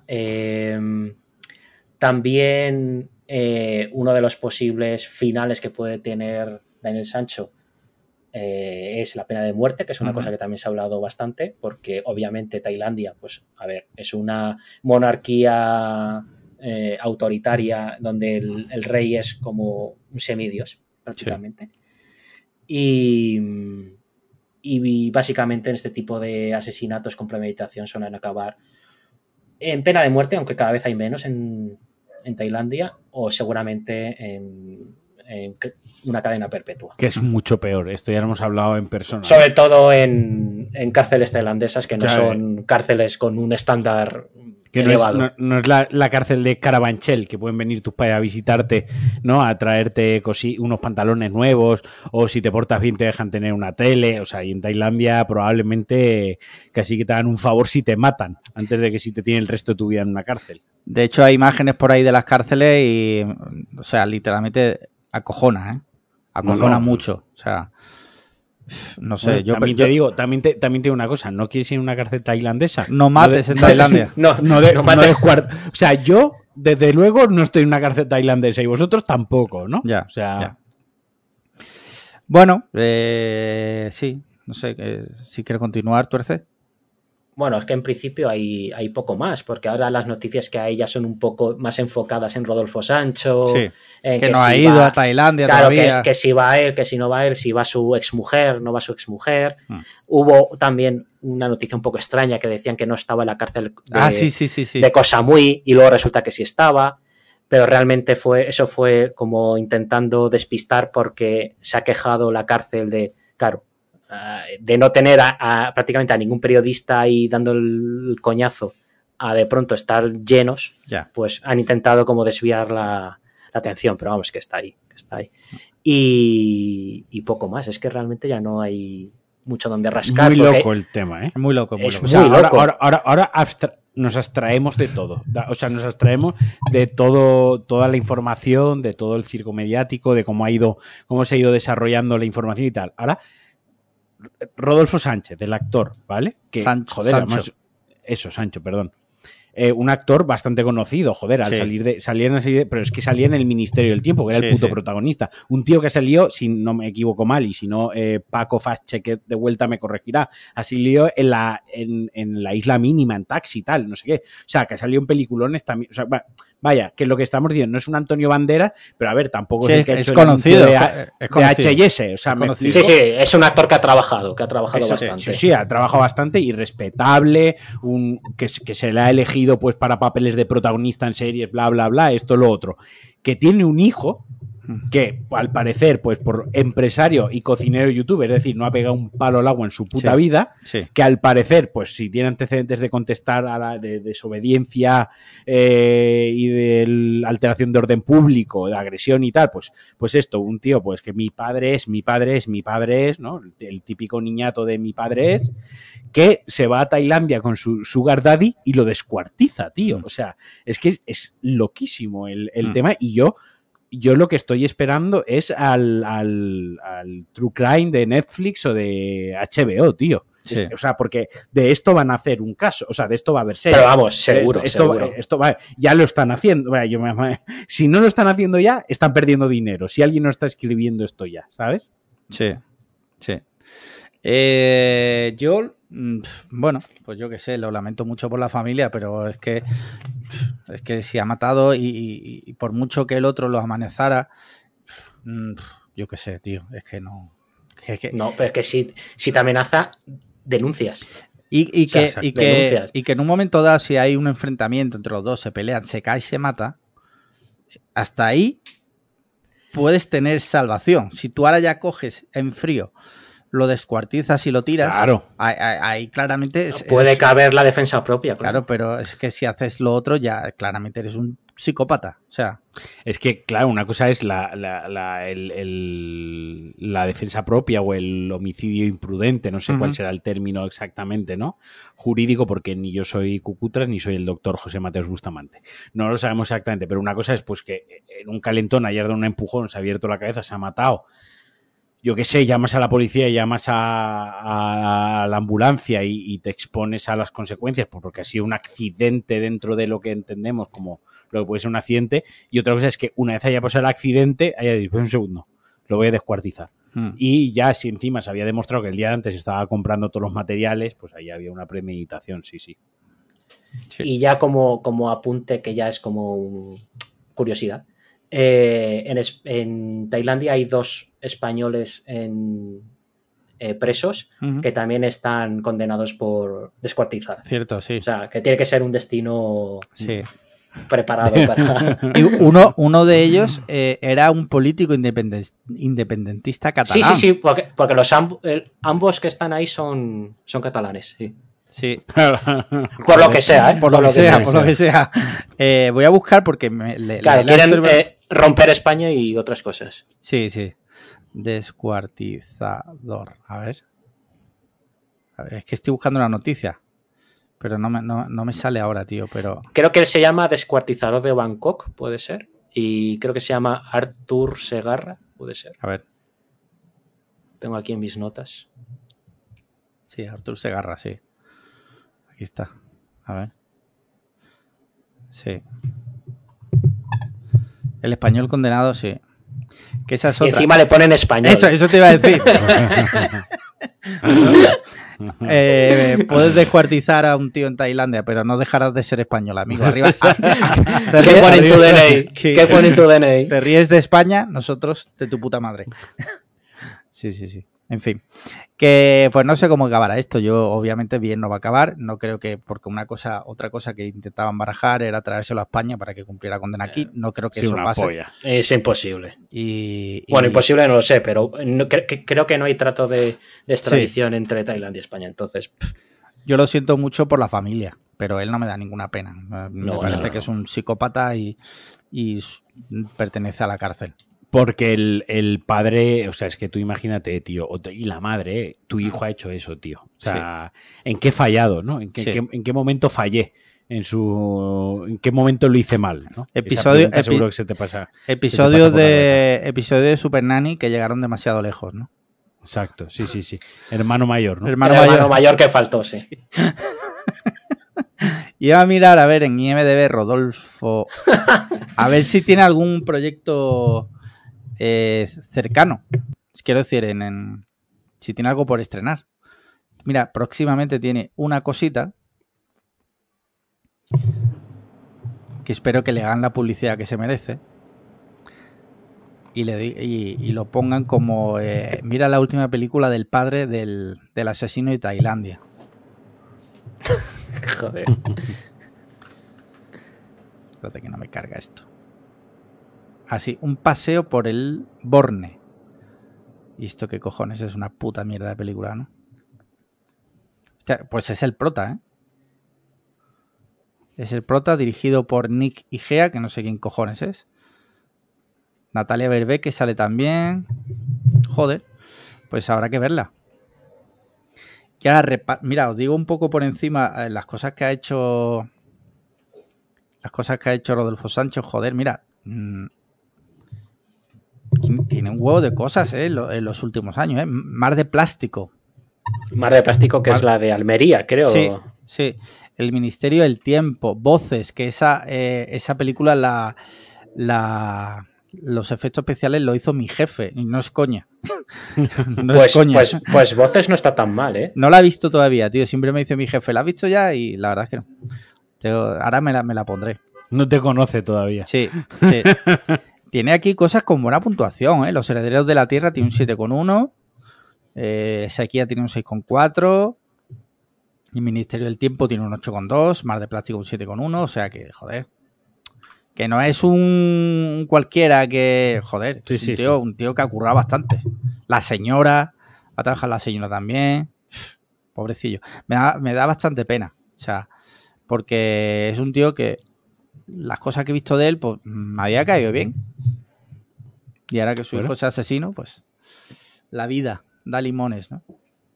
también uno de los posibles finales que puede tener Daniel Sancho es la pena de muerte, que es una cosa que también se ha hablado bastante, porque obviamente Tailandia, pues, a ver, es una monarquía autoritaria donde el rey es como un semidios, prácticamente. Sí. Y básicamente en este tipo de asesinatos con premeditación suelen acabar en pena de muerte, aunque cada vez hay menos en Tailandia, o seguramente en una cadena perpetua. Que es mucho peor. Esto ya lo hemos hablado en persona. Sobre todo en cárceles tailandesas, que no son cárceles con un estándar que elevado. No es la cárcel de Carabanchel, que pueden venir tus padres a visitarte, ¿no? A traerte unos pantalones nuevos, o si te portas bien te dejan tener una tele. O sea, y en Tailandia probablemente casi que te hagan un favor si te matan, antes de que si te tienen el resto de tu vida en una cárcel. De hecho, hay imágenes por ahí de las cárceles y, o sea, literalmente acojona, ¿eh? Acojona mucho. O sea, no sé. Bueno, también te digo una cosa. ¿No quieres ir a una cárcel tailandesa? No mates en Tailandia. No o sea, yo, desde luego, no estoy en una cárcel tailandesa y vosotros tampoco, ¿no? Ya. O sea... Ya. Bueno, sí. No sé, si quieres continuar, Tuerce. Bueno, es que en principio hay poco más, porque ahora las noticias que hay ya son un poco más enfocadas en Rodolfo Sancho. Sí, en que no ha ido a Tailandia todavía. Que si va él, que si no va él, si va su exmujer, no va su exmujer. Hubo también una noticia un poco extraña que decían que no estaba en la cárcel de Koh Samui y luego resulta que sí estaba. Pero realmente eso fue como intentando despistar porque se ha quejado la cárcel de no tener prácticamente a ningún periodista ahí dando el coñazo a de pronto estar llenos, pues han intentado como desviar la atención, pero vamos, que está ahí. Y poco más, es que realmente ya no hay mucho donde rascar. Muy loco el tema, ¿eh? Muy loco. O sea, ahora nos abstraemos de todo. O sea, nos abstraemos de toda la información, de todo el circo mediático, de cómo se ha ido desarrollando la información y tal. Ahora, Rodolfo Sánchez, el actor, ¿vale? Sancho. Sancho, perdón. Un actor bastante conocido, pero es que salía en El Ministerio del Tiempo, que era el puto protagonista. Un tío que salió, si no me equivoco mal, y si no, Paco Fache, que de vuelta me corregirá, salió en la Isla Mínima, en Taxi y tal, no sé qué. O sea, que salió en peliculones también. O sea, vaya, que lo que estamos diciendo no es un Antonio Banderas, pero a ver, tampoco es conocido. De H&S. O sea, sí, es un actor que ha trabajado bastante. Sí, ha trabajado bastante y respetable, que se le ha elegido pues para papeles de protagonista en series, bla, bla, bla, esto, lo otro. Que tiene un hijo que, al parecer, pues por empresario y cocinero youtuber, es decir, no ha pegado un palo al agua en su puta vida, que al parecer, pues si tiene antecedentes de contestar a la de desobediencia y de alteración de orden público, de agresión y tal, pues esto, un tío, pues que mi padre es, ¿no? El típico niñato de mi padre es, que se va a Tailandia con su sugar daddy y lo descuartiza, tío. O sea, es que es loquísimo el tema, y yo lo que estoy esperando es al True Crime de Netflix o de HBO, tío. Sí. O sea, porque de esto van a hacer un caso, o sea, de esto va a haber serie. Pero vamos, seguro. Esto va, ya lo están haciendo. Si no lo están haciendo ya, están perdiendo dinero. Si alguien no está escribiendo esto ya, ¿sabes? Sí. Yo, bueno, pues yo qué sé, lo lamento mucho por la familia, pero es que si ha matado y por mucho que el otro lo amanezara, yo qué sé, tío, es que no. No, pero es que si te amenaza, denuncias. Y que en un momento dado, si hay un enfrentamiento entre los dos, se pelean, se cae y se mata, hasta ahí puedes tener salvación. Si tú ahora ya coges en frío, lo descuartizas y lo tiras, claro, ahí claramente puede caber la defensa propia. Claro, pero es que si haces lo otro, ya claramente eres un psicópata. O sea, es que, claro, una cosa es la defensa propia o el homicidio imprudente, no sé cuál será el término exactamente, ¿no? Jurídico, porque ni yo soy Cucutras ni soy el doctor José Mateos Bustamante. No lo sabemos exactamente, pero una cosa es pues que en un calentón ayer de un empujón se ha abierto la cabeza, se ha matado. Yo qué sé, llamas a la policía, llamas a la ambulancia y te expones a las consecuencias porque ha sido un accidente dentro de lo que entendemos como lo que puede ser un accidente. Y otra cosa es que una vez haya pasado el accidente, haya dicho, pues un segundo, lo voy a descuartizar. Y ya si encima se había demostrado que el día de antes estaba comprando todos los materiales, pues ahí había una premeditación, sí. Y ya como apunte, que ya es como curiosidad, en Tailandia hay 2 españoles presos que también están condenados por descuartizar. Cierto, sí. O sea, que tiene que ser un destino preparado para... Y uno de ellos era un político independentista catalán. Sí, porque ambos que están ahí son catalanes, sí. Sí. Por lo que sea, ¿eh? Por lo que sea. Voy a buscar porque quieren romper España y otras cosas. Sí. Descuartizador. A ver, es que estoy buscando una noticia, pero no me sale ahora, tío. Pero creo que él se llama Descuartizador de Bangkok, puede ser. Y creo que se llama Artur Segarra, puede ser. A ver. Tengo aquí en mis notas. Sí, Artur Segarra, sí. Aquí está. A ver. Sí. El español condenado, sí. Que esa es otra. Y encima le ponen español. Eso te iba a decir. Puedes descuartizar a un tío en Tailandia, pero no dejarás de ser español, amigo. Arriba. ¿Qué pone en tu DNI? ¿Qué pone en tu DNI? Te ríes de España, nosotros de tu puta madre. Sí. En fin, que pues no sé cómo acabará esto. Yo obviamente bien no va a acabar. No creo que, porque otra cosa que intentaban barajar era traérselo a España para que cumpliera condena aquí. No creo que eso pase. Polla. Es imposible. Bueno, imposible no lo sé, pero creo que no hay trato de extradición entre Tailandia y España. Entonces, yo lo siento mucho por la familia, pero él no me da ninguna pena. Me parece que es un psicópata y pertenece a la cárcel. Porque el padre, o sea, es que tú imagínate, tío, y la madre, tu hijo ha hecho eso, tío. O sea, ¿en qué he fallado, no? ¿En qué momento fallé? ¿En qué momento lo hice mal? ¿no? Seguro que se te pasa. Episodios de Super Nanny que llegaron demasiado lejos, ¿no? Exacto, sí. Hermano mayor, ¿no? Hermano mayor que faltó, sí. Iba a mirar, a ver, en IMDb, Rodolfo, a ver si tiene algún proyecto cercano. Quiero decir, si tiene algo por estrenar. Mira, próximamente tiene una cosita que espero que le hagan la publicidad que se merece y lo pongan como mira la última película del padre del asesino de Tailandia. Joder. Espérate que no me carga esto. Así, un paseo por el Borne. ¿Y esto qué cojones? Es una puta mierda de película, ¿no? Hostia, pues es el prota, ¿eh? Es el prota, dirigido por Nick Igea, que no sé quién cojones es. Natalia Berbe, que sale también. Joder, pues habrá que verla. Y ahora, mira, os digo un poco por encima las cosas que ha hecho Rodolfo Sancho. Joder, mira, tiene un huevo de cosas en los últimos años, ¿eh? Mar de Plástico. Mar de Plástico, que es la de Almería, creo. Sí. El Ministerio del Tiempo. Voces, que esa película los efectos especiales lo hizo mi jefe, y no es coña. Es coña. Pues Voces no está tan mal, ¿eh? No la he visto todavía, tío. Siempre me dice mi jefe, ¿la has visto ya? Y la verdad es que no. Ahora me la pondré. No te conoce todavía. Sí. Tiene aquí cosas con buena puntuación, ¿eh? Los Herederos de la Tierra tiene un 7,1. Sequía tiene un 6,4. El Ministerio del Tiempo tiene un 8,2. Mar de Plástico un 7,1. O sea que, joder. Que no es un cualquiera que... Joder, es un tío que ha currado bastante. La señora... Va a trabajar la señora también. Pobrecillo. Me da bastante pena. O sea, porque es un tío que... Las cosas que he visto de él, pues me había caído bien. Y ahora que su hijo es asesino, pues... La vida da limones, ¿no?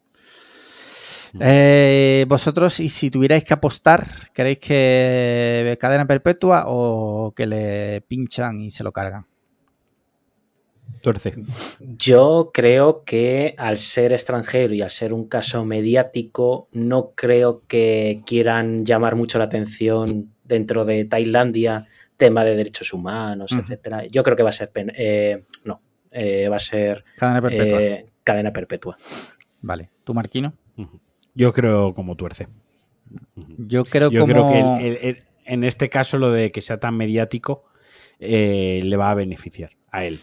Vosotros, y si tuvierais que apostar, ¿queréis que cadena perpetua o que le pinchan y se lo cargan? Tuerce. Yo creo que al ser extranjero y al ser un caso mediático, no creo que quieran llamar mucho la atención dentro de Tailandia, tema de derechos humanos, etcétera. Yo creo que va a ser va a ser cadena perpetua. Vale. ¿Tú, Marquino? Yo creo como Tuerce. Yo creo que en este caso lo de que sea tan mediático le va a beneficiar a él.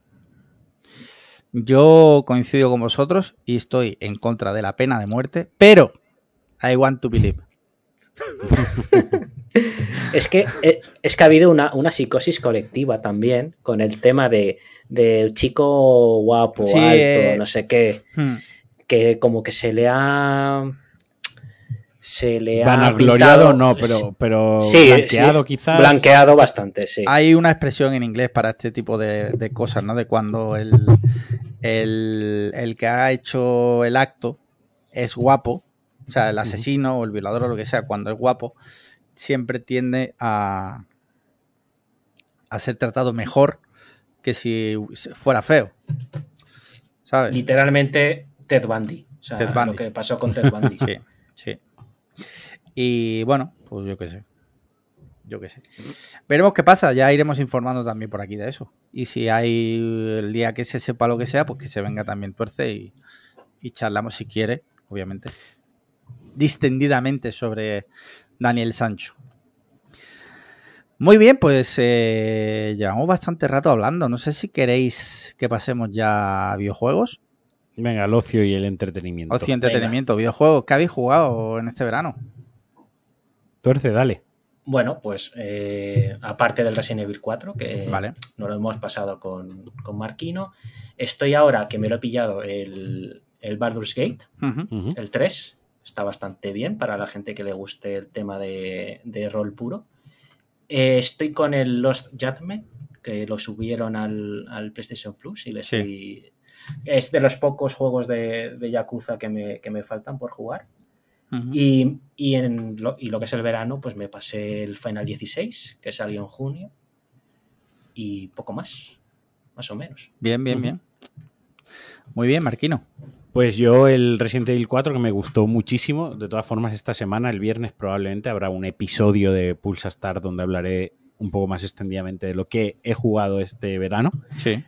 Yo coincido con vosotros y estoy en contra de la pena de muerte, pero I want to believe. Es que ha habido una psicosis colectiva también con el tema de chico guapo, alto, no sé qué, que como que se le ha vanagloriado, no, pero sí, blanqueado quizás. Blanqueado bastante, sí. Hay una expresión en inglés para este tipo de cosas, ¿no? De cuando el que ha hecho el acto es guapo, o sea, el asesino o el violador o lo que sea, cuando es guapo, siempre tiende a ser tratado mejor que si fuera feo, ¿sabes? Literalmente Ted Bundy. O sea, Ted Bundy. Lo que pasó con Ted Bundy. Sí. Y bueno, pues yo qué sé. Veremos qué pasa, ya iremos informando también por aquí de eso. Y si hay el día que se sepa lo que sea, pues que se venga también Tuerce y charlamos si quiere obviamente, distendidamente sobre Daniel Sancho. Muy bien, pues llevamos bastante rato hablando. No sé si queréis que pasemos ya a videojuegos. Venga, el ocio y el entretenimiento. Ocio y entretenimiento, videojuegos. ¿Qué habéis jugado en este verano? Tuerce, dale. Bueno, pues aparte del Resident Evil 4, que Vale. nos lo hemos pasado con Marquino, estoy ahora que me lo he pillado el Baldur's Gate, el 3. Está bastante bien para la gente que le guste el tema de rol puro. Estoy con el Lost Judgment, que lo subieron al PlayStation Plus y es de los pocos juegos de Yakuza que me faltan por jugar. Y lo que es el verano, pues me pasé el Final 16, que salió en junio, y poco más o menos. Bien. Muy bien, Marquino. Pues yo el Resident Evil 4, que me gustó muchísimo. De todas formas, esta semana, el viernes, probablemente habrá un episodio de Pulsa Start donde hablaré un poco más extendidamente de lo que he jugado este verano. Sí.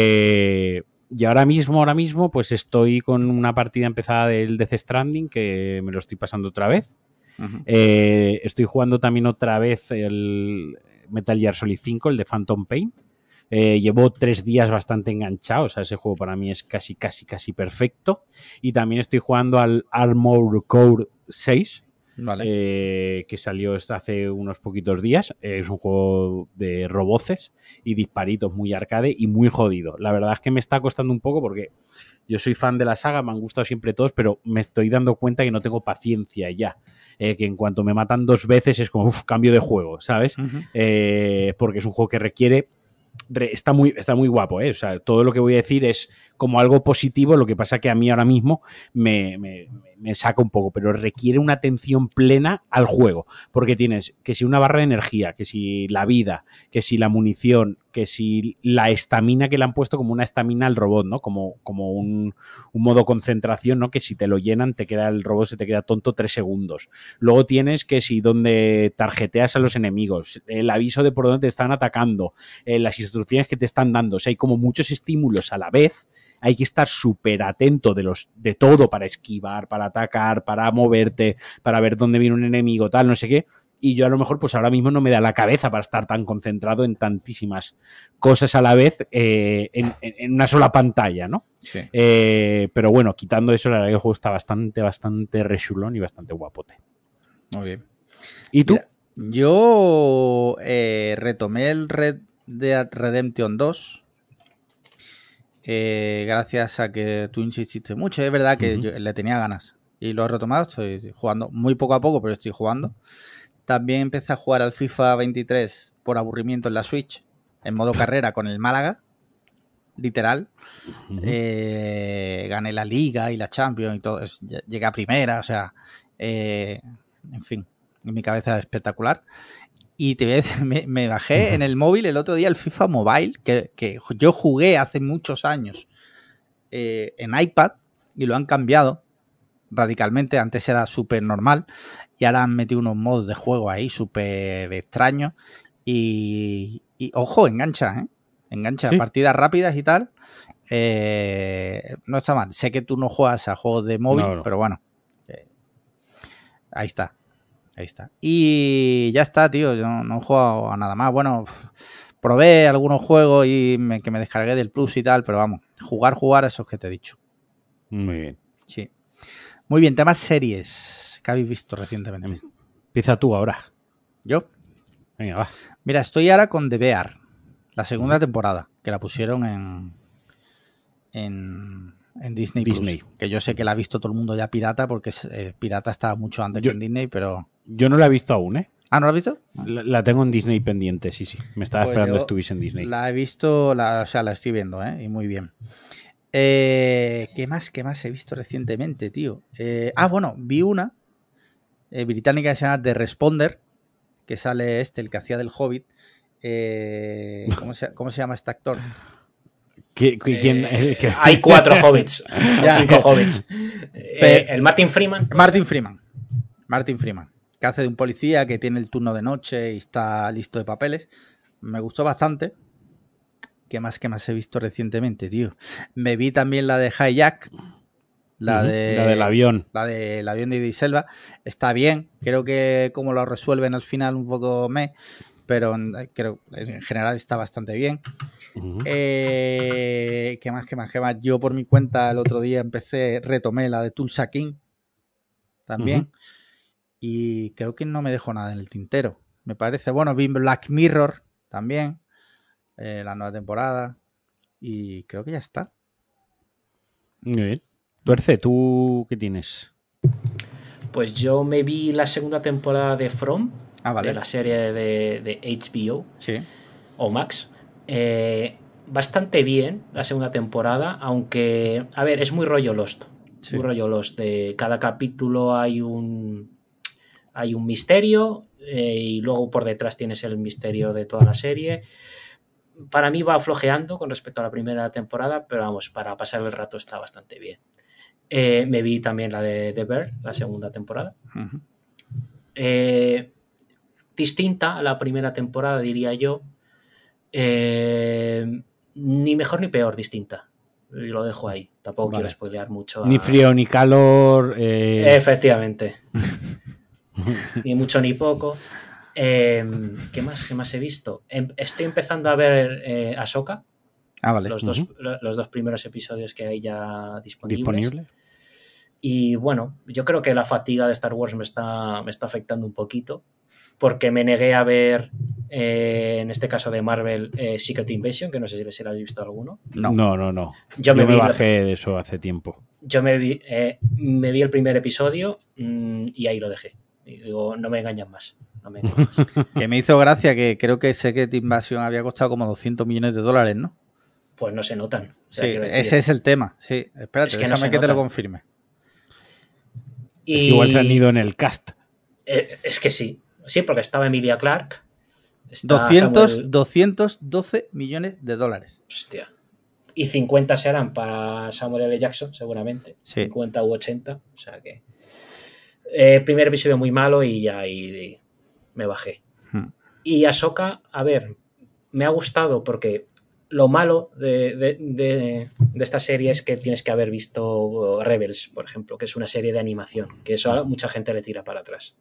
Y ahora mismo, pues estoy con una partida empezada del Death Stranding, que me lo estoy pasando otra vez. Estoy jugando también otra vez el Metal Gear Solid 5, el de Phantom Pain. Llevo 3 días bastante enganchado, o sea, ese juego para mí es casi perfecto. Y también estoy jugando al Armored Core 6, vale. Que salió hace unos poquitos días. Es un juego de roboces y disparitos, muy arcade y muy jodido. La verdad es que me está costando un poco porque yo soy fan de la saga, me han gustado siempre todos, pero me estoy dando cuenta que no tengo paciencia ya. Que en cuanto me matan 2 veces es como, cambio de juego, ¿sabes? Porque es un juego que requiere... Está muy guapo, ¿eh? O sea, todo lo que voy a decir es como algo positivo, lo que pasa que a mí ahora mismo me saca un poco, pero requiere una atención plena al juego, porque tienes que si una barra de energía, que si la vida, que si la munición, que si la estamina que le han puesto como una estamina al robot, ¿no? Como un modo concentración, ¿no? Que si te lo llenan, el robot se te queda tonto 3 segundos. Luego tienes que si donde tarjeteas a los enemigos, el aviso de por dónde te están atacando, las instrucciones que te están dando, o sea, hay como muchos estímulos a la vez. Hay que estar súper atento de todo para esquivar, para atacar, para moverte, para ver dónde viene un enemigo, tal, no sé qué. Y yo a lo mejor pues ahora mismo no me da la cabeza para estar tan concentrado en tantísimas cosas a la vez en una sola pantalla, ¿no? Sí. Pero bueno, quitando eso, la verdad que el juego está bastante rechulón y bastante guapote. Muy bien. ¿Y tú? Mira, yo retomé el Red Dead Redemption 2. Gracias a que tú insististe mucho. Es verdad que yo le tenía ganas y lo he retomado. Estoy jugando muy poco a poco, pero estoy jugando. También empecé a jugar al FIFA 23 por aburrimiento en la Switch, en modo carrera con el Málaga, literal. Gané la Liga y la Champions y todo. Llegué a primera, o sea, en fin, en mi cabeza es espectacular. Y te voy a decir, me bajé en el móvil el otro día el FIFA Mobile, que yo jugué hace muchos años en iPad y lo han cambiado radicalmente. Antes era súper normal y ahora han metido unos modos de juego ahí súper extraños. Y ojo, engancha, ¿eh? Engancha, ¿sí? Partidas rápidas y tal. No está mal. Sé que tú no juegas a juegos de móvil, no. Pero bueno. Ahí está. Ahí está. Y ya está, tío. Yo no he jugado a nada más. Bueno, probé algunos juegos y que me descargué del Plus y tal, pero vamos, jugar esos que te he dicho. Muy bien. Sí. Muy bien, temas series que habéis visto recientemente. Empieza tú ahora. ¿Yo? Venga, va. Mira, estoy ahora con The Bear, la segunda temporada, que la pusieron en Disney Plus, que yo sé que la ha visto todo el mundo ya pirata, porque pirata estaba mucho antes que en Disney, pero... Yo no la he visto aún, ¿eh? ¿Ah, no la has visto? La tengo en Disney pendiente, sí. Me estaba esperando estuviese en Disney. La he visto, o sea, la estoy viendo, ¿eh? Y muy bien. ¿Qué más he visto recientemente, tío? Bueno, vi una británica que se llama The Responder, que sale el que hacía del Hobbit. ¿Cómo se llama este actor? ¿Quién? Hay 4 hobbits. 5 hobbits. El Martin Freeman. Martin Freeman, que hace de un policía que tiene el turno de noche y está listo de papeles. Me gustó bastante. ¿Qué más he visto recientemente, tío? Me vi también la de Hijack, La del avión. La del avión de Idris Elba. Está bien. Creo que como lo resuelven al final un poco pero creo en general está bastante bien. ¿Qué más? Yo por mi cuenta el otro día retomé la de Tulsa King también. Y creo que no me dejo nada en el tintero. Me parece, bueno, vi Black Mirror también, la nueva temporada. Y creo que ya está. Muy bien. Tuerce, ¿tú qué tienes? Pues yo me vi la segunda temporada de From, vale. de la serie de HBO, sí. o Max. Bastante bien la segunda temporada, aunque, a ver, es muy rollo Lost. Sí. Muy rollo Lost. De cada capítulo hay un misterio y luego por detrás tienes el misterio de toda la serie. Para mí va flojeando con respecto a la primera temporada, pero vamos, para pasar el rato está bastante bien. Me vi también la de The Bear, la segunda temporada. Distinta a la primera temporada, diría yo. Ni mejor ni peor, distinta. Y lo dejo ahí. Tampoco quiero spoilear mucho. Ni frío ni calor. Efectivamente. Ni mucho ni poco. ¿Qué más he visto? Estoy empezando a ver Ahsoka. Vale. Los dos primeros episodios que hay ya disponibles. Y bueno, yo creo que la fatiga de Star Wars me está afectando un poquito, porque me negué a ver, en este caso de Marvel, Secret Invasion, que no sé si lo habéis visto alguno. No. Yo me bajé de eso hace tiempo. Yo me vi el primer episodio y ahí lo dejé. Y digo, no me engañan más. Que me hizo gracia que creo que Secret Invasion había costado como $200 millones, ¿no? Pues no se notan. Sí, ese es el tema. Sí, espérate, déjame que te lo confirme. Es que igual se han ido en el cast. Es que sí. Sí, porque estaba Emilia Clarke. 212 millones de dólares. Hostia. Y 50 serán para Samuel L. Jackson, seguramente. Sí. 50 u 80. O sea que. Primer episodio muy malo y ya ahí me bajé. Y Ahsoka, a ver, me ha gustado porque lo malo de esta serie es que tienes que haber visto Rebels, por ejemplo, que es una serie de animación, que eso a mucha gente le tira para atrás.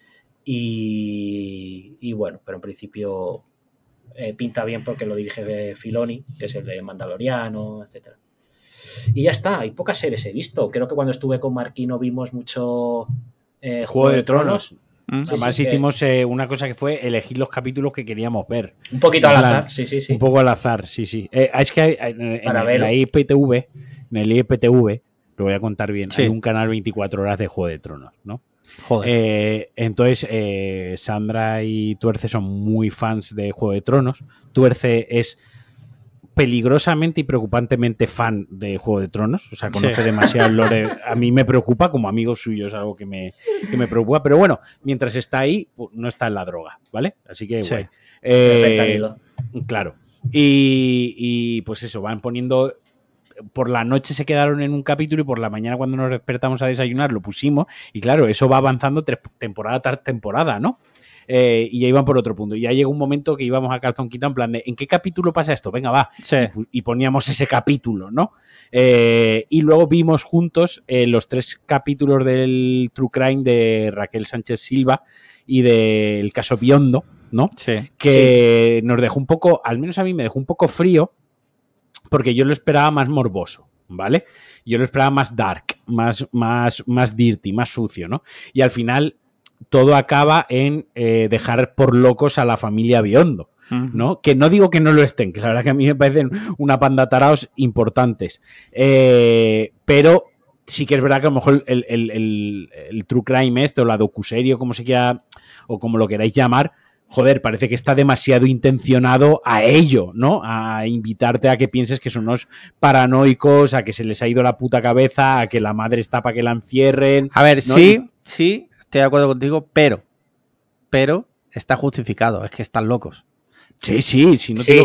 Y bueno, pero en principio pinta bien porque lo dirige Filoni, que es el de Mandaloriano, etc. Y ya está, hay pocas series he visto. Creo que cuando estuve con Marquino vimos mucho Juego de Tronos. Además hicimos una cosa que fue elegir los capítulos que queríamos ver. Un poquito al azar, sí. Un poco al azar, sí. Es que en la IPTV, lo voy a contar bien, hay un canal 24 horas de Juego de Tronos, ¿no? Joder. Entonces, Sandra y Tuerce son muy fans de Juego de Tronos. Tuerce es peligrosamente y preocupantemente fan de Juego de Tronos, o sea, conoce demasiado el lore. A mí me preocupa, como amigo suyo es algo que me preocupa, pero bueno, mientras está ahí, no está en la droga, ¿vale? Así que, guay. Claro. Y pues eso, van poniendo. Por la noche se quedaron en un capítulo y por la mañana cuando nos despertamos a desayunar lo pusimos y claro, eso va avanzando temporada tras temporada, ¿no? Y ya iban por otro punto. Y ya llegó un momento que íbamos a calzón quitado en plan de ¿en qué capítulo pasa esto? Venga, va. Sí. Y poníamos ese capítulo, ¿no? Y luego vimos juntos los 3 capítulos del True Crime de Raquel Sánchez Silva y del caso Biondo, ¿no? Sí. Que nos dejó un poco, al menos a mí me dejó un poco frío, porque yo lo esperaba más morboso, ¿vale? Yo lo esperaba más dark, más dirty, más sucio, ¿no? Y al final todo acaba en dejar por locos a la familia Biondo, ¿no? Que no digo que no lo estén, que la verdad que a mí me parecen una panda taraos importantes, pero sí que es verdad que a lo mejor el true crime o la docuserie, como se quiera, o como lo queráis llamar, joder, parece que está demasiado intencionado a ello, ¿no? A invitarte a que pienses que son unos paranoicos, a que se les ha ido la puta cabeza, a que la madre está para que la encierren. A ver, ¿no? Sí, estoy de acuerdo contigo, pero está justificado, es que están locos. Sí, eso se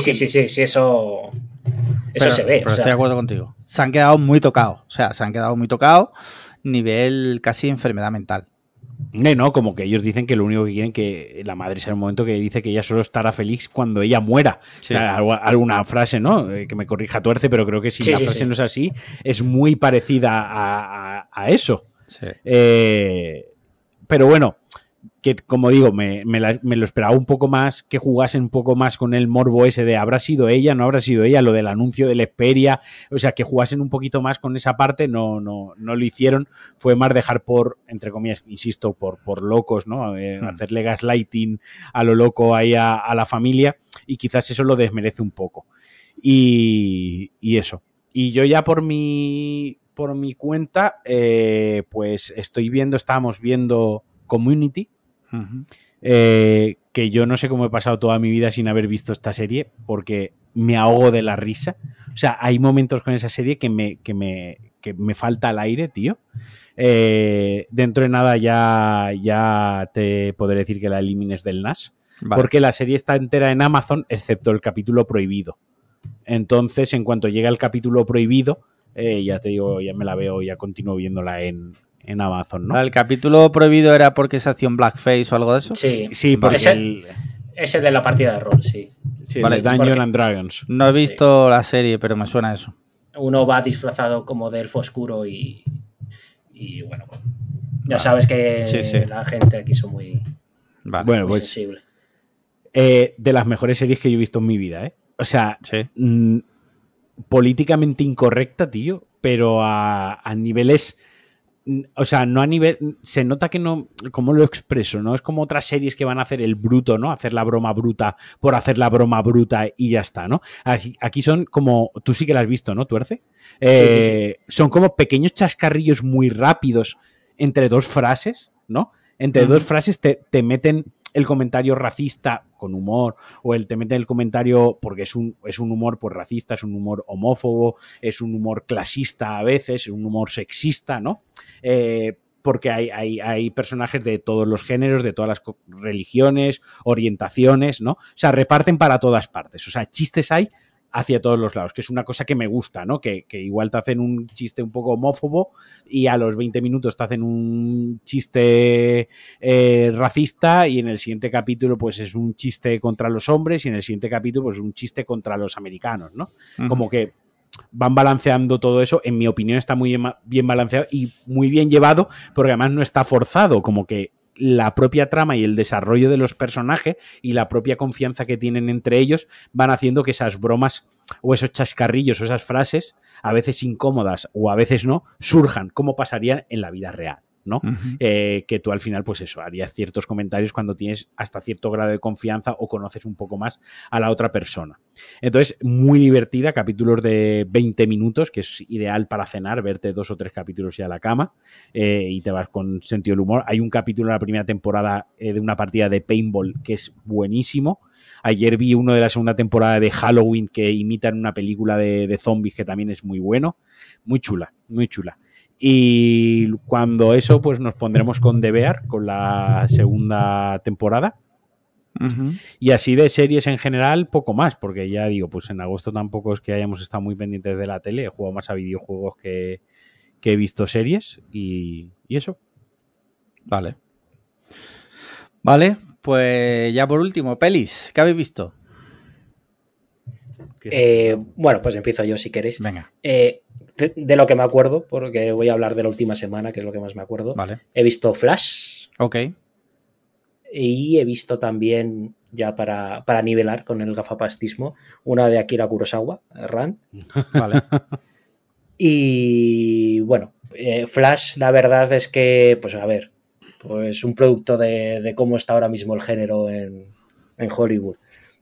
ve. Pero estoy de acuerdo contigo. Se han quedado muy tocados, nivel casi enfermedad mental. No, como que ellos dicen que lo único que quieren que la madre sea el momento que dice que ella solo estará feliz cuando ella muera. Sí. O sea, alguna frase, ¿no? Que me corrija Tuerce, pero creo que si la frase no es así, es muy parecida a eso. Sí. Pero bueno, que como digo, me lo esperaba un poco más, que jugasen un poco más con el morbo ese de ¿habrá sido ella? ¿No habrá sido ella? Lo del anuncio de la Xperia, o sea, que jugasen un poquito más con esa parte, no lo hicieron, fue más dejar por, entre comillas, insisto, por locos, ¿no? Hacerle gaslighting a lo loco ahí a la familia, y quizás eso lo desmerece un poco. Y eso. Y yo ya por mi cuenta, pues estábamos viendo Community, que yo no sé cómo he pasado toda mi vida sin haber visto esta serie, porque me ahogo de la risa. O sea, hay momentos con esa serie que me falta el aire, tío. Dentro de nada ya te podré decir que la elimines del NAS, vale. Porque la serie está entera en Amazon, excepto el capítulo prohibido. Entonces, en cuanto llega el capítulo prohibido, ya te digo, ya me la veo, ya continúo viéndola en Amazon, ¿no? ¿El capítulo prohibido era porque se hacía un blackface o algo de eso? Sí, porque ese de la partida de rol, sí. Sí, vale, Dungeons and Dragons. No he visto la serie, pero me suena eso. Uno va disfrazado como de elfo oscuro y bueno, ya sabes que la gente aquí son muy, bueno, muy pues, sensible. De las mejores series que yo he visto en mi vida, ¿eh? O sea, políticamente incorrecta, tío, pero a niveles... O sea, no a nivel... Se nota que no... ¿Cómo lo expreso? ¿No? Es como otras series que van a hacer el bruto, ¿no? Hacer la broma bruta por hacer la broma bruta y ya está, ¿no? Aquí son como... Tú sí que la has visto, ¿no, Tuerce? Sí. Son como pequeños chascarrillos muy rápidos entre dos frases, ¿no? Entre dos frases te meten el comentario racista con humor, o te meten el comentario porque es un humor pues racista, es un humor homófobo, es un humor clasista a veces, es un humor sexista, ¿no? Porque hay personajes de todos los géneros, de todas las religiones, orientaciones, ¿no? O sea, reparten para todas partes. O sea, chistes hay hacia todos los lados, que es una cosa que me gusta, ¿no? Que igual te hacen un chiste un poco homófobo y a los 20 minutos te hacen un chiste racista, y en el siguiente capítulo pues es un chiste contra los hombres, y en el siguiente capítulo pues un chiste contra los americanos, ¿no? Como que van balanceando todo eso. En mi opinión está muy bien balanceado y muy bien llevado, porque además no está forzado, como que la propia trama y el desarrollo de los personajes y la propia confianza que tienen entre ellos van haciendo que esas bromas o esos chascarrillos o esas frases, a veces incómodas o a veces no, surjan como pasarían en la vida real, ¿no? Que tú al final, pues eso, harías ciertos comentarios cuando tienes hasta cierto grado de confianza o conoces un poco más a la otra persona. Entonces, muy divertida, capítulos de 20 minutos, que es ideal para cenar, verte 2 o 3 capítulos ya a la cama, y te vas con sentido del humor. Hay un capítulo en la primera temporada de una partida de paintball que es buenísimo. Ayer vi uno de la segunda temporada de Halloween que imitan una película de zombies que también es muy bueno. Muy chula, muy chula. Y cuando eso, pues nos pondremos con The Bear, con la segunda temporada. Y así de series en general, poco más, porque ya digo, pues en agosto tampoco es que hayamos estado muy pendientes de la tele. He jugado más a videojuegos que he visto series y eso. Vale. Vale, pues ya por último, pelis, ¿qué habéis visto? Bueno, pues empiezo yo si queréis. Venga. De lo que me acuerdo, porque voy a hablar de la última semana, que es lo que más me acuerdo. Vale. He visto Flash. Ok. Y he visto también, ya para nivelar con el gafapastismo, una de Akira Kurosawa, Ran. Vale. Y bueno, Flash, la verdad es que, pues a ver, pues un producto de cómo está ahora mismo el género en Hollywood.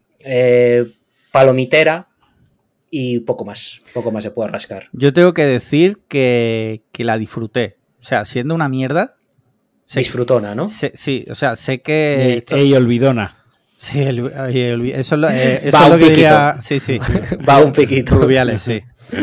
Palomitera y poco más se puede rascar. Yo tengo que decir que la disfruté. O sea, siendo una mierda. Disfrutona, ¿no? Sí, o sea, sé que... Ey, olvidona. Sí, eso es lo que diría... Sí. Va un piquito. Rubiales, sí.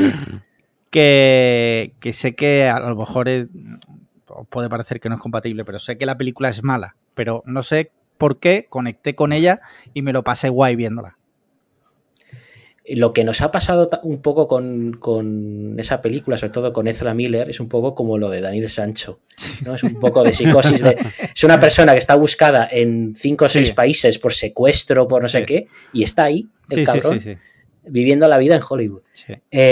Que sé que a lo mejor puede parecer que no es compatible, pero sé que la película es mala. Pero no sé por qué conecté con ella y me lo pasé guay viéndola. Lo que nos ha pasado un poco con esa película, sobre todo con Ezra Miller, es un poco como lo de Daniel Sancho, ¿no? Es un poco de psicosis. Es una persona que está buscada en 5 o 6 países por secuestro, por no sé qué, y está ahí, el cabrón, viviendo la vida en Hollywood. Sí.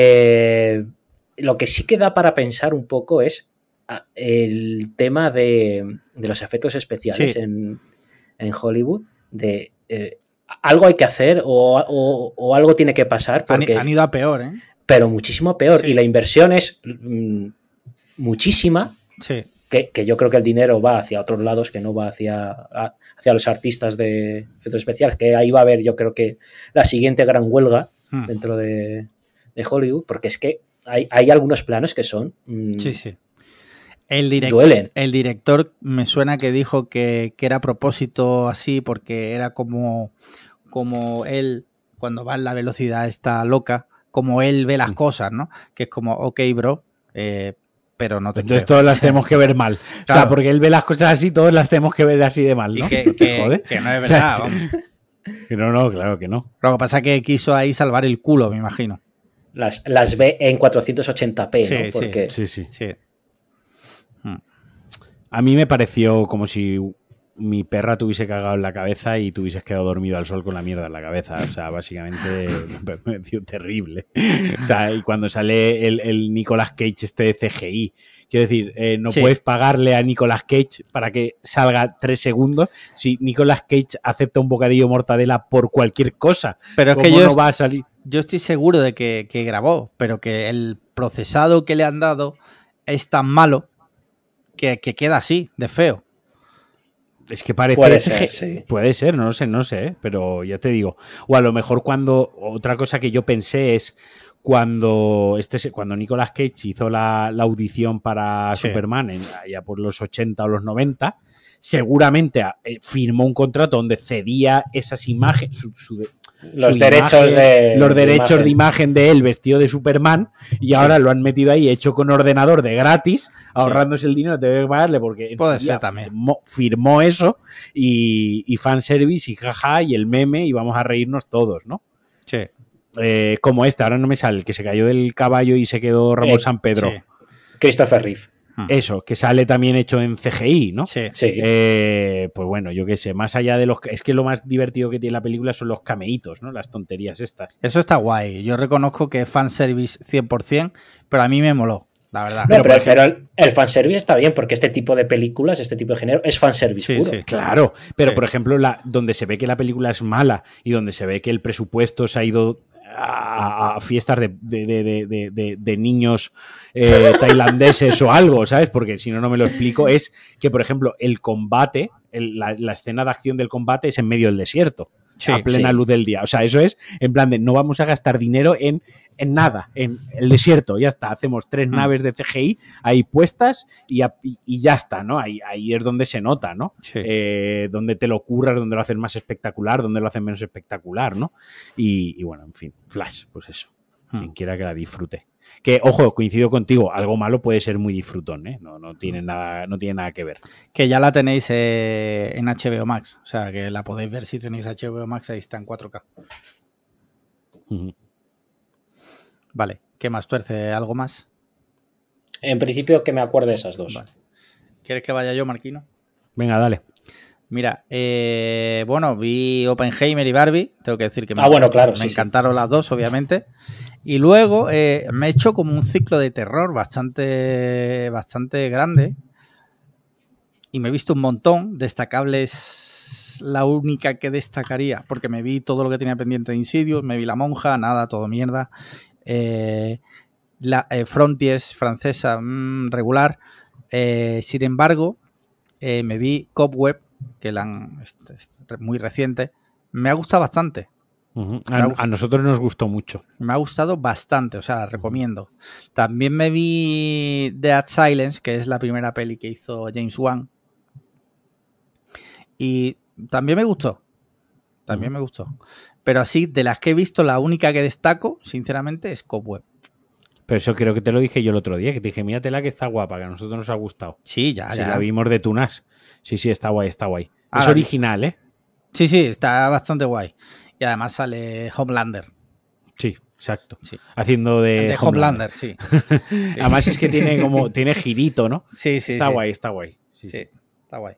Lo que sí que da para pensar un poco es el tema de los efectos especiales en Hollywood, algo hay que hacer o algo tiene que pasar. Porque, han ido a peor, ¿eh? Pero muchísimo peor. Sí. Y la inversión es muchísima. Sí. Que yo creo que el dinero va hacia otros lados, que no va hacia los artistas de efectos especiales, que ahí va a haber, yo creo que la siguiente gran huelga dentro de Hollywood, porque es que hay algunos planos que son... sí. Duelen. El director me suena que dijo que era a propósito así, porque era como él, cuando va en la velocidad está loca, como él ve las cosas, ¿no? Que es como, ok, bro, pero no te Entonces todas las tenemos que ver mal. Claro. O sea, porque él ve las cosas así, todas las tenemos que ver así de mal, ¿no? Y que no es verdad, vamos. Que no, claro que no. Lo que pasa es que quiso ahí salvar el culo, me imagino. Las ve en 480p, sí, ¿no? Porque... Sí. A mí me pareció como si mi perra te hubiese cagado en la cabeza y te hubieses quedado dormido al sol con la mierda en la cabeza. O sea, básicamente me pareció terrible. O sea, y cuando sale el Nicolas Cage este de CGI, quiero decir, no puedes pagarle a Nicolas Cage para que salga 3 segundos si Nicolas Cage acepta un bocadillo de mortadela por cualquier cosa. Pero es que no va a salir? Yo estoy seguro de que grabó, pero que el procesado que le han dado es tan malo que queda así, de feo. Es que parece... Puede ser, no lo sé, pero ya te digo. O a lo mejor otra cosa que yo pensé es cuando Nicolas Cage hizo la audición para Superman, allá por los 80 o los 90, seguramente firmó un contrato donde cedía esas imágenes, los derechos de imagen de él vestido de Superman, y ahora lo han metido ahí hecho con ordenador de gratis, ahorrándose el dinero, tengo que pagarle porque puede ser también. Firmó eso y fanservice y jaja y el meme y vamos a reírnos todos, ¿no? Sí. Como ahora no me sale, el que se cayó del caballo y se quedó Ramón San Pedro. Sí. Christopher Reeve. Eso, que sale también hecho en CGI, ¿no? Sí. Pues bueno, yo qué sé, más allá de los... Es que lo más divertido que tiene la película son los cameitos, ¿no? Las tonterías estas. Eso está guay. Yo reconozco que es fanservice 100%, pero a mí me moló, la verdad. No, pero el fanservice está bien, porque este tipo de películas, este tipo de género, es fanservice puro. Sí. Claro, pero por ejemplo, donde se ve que la película es mala y donde se ve que el presupuesto se ha ido a fiestas de niños tailandeses o algo, ¿sabes? Porque si no me lo explico, es que, por ejemplo, el combate, la escena de acción del combate es en medio del desierto, a plena luz del día. O sea, eso es en plan de no vamos a gastar dinero en nada, en el desierto, ya está. Hacemos 3 naves de CGI ahí puestas y ya está, ¿no? Ahí es donde se nota, ¿no? Sí. Donde te lo curras, donde lo hacen más espectacular, donde lo hacen menos espectacular, ¿no? Y bueno, en fin, Flash, pues eso. Quien quiera que la disfrute. Que, ojo, coincido contigo, algo malo puede ser muy disfrutón, ¿eh? No tiene nada que ver. Que ya la tenéis en HBO Max, o sea, que la podéis ver si tenéis HBO Max, ahí está en 4K. Vale, ¿qué más, Tuerce? ¿Algo más? En principio que me acuerde esas dos. Vale. ¿Quieres que vaya yo, Marquino? Venga, dale. Mira, bueno, vi Oppenheimer y Barbie, tengo que decir que me encantaron las dos, obviamente. Y luego me he hecho como un ciclo de terror bastante grande. Y me he visto un montón. Destacables, la única que destacaría, porque me vi todo lo que tenía pendiente de Insidious, me vi La Monja, nada, todo mierda. Frontiers francesa, regular. Sin embargo, me vi Cobweb, que muy reciente. Me ha gustado bastante. A nosotros nos gustó mucho. Me ha gustado bastante, o sea, la recomiendo. También me vi Dead Silence, que es la primera peli que hizo James Wan. Y también me gustó. Me gustó. Pero así, de las que he visto, la única que destaco, sinceramente, es Cobweb. Pero eso creo que te lo dije yo el otro día, que te dije, míratela que está guapa, que a nosotros nos ha gustado. Sí, ya. La vimos de Tunas. Sí, está guay. Es original, ¿eh? Sí, está bastante guay. Y además sale Homelander. Sí, exacto. Sí. Haciendo de Homelander, sí. Además es que tiene girito, ¿no? Sí. Está guay, está guay. Sí, está guay.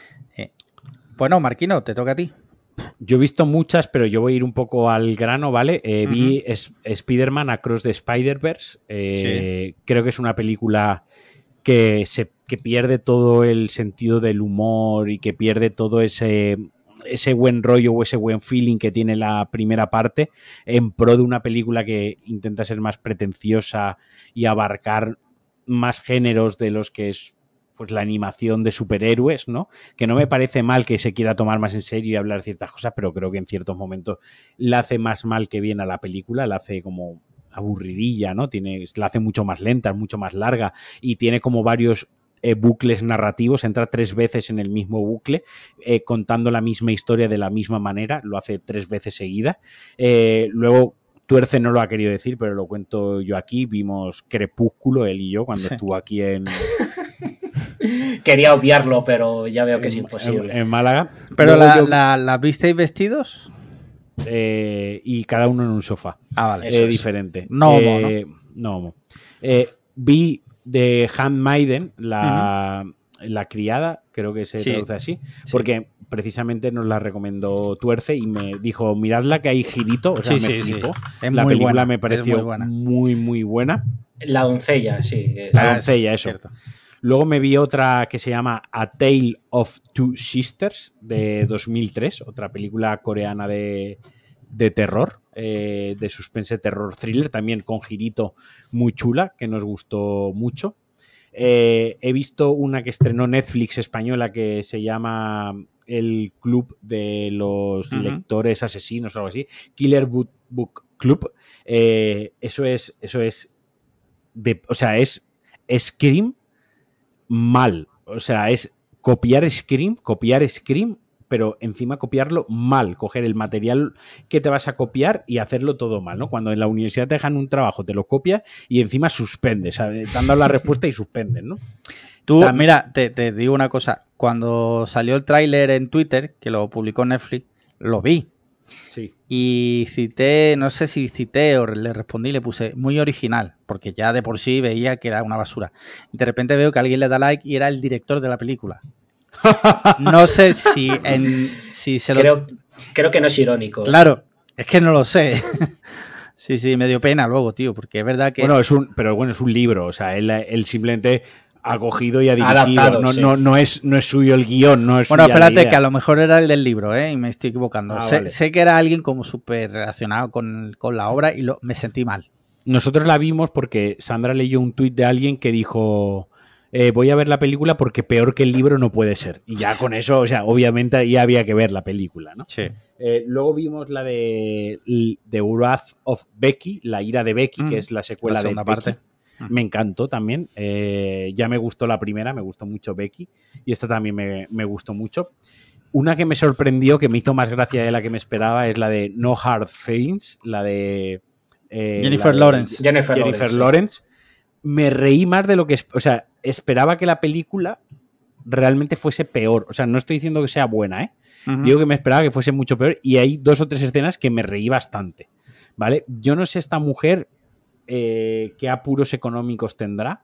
Bueno, Marquino, te toca a ti. Yo he visto muchas, pero yo voy a ir un poco al grano, ¿vale? Vi Spider-Man Across the Spider-Verse. Creo que es una película que pierde todo el sentido del humor y que pierde todo ese buen rollo o ese buen feeling que tiene la primera parte en pro de una película que intenta ser más pretenciosa y abarcar más géneros de los que es pues la animación de superhéroes, ¿no? Que no me parece mal que se quiera tomar más en serio y hablar ciertas cosas, pero creo que en ciertos momentos la hace más mal que bien a la película, la hace como aburridilla, ¿no? La hace mucho más lenta, mucho más larga y tiene como varios bucles narrativos, entra 3 veces en el mismo bucle, contando la misma historia de la misma manera, lo hace 3 veces seguida. Luego Tuerce no lo ha querido decir, pero lo cuento yo aquí. Vimos Crepúsculo, él y yo, cuando estuvo aquí en... Quería obviarlo, pero ya veo que es imposible. En Málaga. ¿Pero la visteis vestidos? Y cada uno en un sofá. Vale. Diferente. No, no. Vi de Handmaiden, la criada, creo que se traduce así, porque precisamente nos la recomendó Tuerce y me dijo, miradla que hay girito, o sea, me flipó. La película buena, me pareció muy, muy buena. La doncella, sí. La doncella, eso. Cierto. Luego me vi otra que se llama A Tale of Two Sisters, de 2003, otra película coreana de terror, de suspense, terror, thriller, también con girito muy chula, que nos gustó mucho. He visto una que estrenó Netflix española que se llama El Club de los Lectores Asesinos o algo así, Killer Book Club. Eso es Scream mal, o sea, es copiar Scream, pero encima copiarlo mal, coger el material que te vas a copiar y hacerlo todo mal, ¿no? Cuando en la universidad te dejan un trabajo, te lo copias y encima suspendes, ¿sabes? Te han dado la respuesta y suspenden, ¿no? Tú, mira, te digo una cosa, cuando salió el tráiler en Twitter, que lo publicó Netflix, lo vi. Sí. Y cité, no sé si cité o le respondí, le puse muy original, porque ya de por sí veía que era una basura. Y de repente veo que alguien le da like y era el director de la película. No sé si se lo... Creo que no es irónico. Claro, es que no lo sé. Sí, me dio pena luego, tío, porque es verdad que... Bueno, es un libro, o sea, él simplemente ha cogido y ha dirigido. Adaptado, no es suyo el guión, no es Bueno, suya espérate, la idea. Que a lo mejor era el del libro, y me estoy equivocando. Vale. Sé que era alguien como súper relacionado con la obra y me sentí mal. Nosotros la vimos porque Sandra leyó un tuit de alguien que dijo... voy a ver la película porque peor que el libro no puede ser. Y ya con eso, o sea, obviamente ya había que ver la película, ¿no? Sí. Luego vimos la de The Wrath of Becky, La ira de Becky, que es la secuela de Becky. Parte. Me encantó también. Ya me gustó la primera, me gustó mucho Becky. Y esta también me gustó mucho. Una que me sorprendió, que me hizo más gracia de la que me esperaba, es la de No Hard Feelings, la de... Jennifer Lawrence. Jennifer Lawrence. Me reí más de lo que... O sea, esperaba que la película realmente fuese peor. O sea, no estoy diciendo que sea buena, ¿eh? Digo que me esperaba que fuese mucho peor y hay 2 o 3 escenas que me reí bastante, ¿vale? Yo no sé esta mujer qué apuros económicos tendrá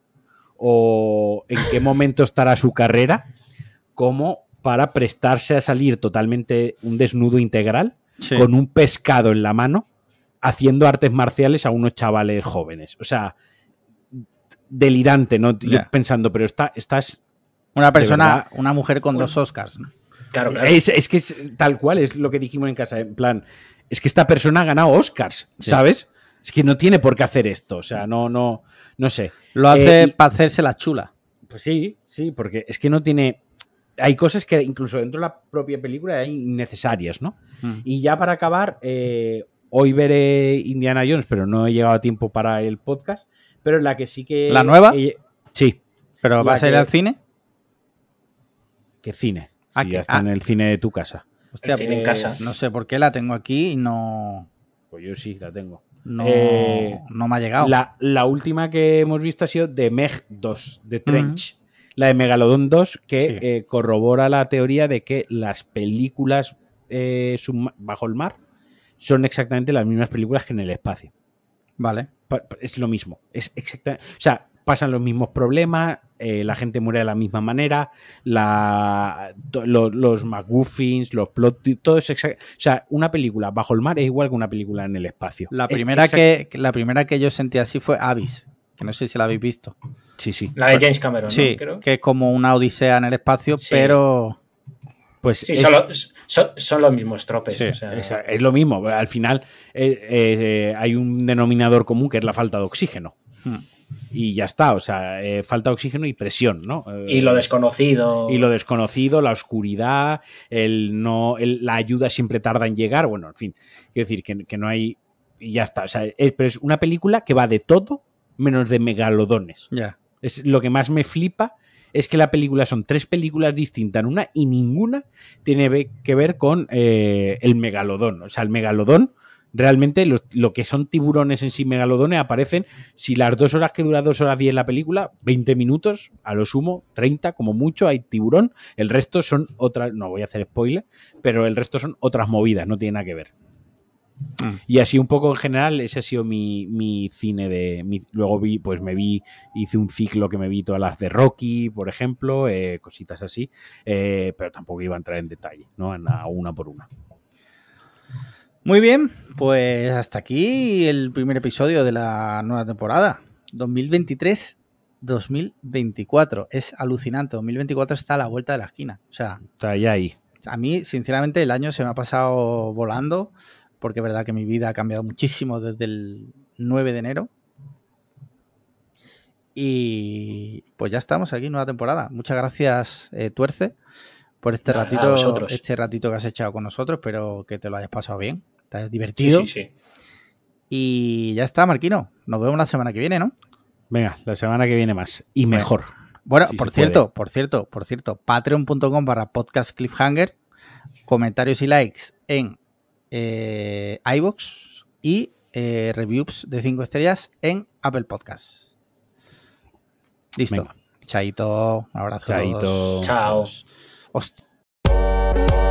o en qué momento estará su carrera como para prestarse a salir totalmente un desnudo integral con un pescado en la mano haciendo artes marciales a unos chavales jóvenes. O sea... delirante, ¿no? Yo pensando, pero estás... Una persona, una mujer con 2 Oscars, ¿no? Claro. Es que es tal cual, es lo que dijimos en casa, en plan, es que esta persona ha ganado Oscars, ¿sabes? Es que no tiene por qué hacer esto, o sea, no sé. Lo hace para hacerse la chula. Pues sí, porque es que no tiene... Hay cosas que incluso dentro de la propia película hay innecesarias, ¿no? Y ya para acabar, hoy veré Indiana Jones, pero no he llegado a tiempo para el podcast, pero en la que sí que... ¿La nueva? Sí. ¿Pero vas a ir al cine? ¿Qué cine? Si ya está en el cine de tu casa. Hostia, cine en casa. No sé por qué la tengo aquí y no... Pues yo sí, la tengo. No me ha llegado. La última que hemos visto ha sido de Meg 2, de Trench. La de Megalodon 2, que corrobora la teoría de que las películas bajo el mar son exactamente las mismas películas que en el espacio. Vale. Es lo mismo. Es exactamente. O sea, pasan los mismos problemas, la gente muere de la misma manera, los MacGuffins, los plot, todo es exacto. O sea, una película bajo el mar es igual que una película en el espacio. La primera que yo sentí así fue Abyss, que no sé si la habéis visto. Sí. La de James Cameron, sí, ¿no? Creo. Que es como una odisea en el espacio, sí. Pero... Pues sí, son los mismos tropes. Sí, o sea... es lo mismo. Al final hay un denominador común que es la falta de oxígeno. Y ya está, o sea, falta de oxígeno y presión, ¿no? Y lo desconocido. Y lo desconocido, la oscuridad, la ayuda siempre tarda en llegar. Bueno, en fin, quiero decir que no hay... Y ya está, o sea, pero es una película que va de todo menos de megalodones. Yeah. Es lo que más me flipa. Es que la película son 3 películas distintas en una y ninguna tiene que ver con el megalodón. O sea, el megalodón, realmente lo que son tiburones en sí, megalodones, aparecen, si las 2 horas que dura 2 horas 10 la película, 20 minutos, a lo sumo, 30 como mucho, hay tiburón. El resto son otras, no voy a hacer spoiler, pero el resto son otras movidas, no tiene nada que ver. Y así un poco en general, ese ha sido mi cine luego hice un ciclo que me vi todas las de Rocky, por ejemplo, cositas así, pero tampoco iba a entrar en detalle, ¿no? Una por una. Muy bien, pues hasta aquí el primer episodio de la nueva temporada, 2023-2024. Es alucinante, 2024 está a la vuelta de la esquina. O sea, está ya ahí. A mí, sinceramente, el año se me ha pasado volando, porque es verdad que mi vida ha cambiado muchísimo desde el 9 de enero. Y pues ya estamos aquí, nueva temporada. Muchas gracias, Tuerce, por este ratito que has echado con nosotros. Espero que te lo hayas pasado bien, te hayas divertido. Sí. Y ya está, Marquino. Nos vemos la semana que viene, ¿no? Venga, la semana que viene más. Y mejor. Bueno, si por cierto, patreon.com/podcast cliffhanger, comentarios y likes en iVoox y reviews de 5 estrellas en Apple Podcasts. Listo. Venga. Chaito. Un abrazo a todos. Chao. Hostia.